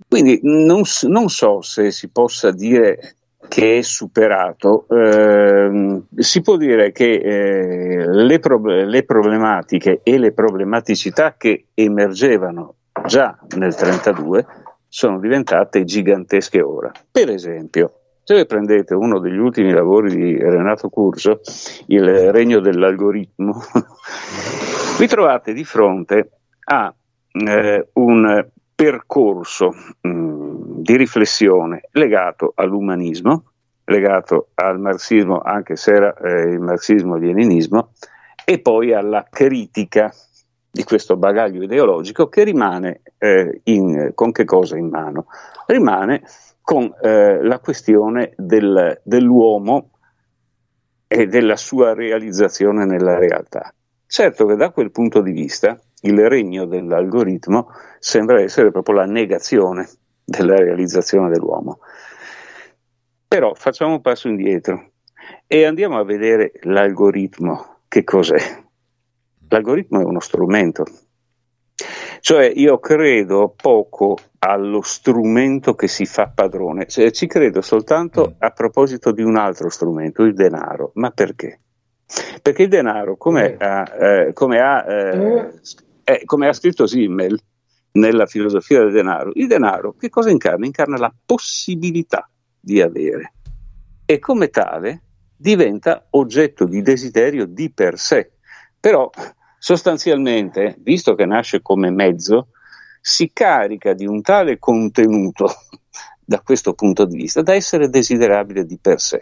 [SPEAKER 4] Quindi non, non so se si possa dire che è superato. Eh, si può dire che eh, le, pro- le problematiche e le problematicità che emergevano già nel trentadue sono diventate gigantesche ora. Per esempio, se voi prendete uno degli ultimi lavori di Renato Curcio, Il regno dell'algoritmo, vi trovate di fronte a eh, un percorso mh, di riflessione legato all'umanismo, legato al marxismo, anche se era eh, il marxismo-leninismo, e poi alla critica di questo bagaglio ideologico che rimane eh, in, con che cosa in mano? Rimane con eh, la questione del, dell'uomo e della sua realizzazione nella realtà. Certo che da quel punto di vista il regno dell'algoritmo sembra essere proprio la negazione della realizzazione dell'uomo. Però facciamo un passo indietro e andiamo a vedere l'algoritmo. Che cos'è? L'algoritmo è uno strumento. Cioè io credo poco allo strumento che si fa padrone, cioè, ci credo soltanto a proposito di un altro strumento, il denaro. Ma perché? Perché il denaro, come ha, eh, come ha, eh, eh, come ha scritto Simmel nella filosofia del denaro, il denaro che cosa incarna? Incarna la possibilità di avere e come tale diventa oggetto di desiderio di per sé. Però sostanzialmente, visto che nasce come mezzo, si carica di un tale contenuto da questo punto di vista da essere desiderabile di per sé.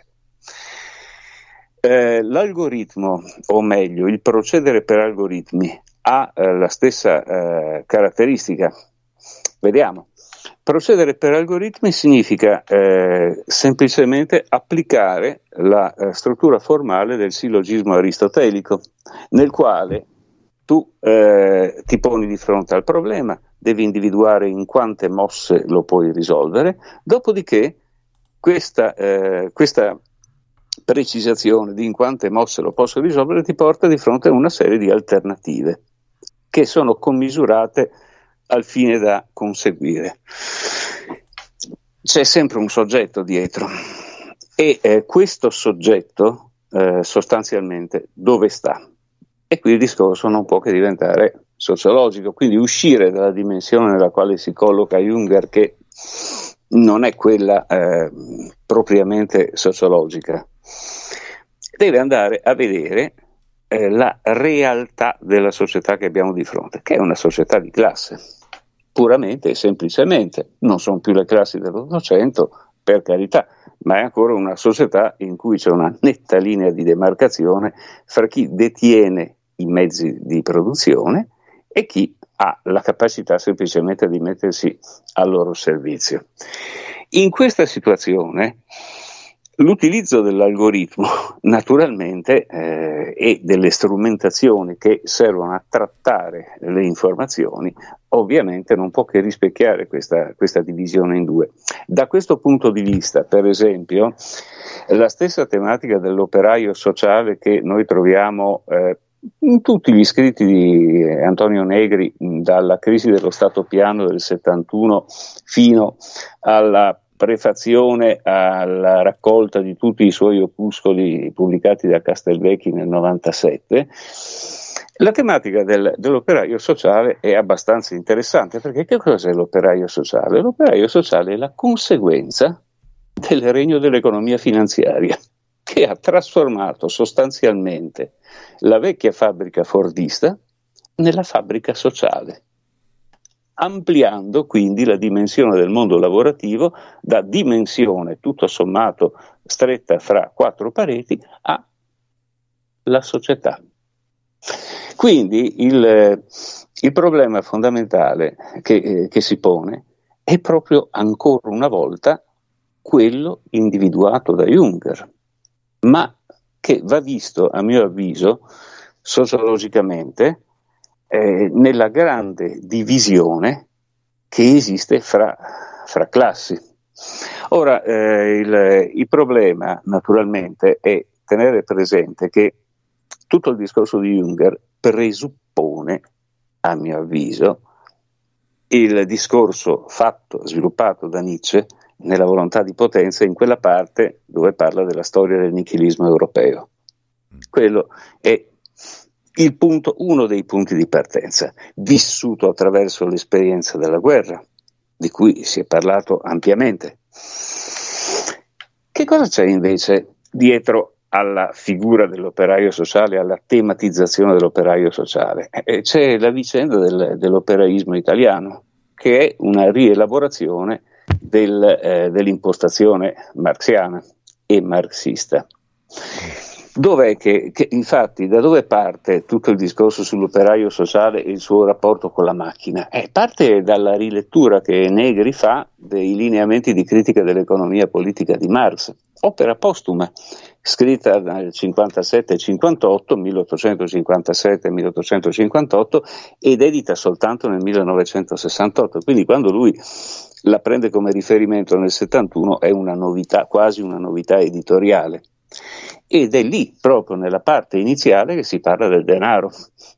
[SPEAKER 4] Eh, l'algoritmo, o meglio, il procedere per algoritmi, ha eh, la stessa eh, caratteristica. Vediamo. Procedere per algoritmi significa eh, semplicemente applicare la eh, struttura formale del sillogismo aristotelico, nel quale tu eh, ti poni di fronte al problema, devi individuare in quante mosse lo puoi risolvere, dopodiché questa, eh, questa precisazione di in quante mosse lo posso risolvere ti porta di fronte a una serie di alternative che sono commisurate al fine da conseguire. C'è sempre un soggetto dietro e eh, questo soggetto eh, sostanzialmente dove sta? E qui il discorso non può che diventare sociologico, quindi uscire dalla dimensione nella quale si colloca Junger, che non è quella eh, propriamente sociologica. Deve andare a vedere eh, la realtà della società che abbiamo di fronte, che è una società di classe, puramente e semplicemente. Non sono più le classi dell'Ottocento, per carità, ma è ancora una società in cui c'è una netta linea di demarcazione fra chi detiene i mezzi di produzione e chi ha la capacità semplicemente di mettersi al loro servizio. In questa situazione l'utilizzo dell'algoritmo naturalmente eh, e delle strumentazioni che servono a trattare le informazioni ovviamente non può che rispecchiare questa, questa divisione in due. Da questo punto di vista, per esempio, la stessa tematica dell'operaio sociale che noi troviamo eh, in tutti gli scritti di Antonio Negri, dalla crisi dello Stato Piano del settantuno fino alla prefazione alla raccolta di tutti i suoi opuscoli pubblicati da Castelvecchi nel novantasette, la tematica del, dell'operaio sociale è abbastanza interessante, perché che cos'è l'operaio sociale? L'operaio sociale è la conseguenza del regno dell'economia finanziaria, che ha trasformato sostanzialmente la vecchia fabbrica fordista nella fabbrica sociale, ampliando quindi la dimensione del mondo lavorativo da dimensione tutto sommato stretta fra quattro pareti a la società. Quindi il, il problema fondamentale che, eh, che si pone è proprio ancora una volta quello individuato da Junger, ma che va visto, a mio avviso, sociologicamente, Eh, nella grande divisione che esiste fra, fra classi. Ora, eh, il, il problema naturalmente è tenere presente che tutto il discorso di Junger presuppone, a mio avviso, il discorso fatto, sviluppato da Nietzsche nella volontà di potenza in quella parte dove parla della storia del nichilismo europeo. Quello è il punto, uno dei punti di partenza, vissuto attraverso l'esperienza della guerra, di cui si è parlato ampiamente. Che cosa c'è invece dietro alla figura dell'operaio sociale, alla tematizzazione dell'operaio sociale? Eh, c'è la vicenda del, dell'operaismo italiano, che è una rielaborazione del, eh, dell'impostazione marxiana e marxista. Dov'è che, che, infatti, da dove parte tutto il discorso sull'operaio sociale e il suo rapporto con la macchina? Eh, parte dalla rilettura che Negri fa dei lineamenti di critica dell'economia politica di Marx, opera postuma, scritta nel cinquantasette cinquantotto, milleottocentocinquantasette milleottocentocinquantotto, ed edita soltanto nel millenovecentosessantotto. Quindi quando lui la prende come riferimento nel settantuno è una novità, quasi una novità editoriale. Ed è lì, proprio nella parte iniziale, che si parla del denaro.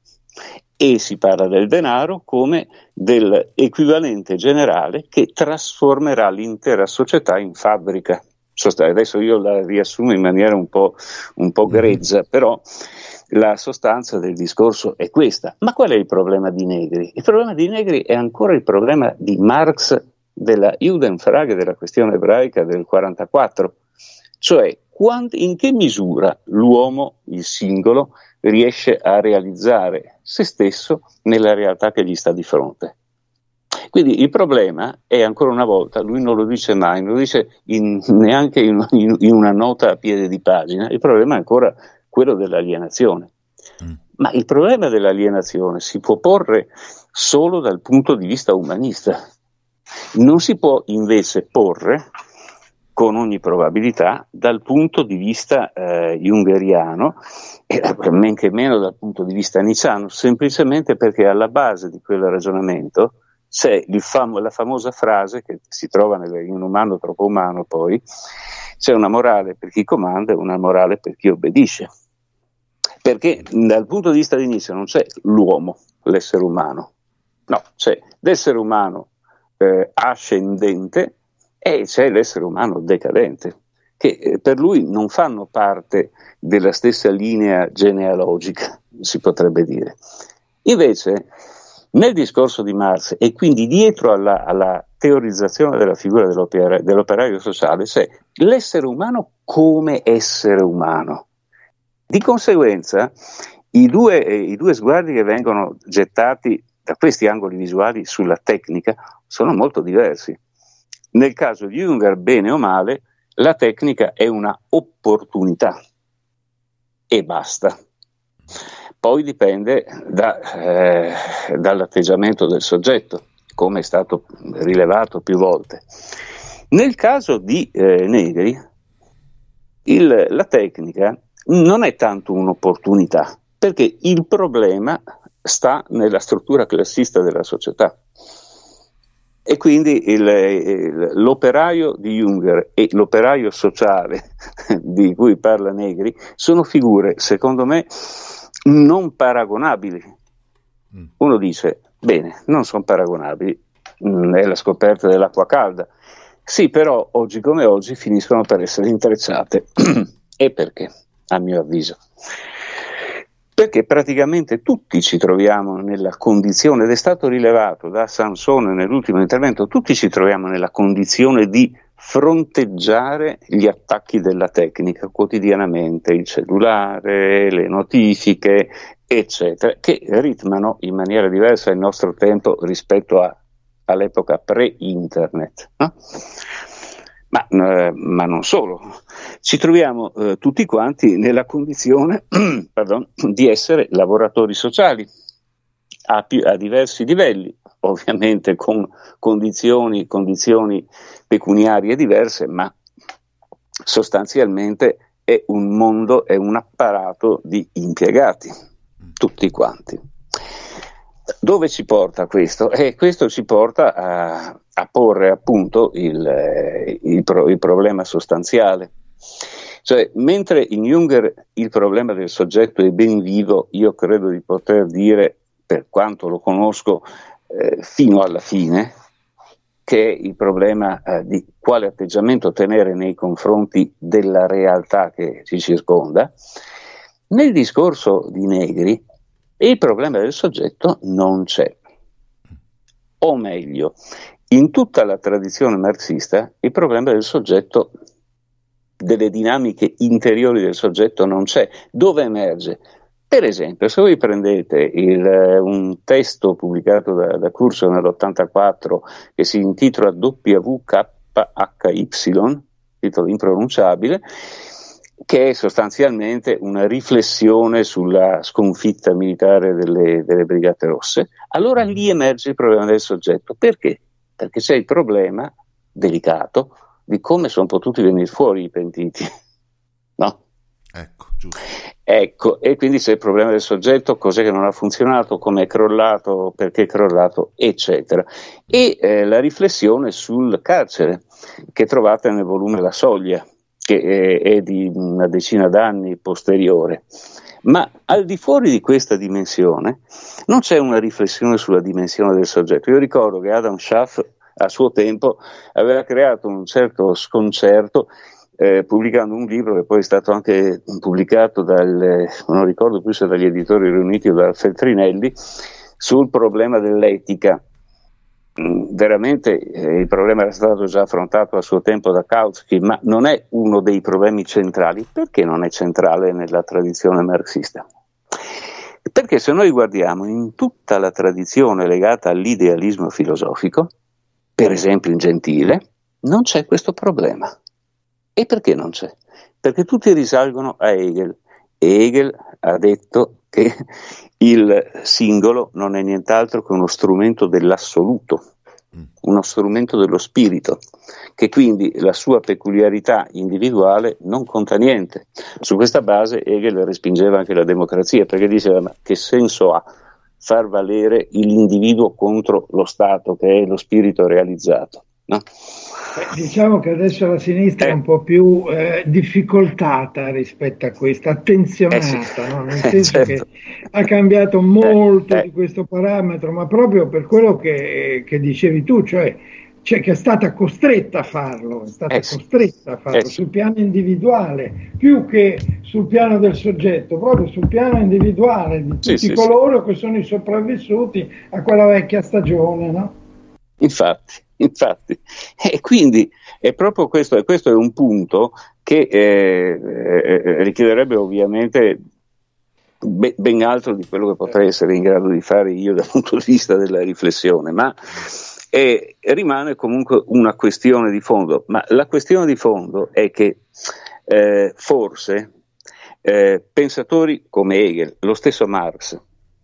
[SPEAKER 4] E si parla del denaro come dell'equivalente generale che trasformerà l'intera società in fabbrica. Adesso io la riassumo in maniera un po', un po' grezza, però la sostanza del discorso è questa. Ma qual è il problema di Negri? Il problema di Negri è ancora il problema di Marx della Judenfrage, della questione ebraica del quarantaquattro, cioè quant- in che misura l'uomo, il singolo, riesce a realizzare se stesso nella realtà che gli sta di fronte. Quindi il problema è, ancora una volta, lui non lo dice mai, non lo dice in, neanche in, in, in una nota a piede di pagina, il problema è ancora quello dell'alienazione. Mm. Ma il problema dell'alienazione si può porre solo dal punto di vista umanista, non si può invece porre, con ogni probabilità, dal punto di vista eh, jungeriano e men che meno dal punto di vista nietzscheano, semplicemente perché alla base di quel ragionamento c'è il fam- la famosa frase che si trova nel, in Un umano troppo umano, poi c'è una morale per chi comanda e una morale per chi obbedisce, perché dal punto di vista di Nietzsche non c'è l'uomo, l'essere umano, no, c'è l'essere umano eh, ascendente e c'è l'essere umano decadente, che eh, per lui non fanno parte della stessa linea genealogica, si potrebbe dire. Invece nel discorso di Marx, e quindi dietro alla, alla teorizzazione della figura dell'opera, dell'operaio sociale, c'è l'essere umano come essere umano. Di conseguenza i due, eh, i due sguardi che vengono gettati da questi angoli visuali sulla tecnica sono molto diversi. Nel caso di Junger, bene o male, la tecnica è una opportunità e basta. Poi dipende da, eh, dall'atteggiamento del soggetto, come è stato rilevato più volte. Nel caso di eh, Negri, il, la tecnica non è tanto un'opportunità, perché il problema sta nella struttura classista della società. E quindi il, il, l'operaio di Junger e l'operaio sociale di cui parla Negri sono figure, secondo me, non paragonabili. Uno dice, bene, non sono paragonabili, mh, è la scoperta dell'acqua calda. Sì, però oggi come oggi finiscono per essere intrecciate. E perché, a mio avviso? Perché praticamente tutti ci troviamo nella condizione, ed è stato rilevato da Sansone nell'ultimo intervento, tutti ci troviamo nella condizione di fronteggiare gli attacchi della tecnica quotidianamente, il cellulare, le notifiche, eccetera, che ritmano in maniera diversa il nostro tempo rispetto a, all'epoca pre-internet, no? Ma, eh, ma non solo, ci troviamo eh, tutti quanti nella condizione pardon, di essere lavoratori sociali a, più, a diversi livelli, ovviamente con condizioni, condizioni pecuniarie diverse, ma sostanzialmente è un mondo, è un apparato di impiegati, tutti quanti. Dove ci porta questo? Eh, questo ci porta a, a porre appunto il, il, pro, il problema sostanziale. Cioè, mentre in Junger il problema del soggetto è ben vivo, io credo di poter dire, per quanto lo conosco, eh, fino alla fine, che è il problema eh, di quale atteggiamento tenere nei confronti della realtà che ci circonda. Nel discorso di Negri il problema del soggetto non c'è, o meglio, in tutta la tradizione marxista il problema del soggetto, delle dinamiche interiori del soggetto non c'è. Dove emerge? Per esempio, se voi prendete il, un testo pubblicato da, da Curso nell'ottantaquattro che si intitola W K H Y, titolo impronunciabile, che è sostanzialmente una riflessione sulla sconfitta militare delle, delle Brigate Rosse, allora lì emerge il problema del soggetto. Perché? Perché c'è il problema delicato di come sono potuti venire fuori i pentiti, no?
[SPEAKER 2] Ecco, giusto.
[SPEAKER 4] Ecco, e quindi c'è il problema del soggetto, cos'è che non ha funzionato, come è crollato, perché è crollato, eccetera. E eh, la riflessione sul carcere, che trovate nel volume La Soglia, che è, è di una decina d'anni posteriore. Ma al di fuori di questa dimensione non c'è una riflessione sulla dimensione del soggetto. Io ricordo che Adam Schaff a suo tempo aveva creato un certo sconcerto eh, pubblicando un libro che poi è stato anche pubblicato dal, non ricordo più se dagli editori riuniti o da Feltrinelli, sul problema dell'etica. Veramente eh, il problema era stato già affrontato a suo tempo da Kautsky, ma non è uno dei problemi centrali. Perché non è centrale nella tradizione marxista? Perché se noi guardiamo in tutta la tradizione legata all'idealismo filosofico, per esempio in Gentile, non c'è questo problema. E perché non c'è? Perché tutti risalgono a Hegel. Hegel ha detto che il singolo non è nient'altro che uno strumento dell'assoluto, uno strumento dello spirito, che quindi la sua peculiarità individuale non conta niente. Su questa base Hegel respingeva anche la democrazia, perché diceva: ma che senso ha far valere l'individuo contro lo Stato, che è lo spirito realizzato, no?
[SPEAKER 6] Diciamo che adesso la sinistra
[SPEAKER 4] eh.
[SPEAKER 6] è un po' più eh, difficoltata rispetto a questo, attenzionata,
[SPEAKER 4] eh sì.
[SPEAKER 6] no? Nel
[SPEAKER 4] eh,
[SPEAKER 6] senso
[SPEAKER 4] certo.
[SPEAKER 6] che ha cambiato molto
[SPEAKER 4] eh, eh.
[SPEAKER 6] di questo parametro, ma proprio per quello che, che dicevi tu, cioè, cioè che è stata costretta a farlo, è stata
[SPEAKER 4] eh sì.
[SPEAKER 6] costretta a farlo
[SPEAKER 4] eh sì.
[SPEAKER 6] sul piano individuale, più che sul piano del soggetto, proprio sul piano individuale di tutti
[SPEAKER 4] sì, sì,
[SPEAKER 6] coloro
[SPEAKER 4] sì.
[SPEAKER 6] che sono i sopravvissuti a quella vecchia stagione, no?
[SPEAKER 4] Infatti, infatti, e quindi è proprio questo, e questo è un punto che eh, eh, richiederebbe ovviamente be- ben altro di quello che potrei essere in grado di fare io dal punto di vista della riflessione, ma eh, rimane comunque una questione di fondo. Ma la questione di fondo è che eh, forse eh, pensatori come Hegel, lo stesso Marx,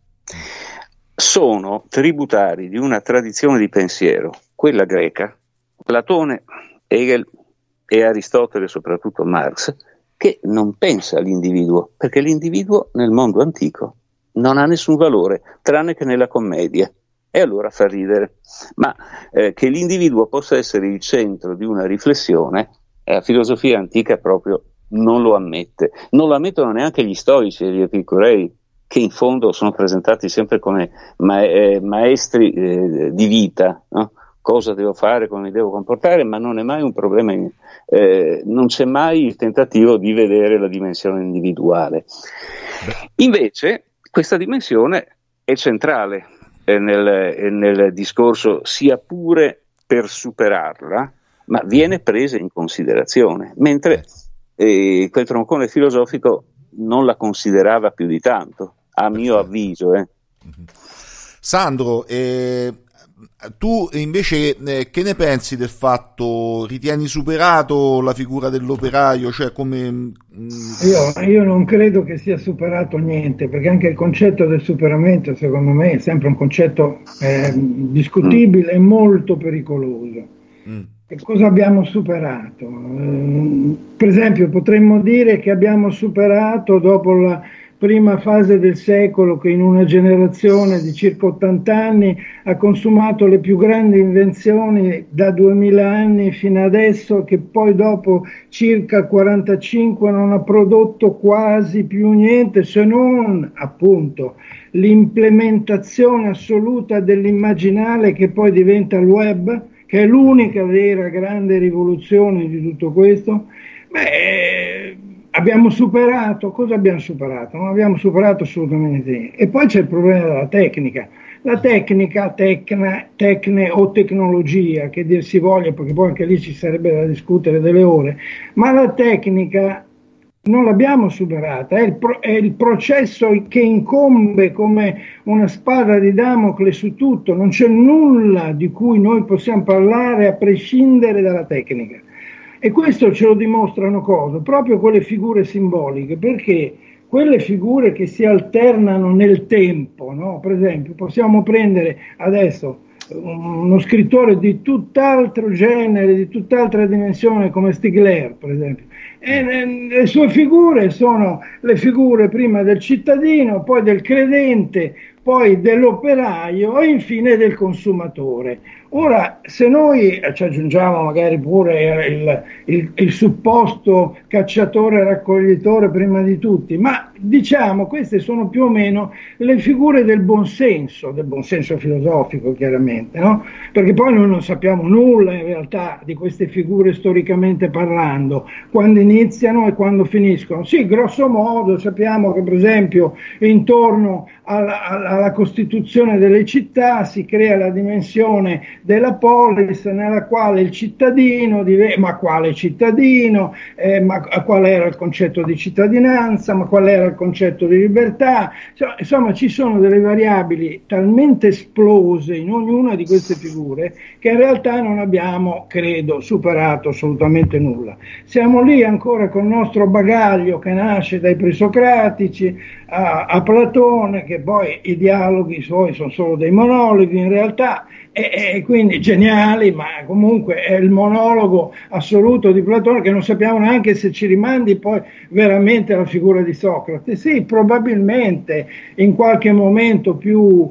[SPEAKER 4] sono tributari di una tradizione di pensiero, quella greca, Platone, Hegel e Aristotele, soprattutto Marx, che non pensa all'individuo, perché l'individuo nel mondo antico non ha nessun valore, tranne che nella commedia, e allora fa ridere. Ma eh, che l'individuo possa essere il centro di una riflessione, la filosofia antica proprio non lo ammette. Non lo ammettono neanche gli stoici e gli epicurei, che in fondo sono presentati sempre come ma- eh, maestri eh, di vita, no? Cosa devo fare, come mi devo comportare, ma non è mai un problema, in, eh, non c'è mai il tentativo di vedere la dimensione individuale. Invece questa dimensione è centrale eh, nel, nel discorso, sia pure per superarla, ma viene presa in considerazione, mentre eh, quel troncone filosofico non la considerava più di tanto, a mio avviso. Eh.
[SPEAKER 2] Sandro, eh, tu invece eh, che ne pensi del fatto, ritieni superato la figura dell'operaio? Cioè come, mh...
[SPEAKER 6] io, io non credo che sia superato niente, perché anche il concetto del superamento secondo me è sempre un concetto eh, discutibile e molto pericoloso. Mm. Che cosa abbiamo superato? Eh, per esempio potremmo dire che abbiamo superato dopo la prima fase del secolo, che in una generazione di circa ottanta anni ha consumato le più grandi invenzioni da duemila anni fino adesso, che poi dopo circa quarantacinque non ha prodotto quasi più niente, se non appunto l'implementazione assoluta dell'immaginale, che poi diventa il web, che è l'unica vera grande rivoluzione di tutto questo. Beh, abbiamo superato, cosa abbiamo superato? Non abbiamo superato assolutamente niente. E poi c'è il problema della tecnica. La tecnica, tecna, tecne o tecnologia, che dir si voglia, perché poi anche lì ci sarebbe da discutere delle ore, ma la tecnica non l'abbiamo superata, è il, pro, è il processo che incombe come una spada di Damocle su tutto, non c'è nulla di cui noi possiamo parlare a prescindere dalla tecnica. E questo ce lo dimostrano cosa? Proprio quelle figure simboliche, perché quelle figure che si alternano nel tempo, no? Per esempio, possiamo prendere adesso uno scrittore di tutt'altro genere, di tutt'altra dimensione come Stigler, per esempio. E le sue figure sono le figure prima del cittadino, poi del credente, poi dell'operaio e infine del consumatore. Ora, se noi ci aggiungiamo magari pure il, il, il supposto cacciatore-raccoglitore prima di tutti, ma diciamo queste sono più o meno le figure del buonsenso, del buonsenso filosofico chiaramente, no? Perché poi noi non sappiamo nulla in realtà di queste figure storicamente parlando, quando iniziano e quando finiscono. Sì, grosso modo sappiamo che per esempio intorno alla, alla Costituzione delle città si crea la dimensione della polis, nella quale il cittadino, dive- ma quale cittadino, eh, ma qual era il concetto di cittadinanza, ma qual era il concetto di libertà, insomma, insomma ci sono delle variabili talmente esplose in ognuna di queste figure che in realtà non abbiamo, credo, superato assolutamente nulla. Siamo lì ancora con il nostro bagaglio che nasce dai presocratici a, a Platone, che poi i dialoghi suoi sono solo dei monologhi in realtà, e, e quindi geniali, ma comunque è il monologo assoluto di Platone, che non sappiamo neanche se ci rimandi poi veramente alla figura di Socrate. Sì, probabilmente in qualche momento più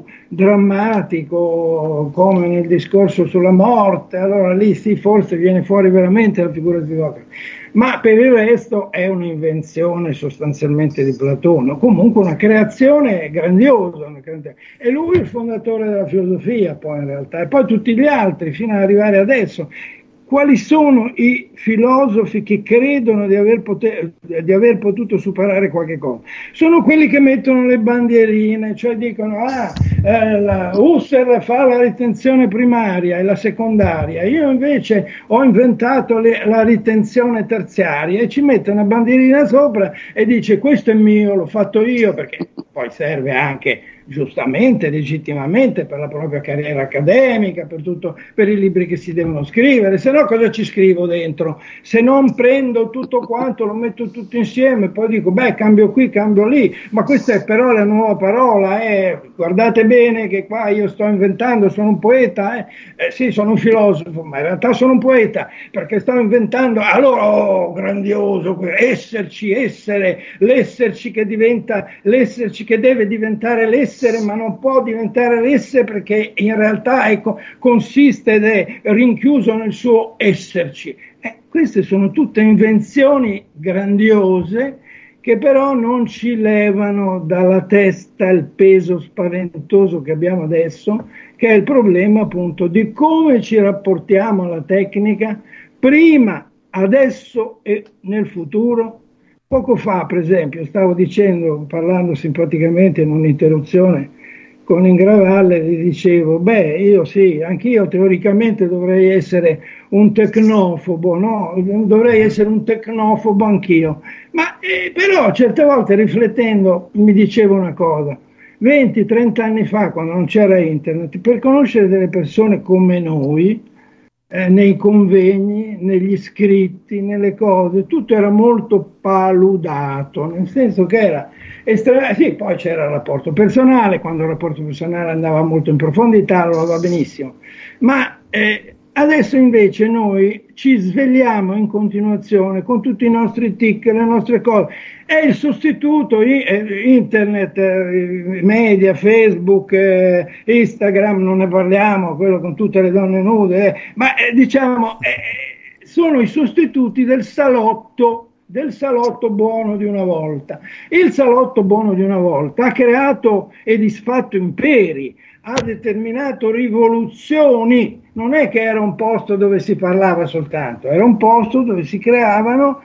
[SPEAKER 6] drammatico, come nel discorso sulla morte, allora lì sì, forse viene fuori veramente la figura di Socrate. Ma per il resto è un'invenzione sostanzialmente di Platone, o comunque una creazione grandiosa, una creazione. E lui il fondatore della filosofia poi in realtà, e poi tutti gli altri fino ad arrivare adesso. Quali sono i filosofi che credono di aver, poter, di aver potuto superare qualche cosa? Sono quelli che mettono le bandierine, cioè dicono ah, eh, la Husserl fa la ritenzione primaria e la secondaria, io invece ho inventato le, la ritenzione terziaria, e ci mette una bandierina sopra e dice questo è mio, l'ho fatto io, perché poi serve anche giustamente, legittimamente per la propria carriera accademica, per tutto, per i libri che si devono scrivere, se no cosa ci scrivo dentro? Se non prendo tutto quanto, lo metto tutto insieme, poi dico beh cambio qui, cambio lì, ma questa è però la nuova parola, eh. Guardate bene che qua io sto inventando, sono un poeta, eh. Eh, sì sono un filosofo, ma in realtà sono un poeta, perché sto inventando, allora oh, grandioso, esserci, essere, l'esserci che diventa, l'esserci che deve diventare l'essere, ma non può diventare l'essere perché in realtà ecco, consiste ed è rinchiuso nel suo esserci. Eh, queste sono tutte invenzioni grandiose che però non ci levano dalla testa il peso spaventoso che abbiamo adesso, che è il problema appunto di come ci rapportiamo alla tecnica prima, adesso e nel futuro. Poco fa, per esempio, stavo dicendo, parlando simpaticamente in un'interruzione con Ingravalle, gli dicevo, beh, io sì, anch'io teoricamente dovrei essere un tecnofobo, no? Dovrei essere un tecnofobo anch'io, ma eh, però certe volte riflettendo mi dicevo una cosa, venti trenta anni fa, quando non c'era internet, per conoscere delle persone come noi, Eh, nei convegni, negli scritti, nelle cose, tutto era molto paludato, nel senso che era estrema, sì, poi c'era il rapporto personale, quando il rapporto personale andava molto in profondità, allora va benissimo, ma eh, Adesso invece noi ci svegliamo in continuazione con tutti i nostri tic, le nostre cose. È il sostituto internet, media, Facebook, eh, Instagram, non ne parliamo, quello con tutte le donne nude, eh, ma eh, diciamo eh, sono i sostituti del salotto, del salotto buono di una volta. Il salotto buono di una volta ha creato e disfatto imperi, ha determinato rivoluzioni. Non è che era un posto dove si parlava soltanto, era un posto dove si creavano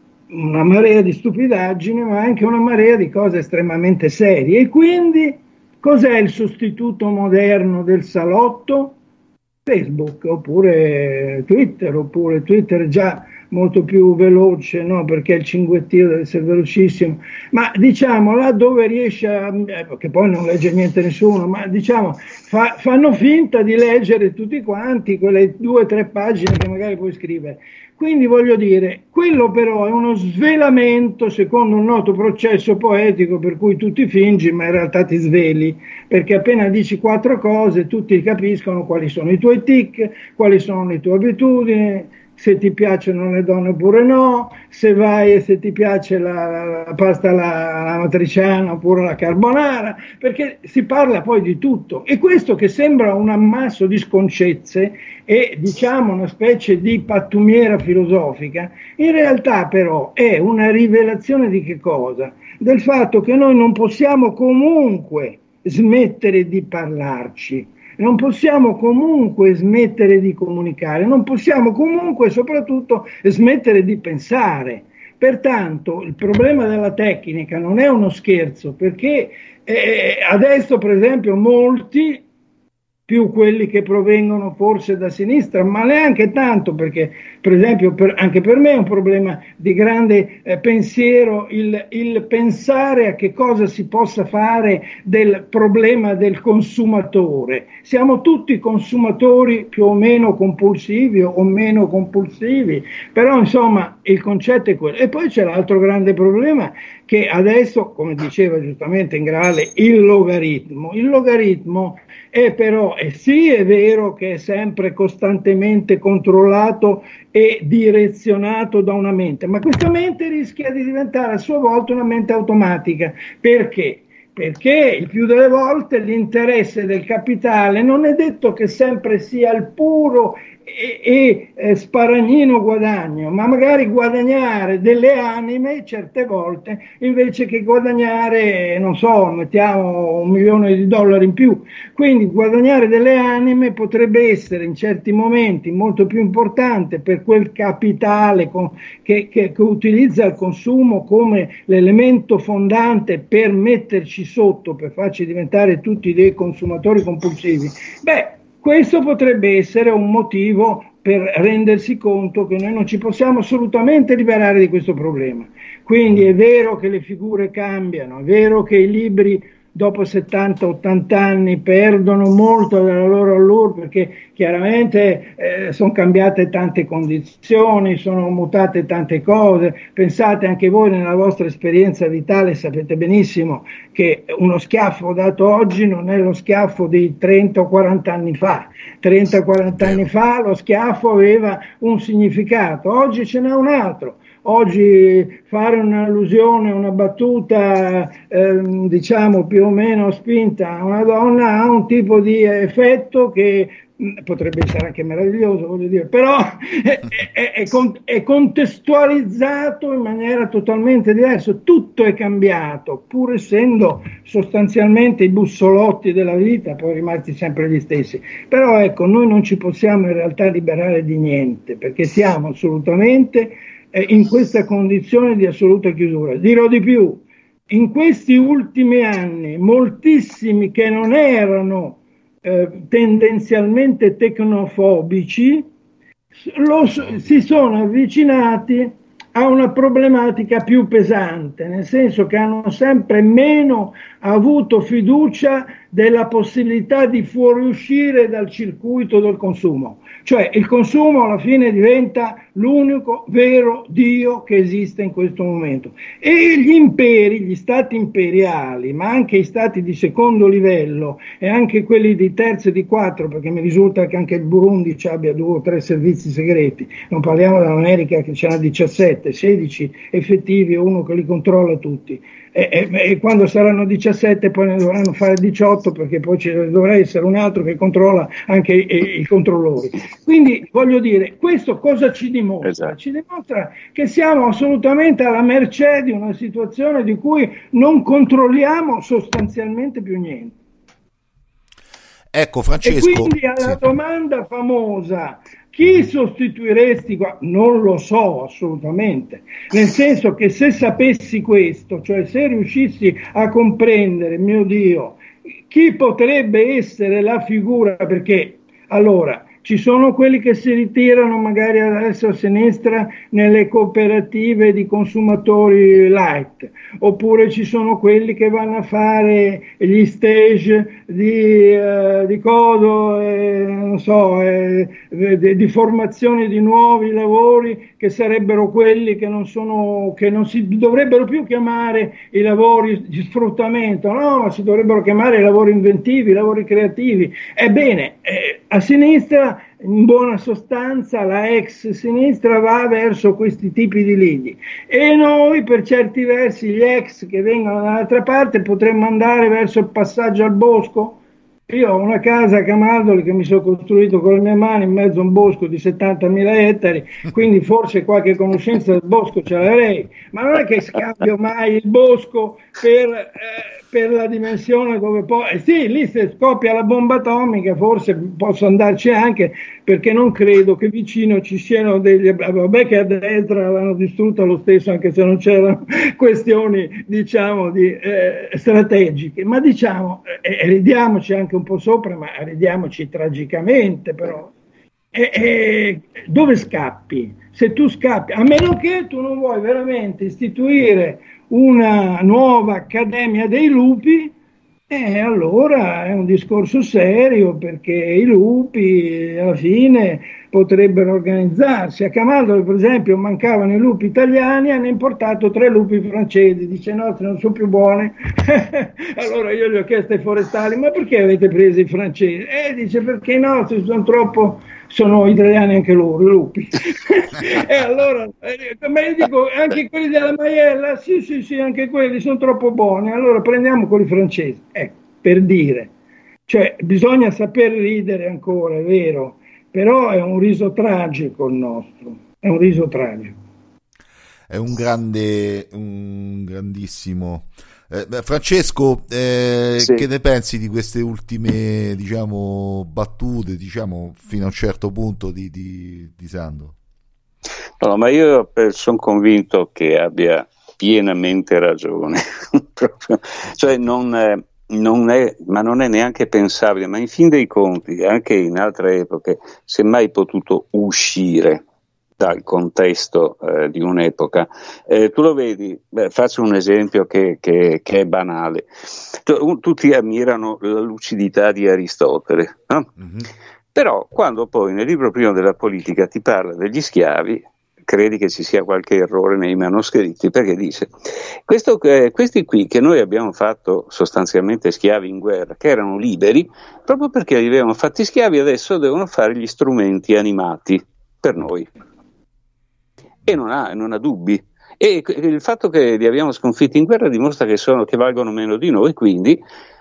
[SPEAKER 6] una marea di stupidaggini, ma anche una marea di cose estremamente serie. E quindi cos'è il sostituto moderno del salotto? Facebook, oppure Twitter, oppure Twitter già molto più veloce, no? Perché il cinguettio deve essere velocissimo, ma diciamo là dove riesce a, eh, che poi non legge niente nessuno, ma diciamo fa, fanno finta di leggere tutti quanti quelle due o tre pagine che magari puoi scrivere. Quindi voglio dire, quello però è uno svelamento secondo un noto processo poetico per cui tu ti fingi ma in realtà ti sveli, perché appena dici quattro cose tutti capiscono quali sono i tuoi tic, quali sono le tue abitudini, se ti piacciono le donne oppure no, se vai e se ti piace la, la, la pasta la, la matriciana oppure la carbonara, perché si parla poi di tutto. E questo che sembra un ammasso di sconcezze e diciamo una specie di pattumiera filosofica, in realtà però è una rivelazione di che cosa? Del fatto che noi non possiamo comunque smettere di parlarci. Non possiamo comunque smettere di comunicare, non possiamo comunque soprattutto smettere di pensare. Pertanto il problema della tecnica non è uno scherzo, perché eh, adesso per esempio molti, più quelli che provengono forse da sinistra, ma neanche tanto, perché per esempio per, anche per me è un problema di grande eh, pensiero il, il pensare a che cosa si possa fare del problema del consumatore. Siamo tutti consumatori più o meno compulsivi o meno compulsivi, però insomma il concetto è quello. E poi c'è l'altro grande problema che adesso, come diceva giustamente Ingrale, il logaritmo. Il logaritmo è però, e sì è vero che è sempre costantemente controllato e direzionato da una mente, ma questa mente rischia di diventare a sua volta una mente automatica. Perché? Perché il più delle volte l'interesse del capitale non è detto che sempre sia il puro e, e eh, sparagnino guadagno, ma magari guadagnare delle anime certe volte invece che guadagnare, non so, mettiamo un milione di dollari in più. Quindi guadagnare delle anime potrebbe essere in certi momenti molto più importante per quel capitale con, che, che, che utilizza il consumo come l'elemento fondante per metterci sotto, per farci diventare tutti dei consumatori compulsivi. Beh, questo potrebbe essere un motivo per rendersi conto che noi non ci possiamo assolutamente liberare di questo problema. Quindi è vero che le figure cambiano, è vero che i libri dopo settanta ottanta anni perdono molto della loro allure, perché chiaramente eh, sono cambiate tante condizioni, sono mutate tante cose. Pensate anche voi nella vostra esperienza vitale, sapete benissimo che uno schiaffo dato oggi non è lo schiaffo di trenta o quaranta anni fa. trenta o quaranta anni fa lo schiaffo aveva un significato, oggi ce n'è un altro. Oggi fare un'allusione, una battuta ehm, diciamo più o meno spinta a una donna ha un tipo di effetto che mh, potrebbe essere anche meraviglioso, voglio dire, però è, è, è, è contestualizzato in maniera totalmente diversa. Tutto è cambiato, pur essendo sostanzialmente i bussolotti della vita poi rimasti sempre gli stessi. Però ecco, noi non ci possiamo in realtà liberare di niente, perché siamo assolutamente in questa condizione di assoluta chiusura. Dirò di più, in questi ultimi anni moltissimi che non erano eh, tendenzialmente tecnofobici lo, si sono avvicinati ha una problematica più pesante, nel senso che hanno sempre meno avuto fiducia della possibilità di fuoriuscire dal circuito del consumo. Cioè il consumo alla fine diventa l'unico vero Dio che esiste in questo momento. E gli imperi, gli stati imperiali, ma anche i stati di secondo livello e anche quelli di terzo e di quattro, perché mi risulta che anche il Burundi ci abbia due o tre servizi segreti, non parliamo dell'America che ce n'ha diciassette, sedici effettivi e uno che li controlla tutti. E, e, e quando saranno diciassette poi ne dovranno fare diciotto, perché poi ci dovrà essere un altro che controlla anche i, i controllori. Quindi voglio dire, questo cosa ci dimostra?
[SPEAKER 4] Esatto.
[SPEAKER 6] Ci dimostra che siamo assolutamente alla mercé di una situazione di cui non controlliamo sostanzialmente più niente.
[SPEAKER 2] Ecco, Francesco,
[SPEAKER 6] e quindi alla
[SPEAKER 2] sì.
[SPEAKER 6] domanda famosa: chi sostituiresti qua? Non lo so assolutamente, nel senso che se sapessi questo, cioè se riuscissi a comprendere, mio Dio, chi potrebbe essere la figura, perché allora ci sono quelli che si ritirano magari adesso a sinistra nelle cooperative di consumatori light, oppure ci sono quelli che vanno a fare gli stage di, eh, di codo, eh, non so, eh, di, di formazione di nuovi lavori che sarebbero quelli che non sono, che non si dovrebbero più chiamare i lavori di sfruttamento, no, ma si dovrebbero chiamare i lavori inventivi, i lavori creativi. Ebbene, eh, a sinistra, in buona sostanza, la ex sinistra va verso questi tipi di lidi, e noi per certi versi, gli ex che vengono dall'altra parte, potremmo andare verso il passaggio al bosco. Io ho una casa a Camaldoli che mi sono costruito con le mie mani in mezzo a un bosco di settantamila ettari, quindi forse qualche conoscenza del bosco ce l'avrei, ma non è che scambio mai il bosco per, eh, per la dimensione dove poi... Eh sì, lì se scoppia la bomba atomica forse posso andarci anche, perché non credo che vicino ci siano degli... Vabbè che a destra l'hanno distrutta lo stesso, anche se non c'erano questioni, diciamo, di, eh, strategiche, ma diciamo, eh, ridiamoci anche un po' sopra, ma ridiamoci tragicamente però. E, e, dove scappi? Se tu scappi, a meno che tu non vuoi veramente istituire una nuova accademia dei lupi, e eh, allora è un discorso serio, perché i lupi alla fine potrebbero organizzarsi. A Camaldoli, per esempio, mancavano i lupi italiani, hanno importato tre lupi francesi. Dice: no, non sono più buoni. Allora io gli ho chiesto ai forestali: ma perché avete preso i francesi? E eh, dice: perché i nostri sono troppo, sono italiani anche loro, i lupi. E allora, eh, ma io dico, anche quelli della Maiella? Sì, sì, sì, anche quelli sono troppo buoni, allora prendiamo quelli francesi. Ecco, per dire. Cioè, bisogna saper ridere ancora, è vero, però è un riso tragico il nostro, è un riso tragico.
[SPEAKER 2] È un grande, un grandissimo... Eh, Francesco, eh, sì. Che ne pensi di queste ultime, diciamo, battute, diciamo, fino a un certo punto di, di, di Sandro?
[SPEAKER 4] No, ma io sono convinto che abbia pienamente ragione. Proprio, cioè non... Eh, Non è, ma non è neanche pensabile, ma in fin dei conti, anche in altre epoche, si è mai potuto uscire dal contesto eh, di un'epoca. Eh, tu lo vedi, beh, faccio un esempio che, che, che è banale. Tu, tutti ammirano la lucidità di Aristotele, no? Mm-hmm. Però quando poi nel libro primo della politica ti parla degli schiavi, credi che ci sia qualche errore nei manoscritti, perché dice questo, eh, questi qui che noi abbiamo fatto sostanzialmente schiavi in guerra, che erano liberi, proprio perché li avevamo fatti schiavi, adesso devono fare gli strumenti animati per noi, e non ha, non ha dubbi, e il fatto che li abbiamo sconfitti in guerra dimostra che, sono, che valgono meno di noi, quindi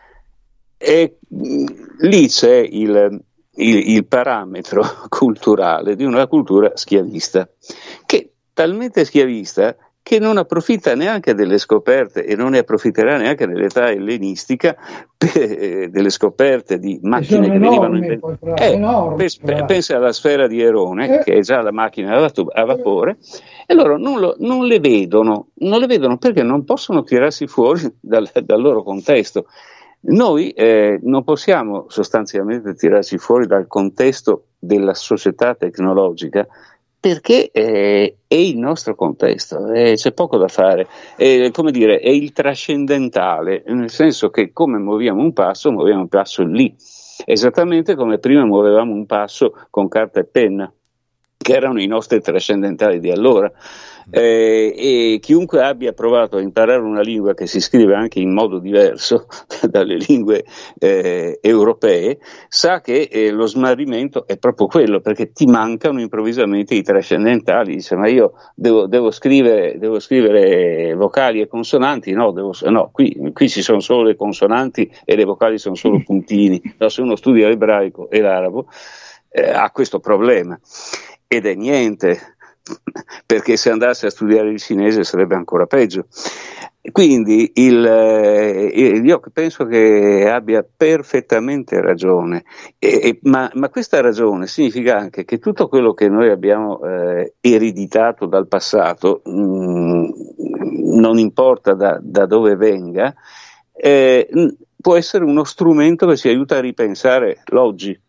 [SPEAKER 4] e, lì c'è il Il, il parametro culturale di una cultura schiavista, che talmente schiavista che non approfitta neanche delle scoperte, e non ne approfitterà neanche nell'età ellenistica, per, eh, delle scoperte di macchine che
[SPEAKER 6] enormi,
[SPEAKER 4] venivano inventate. Eh, pensa alla sfera di Erone, eh. che è già la macchina a vapore, e loro non, lo, non le vedono, non le vedono perché non possono tirarsi fuori dal, dal loro contesto. Noi eh, non possiamo sostanzialmente tirarci fuori dal contesto della società tecnologica perché è, è il nostro contesto, eh, c'è poco da fare, è, come dire, è il trascendentale, nel senso che come muoviamo un passo, muoviamo un passo lì, esattamente come prima muovevamo un passo con carta e penna, che erano i nostri trascendentali di allora. Eh, e chiunque abbia provato a imparare una lingua che si scrive anche in modo diverso dalle lingue eh, europee sa che eh, lo smarrimento è proprio quello, perché ti mancano improvvisamente i trascendentali. Dice: ma io devo, devo scrivere devo scrivere vocali e consonanti? No, devo, no qui, qui ci sono solo le consonanti e le vocali sono solo puntini. No, se uno studia l'ebraico e l'arabo eh, ha questo problema, ed è niente, perché se andasse a studiare il cinese sarebbe ancora peggio. Quindi il, eh, io penso che abbia perfettamente ragione, e, e, ma, ma questa ragione significa anche che tutto quello che noi abbiamo eh, ereditato dal passato, mh, non importa da, da dove venga, eh, può essere uno strumento che ci aiuta a ripensare l'oggi.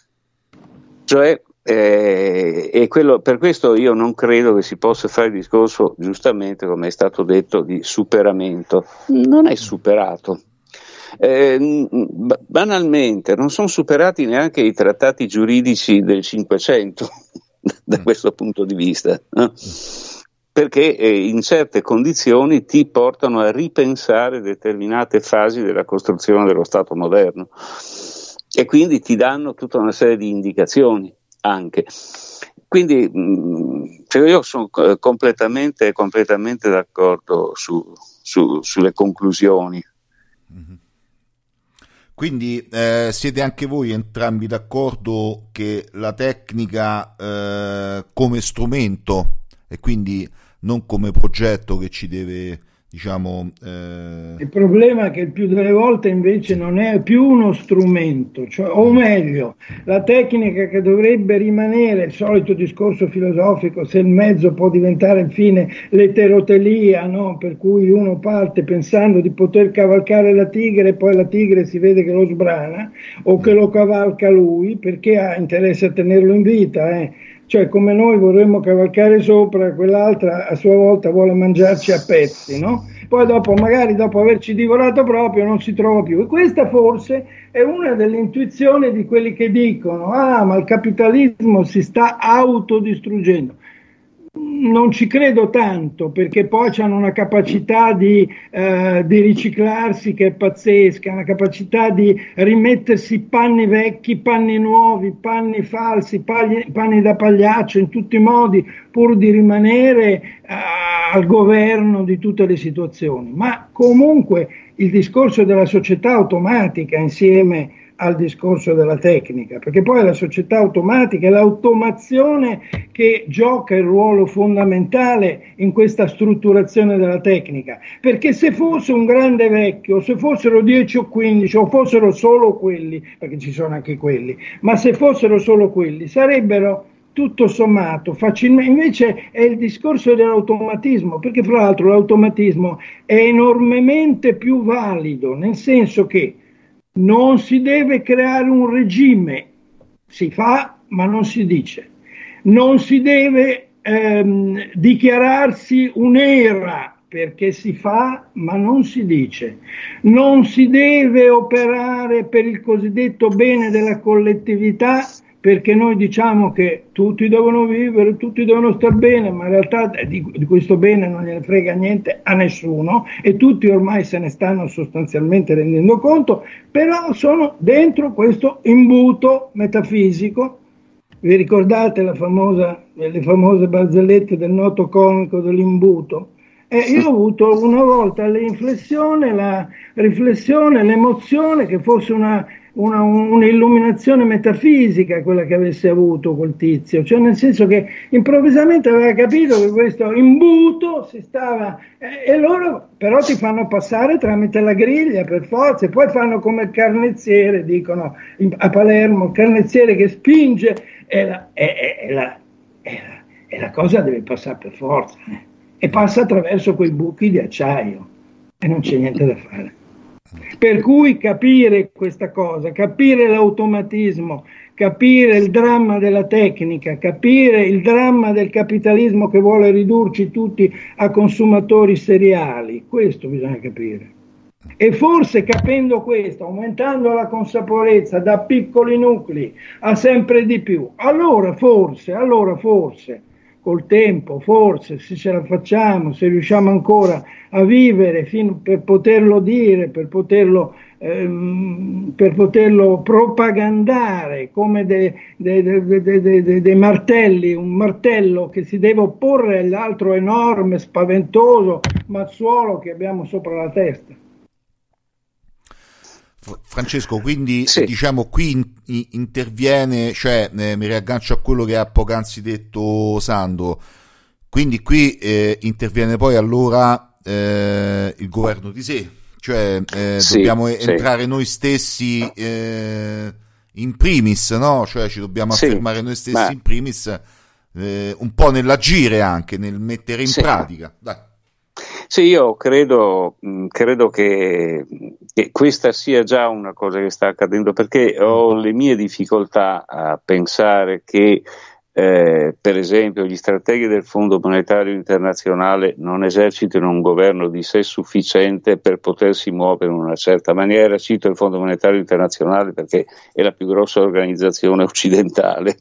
[SPEAKER 4] Cioè Eh, e quello, per questo io non credo che si possa fare il discorso, giustamente come è stato detto, di superamento. Non è superato. Eh, banalmente non sono superati neanche i trattati giuridici del Cinquecento da questo punto di vista, eh? Perché eh, in certe condizioni ti portano a ripensare determinate fasi della costruzione dello Stato moderno, e quindi ti danno tutta una serie di indicazioni anche. Quindi mh, cioè io sono eh, completamente, completamente d'accordo su, su, sulle conclusioni.
[SPEAKER 2] Mm-hmm. Quindi eh, siete anche voi entrambi d'accordo che la tecnica eh, come strumento, e quindi non come progetto che ci deve, diciamo... Eh...
[SPEAKER 6] Il problema è che il più delle volte invece non è più uno strumento, cioè, o meglio, la tecnica che dovrebbe rimanere, il solito discorso filosofico, se il mezzo può diventare infine l'eterotelia, no? Per cui uno parte pensando di poter cavalcare la tigre e poi la tigre si vede che lo sbrana, o che lo cavalca lui, perché ha interesse a tenerlo in vita, eh? Cioè, come noi vorremmo cavalcare sopra, quell'altra a sua volta vuole mangiarci a pezzi, no? Poi dopo, magari dopo averci divorato proprio, non si trova più. E questa forse è una delle intuizioni di quelli che dicono: ah, ma il capitalismo si sta autodistruggendo. Non ci credo tanto, perché poi hanno una capacità di, eh, di riciclarsi che è pazzesca, una capacità di rimettersi panni vecchi, panni nuovi, panni falsi, panni, panni da pagliaccio in tutti i modi, pur di rimanere eh, al governo di tutte le situazioni. Ma comunque il discorso della società automatica insieme al discorso della tecnica, perché poi la società automatica è l'automazione che gioca il ruolo fondamentale in questa strutturazione della tecnica, perché se fosse un grande vecchio, se fossero dieci o quindici o fossero solo quelli, perché ci sono anche quelli, ma se fossero solo quelli sarebbero tutto sommato facilmente. Invece è il discorso dell'automatismo, perché fra l'altro l'automatismo è enormemente più valido, nel senso che non si deve creare un regime, si fa ma non si dice, non si deve ehm, dichiararsi un'era, perché si fa ma non si dice, non si deve operare per il cosiddetto bene della collettività, perché noi diciamo che tutti devono vivere, tutti devono star bene, ma in realtà di, di questo bene non gliene frega niente a nessuno, e tutti ormai se ne stanno sostanzialmente rendendo conto, però sono dentro questo imbuto metafisico. Vi ricordate la famosa, le famose barzellette del noto comico dell'imbuto? E io ho avuto una volta l'inflessione, la riflessione, l'emozione che fosse una Una, un'illuminazione metafisica quella che avesse avuto quel tizio, cioè nel senso che improvvisamente aveva capito che questo imbuto si stava eh, e loro però ti fanno passare tramite la griglia per forza, e poi fanno come il carnezziere, dicono in, a Palermo, il carnezziere che spinge e la, e, e, e la, e la, e la cosa deve passare per forza eh, e passa attraverso quei buchi di acciaio e non c'è niente da fare. Per cui capire questa cosa, capire l'automatismo, capire il dramma della tecnica, capire il dramma del capitalismo che vuole ridurci tutti a consumatori seriali. Questo bisogna capire. E forse capendo questo, aumentando la consapevolezza da piccoli nuclei a sempre di più, allora forse, allora forse, col tempo, forse, se ce la facciamo, se riusciamo ancora a vivere fino per poterlo dire, per poterlo, ehm, per poterlo propagandare come dei de, de, de, de, de, de martelli, un martello che si deve opporre all'altro enorme, spaventoso mazzuolo che abbiamo sopra la testa.
[SPEAKER 2] Francesco, quindi sì. diciamo qui in, in, interviene, cioè eh, mi riaggancio a quello che ha poc'anzi detto Sandro, quindi qui eh, interviene poi allora eh, il governo di sé, cioè eh, sì, dobbiamo sì. entrare noi stessi eh, in primis, no? Cioè ci dobbiamo sì, affermare noi stessi ma... in primis eh, un po' nell'agire anche, nel mettere in sì. pratica. Dai.
[SPEAKER 4] Sì, io credo, credo che, che questa sia già una cosa che sta accadendo, perché ho le mie difficoltà a pensare che eh, per esempio gli strateghi del Fondo Monetario Internazionale non esercitino un governo di sé sufficiente per potersi muovere in una certa maniera. Cito il Fondo Monetario Internazionale perché è la più grossa organizzazione occidentale.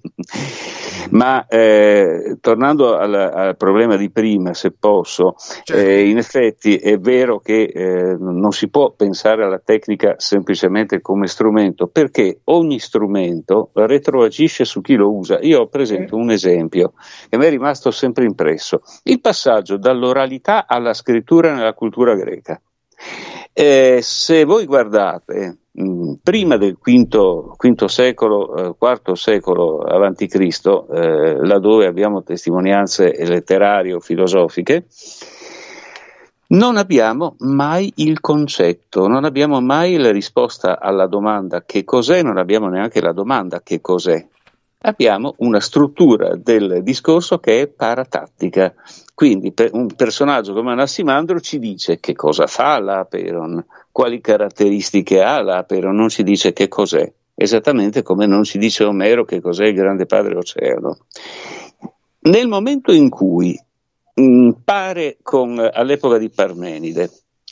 [SPEAKER 4] Ma eh, tornando al, al problema di prima, se posso, certo. eh, in effetti è vero che eh, non si può pensare alla tecnica semplicemente come strumento, perché ogni strumento retroagisce su chi lo usa. Io ho presente un esempio che mi è rimasto sempre impresso: il passaggio dall'oralità alla scrittura nella cultura greca. Eh, se voi guardate mh, prima del quinto, quinto secolo, eh, quarto secolo avanti Cristo, eh, laddove abbiamo testimonianze letterarie o filosofiche, non abbiamo mai il concetto, non abbiamo mai la risposta alla domanda che cos'è, non abbiamo neanche la domanda che cos'è. Abbiamo una struttura del discorso che è paratattica. Quindi per un personaggio come Anassimandro ci dice che cosa fa l'Aperon, quali caratteristiche ha l'Aperon, non ci dice che cos'è, esattamente come non ci dice Omero che cos'è il grande padre oceano. Nel momento in cui mh, pare con, all'epoca di Parmenide,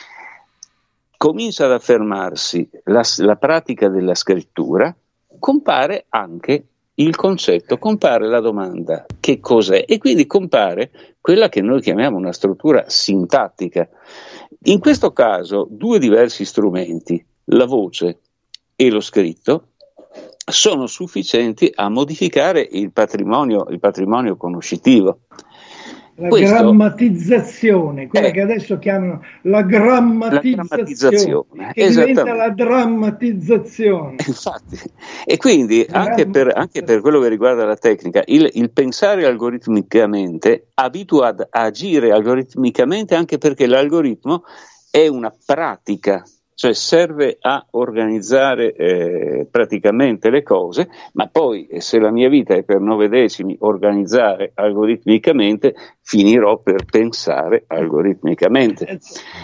[SPEAKER 4] comincia ad affermarsi la, la pratica della scrittura, compare anche il concetto, compare la domanda che cos'è, e quindi compare quella che noi chiamiamo una struttura sintattica. In questo caso due diversi strumenti, la voce e lo scritto, sono sufficienti a modificare il patrimonio, il patrimonio conoscitivo.
[SPEAKER 6] La
[SPEAKER 4] Questo,
[SPEAKER 6] grammatizzazione, quella eh, che adesso chiamano la grammatizzazione, la grammatizzazione che diventa la drammatizzazione.
[SPEAKER 4] Infatti, e quindi anche per, anche per quello che riguarda la tecnica, il, il pensare algoritmicamente abitua ad agire algoritmicamente, anche perché l'algoritmo è una pratica, cioè serve a organizzare eh, praticamente le cose, ma poi se la mia vita è per nove decimi organizzare algoritmicamente, finirò per pensare algoritmicamente.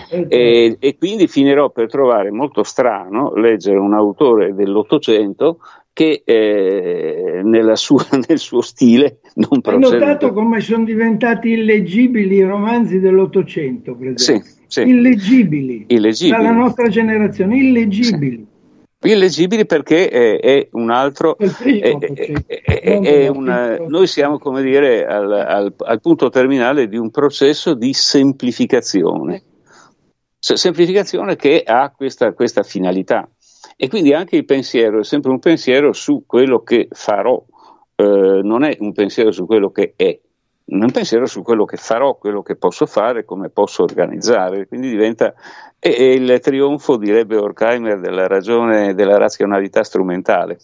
[SPEAKER 4] E, e quindi finirò per trovare molto strano leggere un autore dell'Ottocento che eh, nella sua, nel suo stile non procede.
[SPEAKER 6] Hai notato come sono diventati illeggibili i romanzi dell'Ottocento, per esempio?
[SPEAKER 4] Sì. Sì.
[SPEAKER 6] Illeggibili,
[SPEAKER 4] illeggibili
[SPEAKER 6] dalla nostra generazione, illeggibili.
[SPEAKER 4] Sì. Illeggibili perché è, è un altro. È, è, è, è una, noi siamo, come dire, al, al, al punto terminale di un processo di semplificazione. Semplificazione che ha questa, questa finalità. E quindi anche il pensiero è sempre un pensiero su quello che farò, eh, non è un pensiero su quello che è. Un pensiero su quello che farò, quello che posso fare, come posso organizzare, quindi diventa è, è il trionfo, direbbe Horkheimer, della ragione, della razionalità strumentale.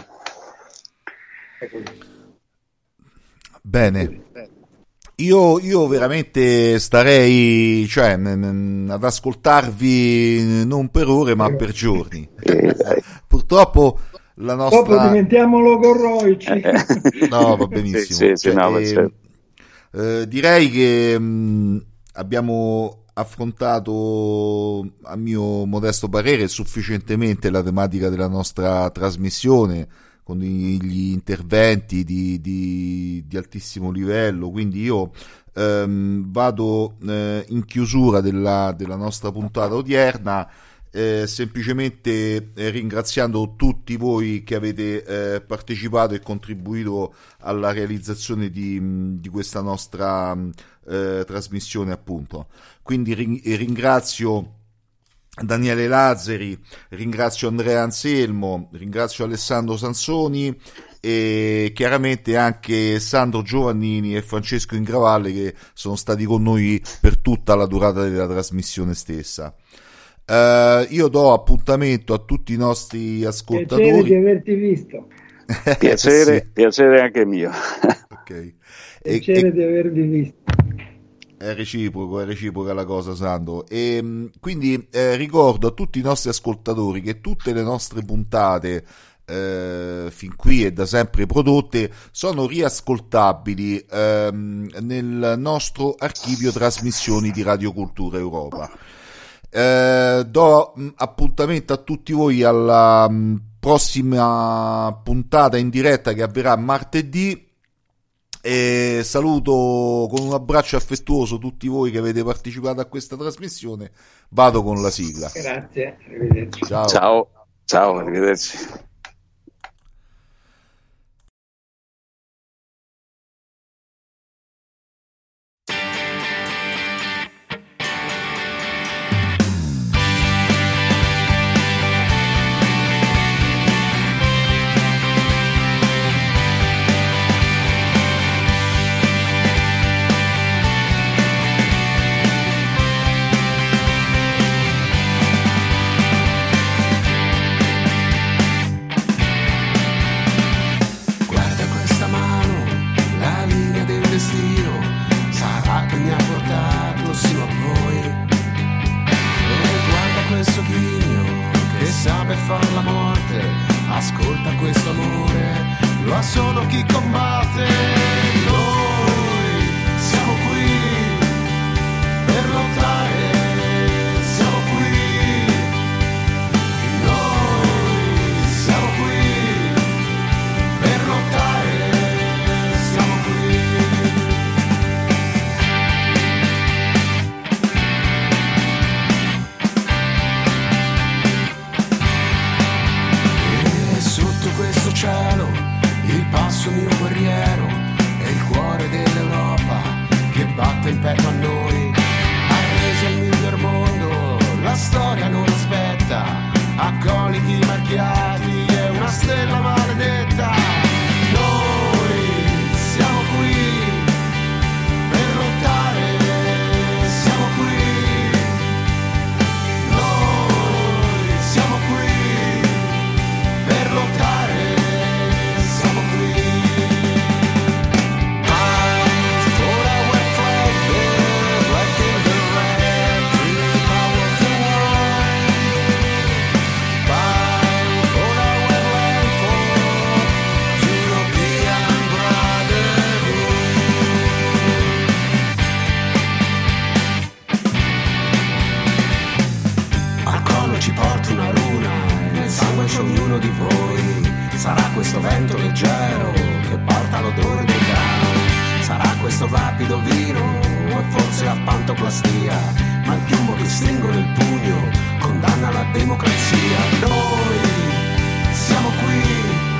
[SPEAKER 2] Bene, io, io veramente starei, cioè, m- ad ascoltarvi non per ore ma per giorni. Eh, Purtroppo la nostra...
[SPEAKER 6] Dopo diventiamo logorroici.
[SPEAKER 2] No, va benissimo.
[SPEAKER 4] Sì, sì, sì,
[SPEAKER 2] cioè,
[SPEAKER 4] no,
[SPEAKER 2] eh, eh, direi che mh, abbiamo affrontato, a mio modesto parere, sufficientemente la tematica della nostra trasmissione, con gli interventi di, di, di altissimo livello, quindi io ehm, vado eh, in chiusura della, della nostra puntata odierna, eh, semplicemente eh, ringraziando tutti voi che avete eh, partecipato e contribuito alla realizzazione di, di questa nostra eh, trasmissione, appunto. Quindi ring- ringrazio Daniele Lazzari, ringrazio Andrea Anselmo, ringrazio Alessandro Sansoni e chiaramente anche Sandro Giovannini e Francesco Ingravalle, che sono stati con noi per tutta la durata della trasmissione stessa. Uh, io do appuntamento a tutti i nostri ascoltatori.
[SPEAKER 6] Piacere di averti visto.
[SPEAKER 4] Piacere, sì. Piacere anche mio.
[SPEAKER 2] Okay.
[SPEAKER 6] Piacere
[SPEAKER 2] e,
[SPEAKER 6] di avervi visto.
[SPEAKER 2] È reciproco, è reciproca la cosa, Sandro. E quindi eh, ricordo a tutti i nostri ascoltatori che tutte le nostre puntate eh, fin qui e da sempre prodotte sono riascoltabili ehm, nel nostro archivio trasmissioni di Radio Cultura Europa. Eh, do mh, appuntamento a tutti voi alla mh, prossima puntata in diretta che avverrà martedì. E saluto con un abbraccio affettuoso tutti voi che avete partecipato a questa trasmissione. Vado con la sigla.
[SPEAKER 6] Grazie, arrivederci.
[SPEAKER 4] Ciao, ciao, ciao, arrivederci.
[SPEAKER 1] Condanna la democrazia, noi siamo qui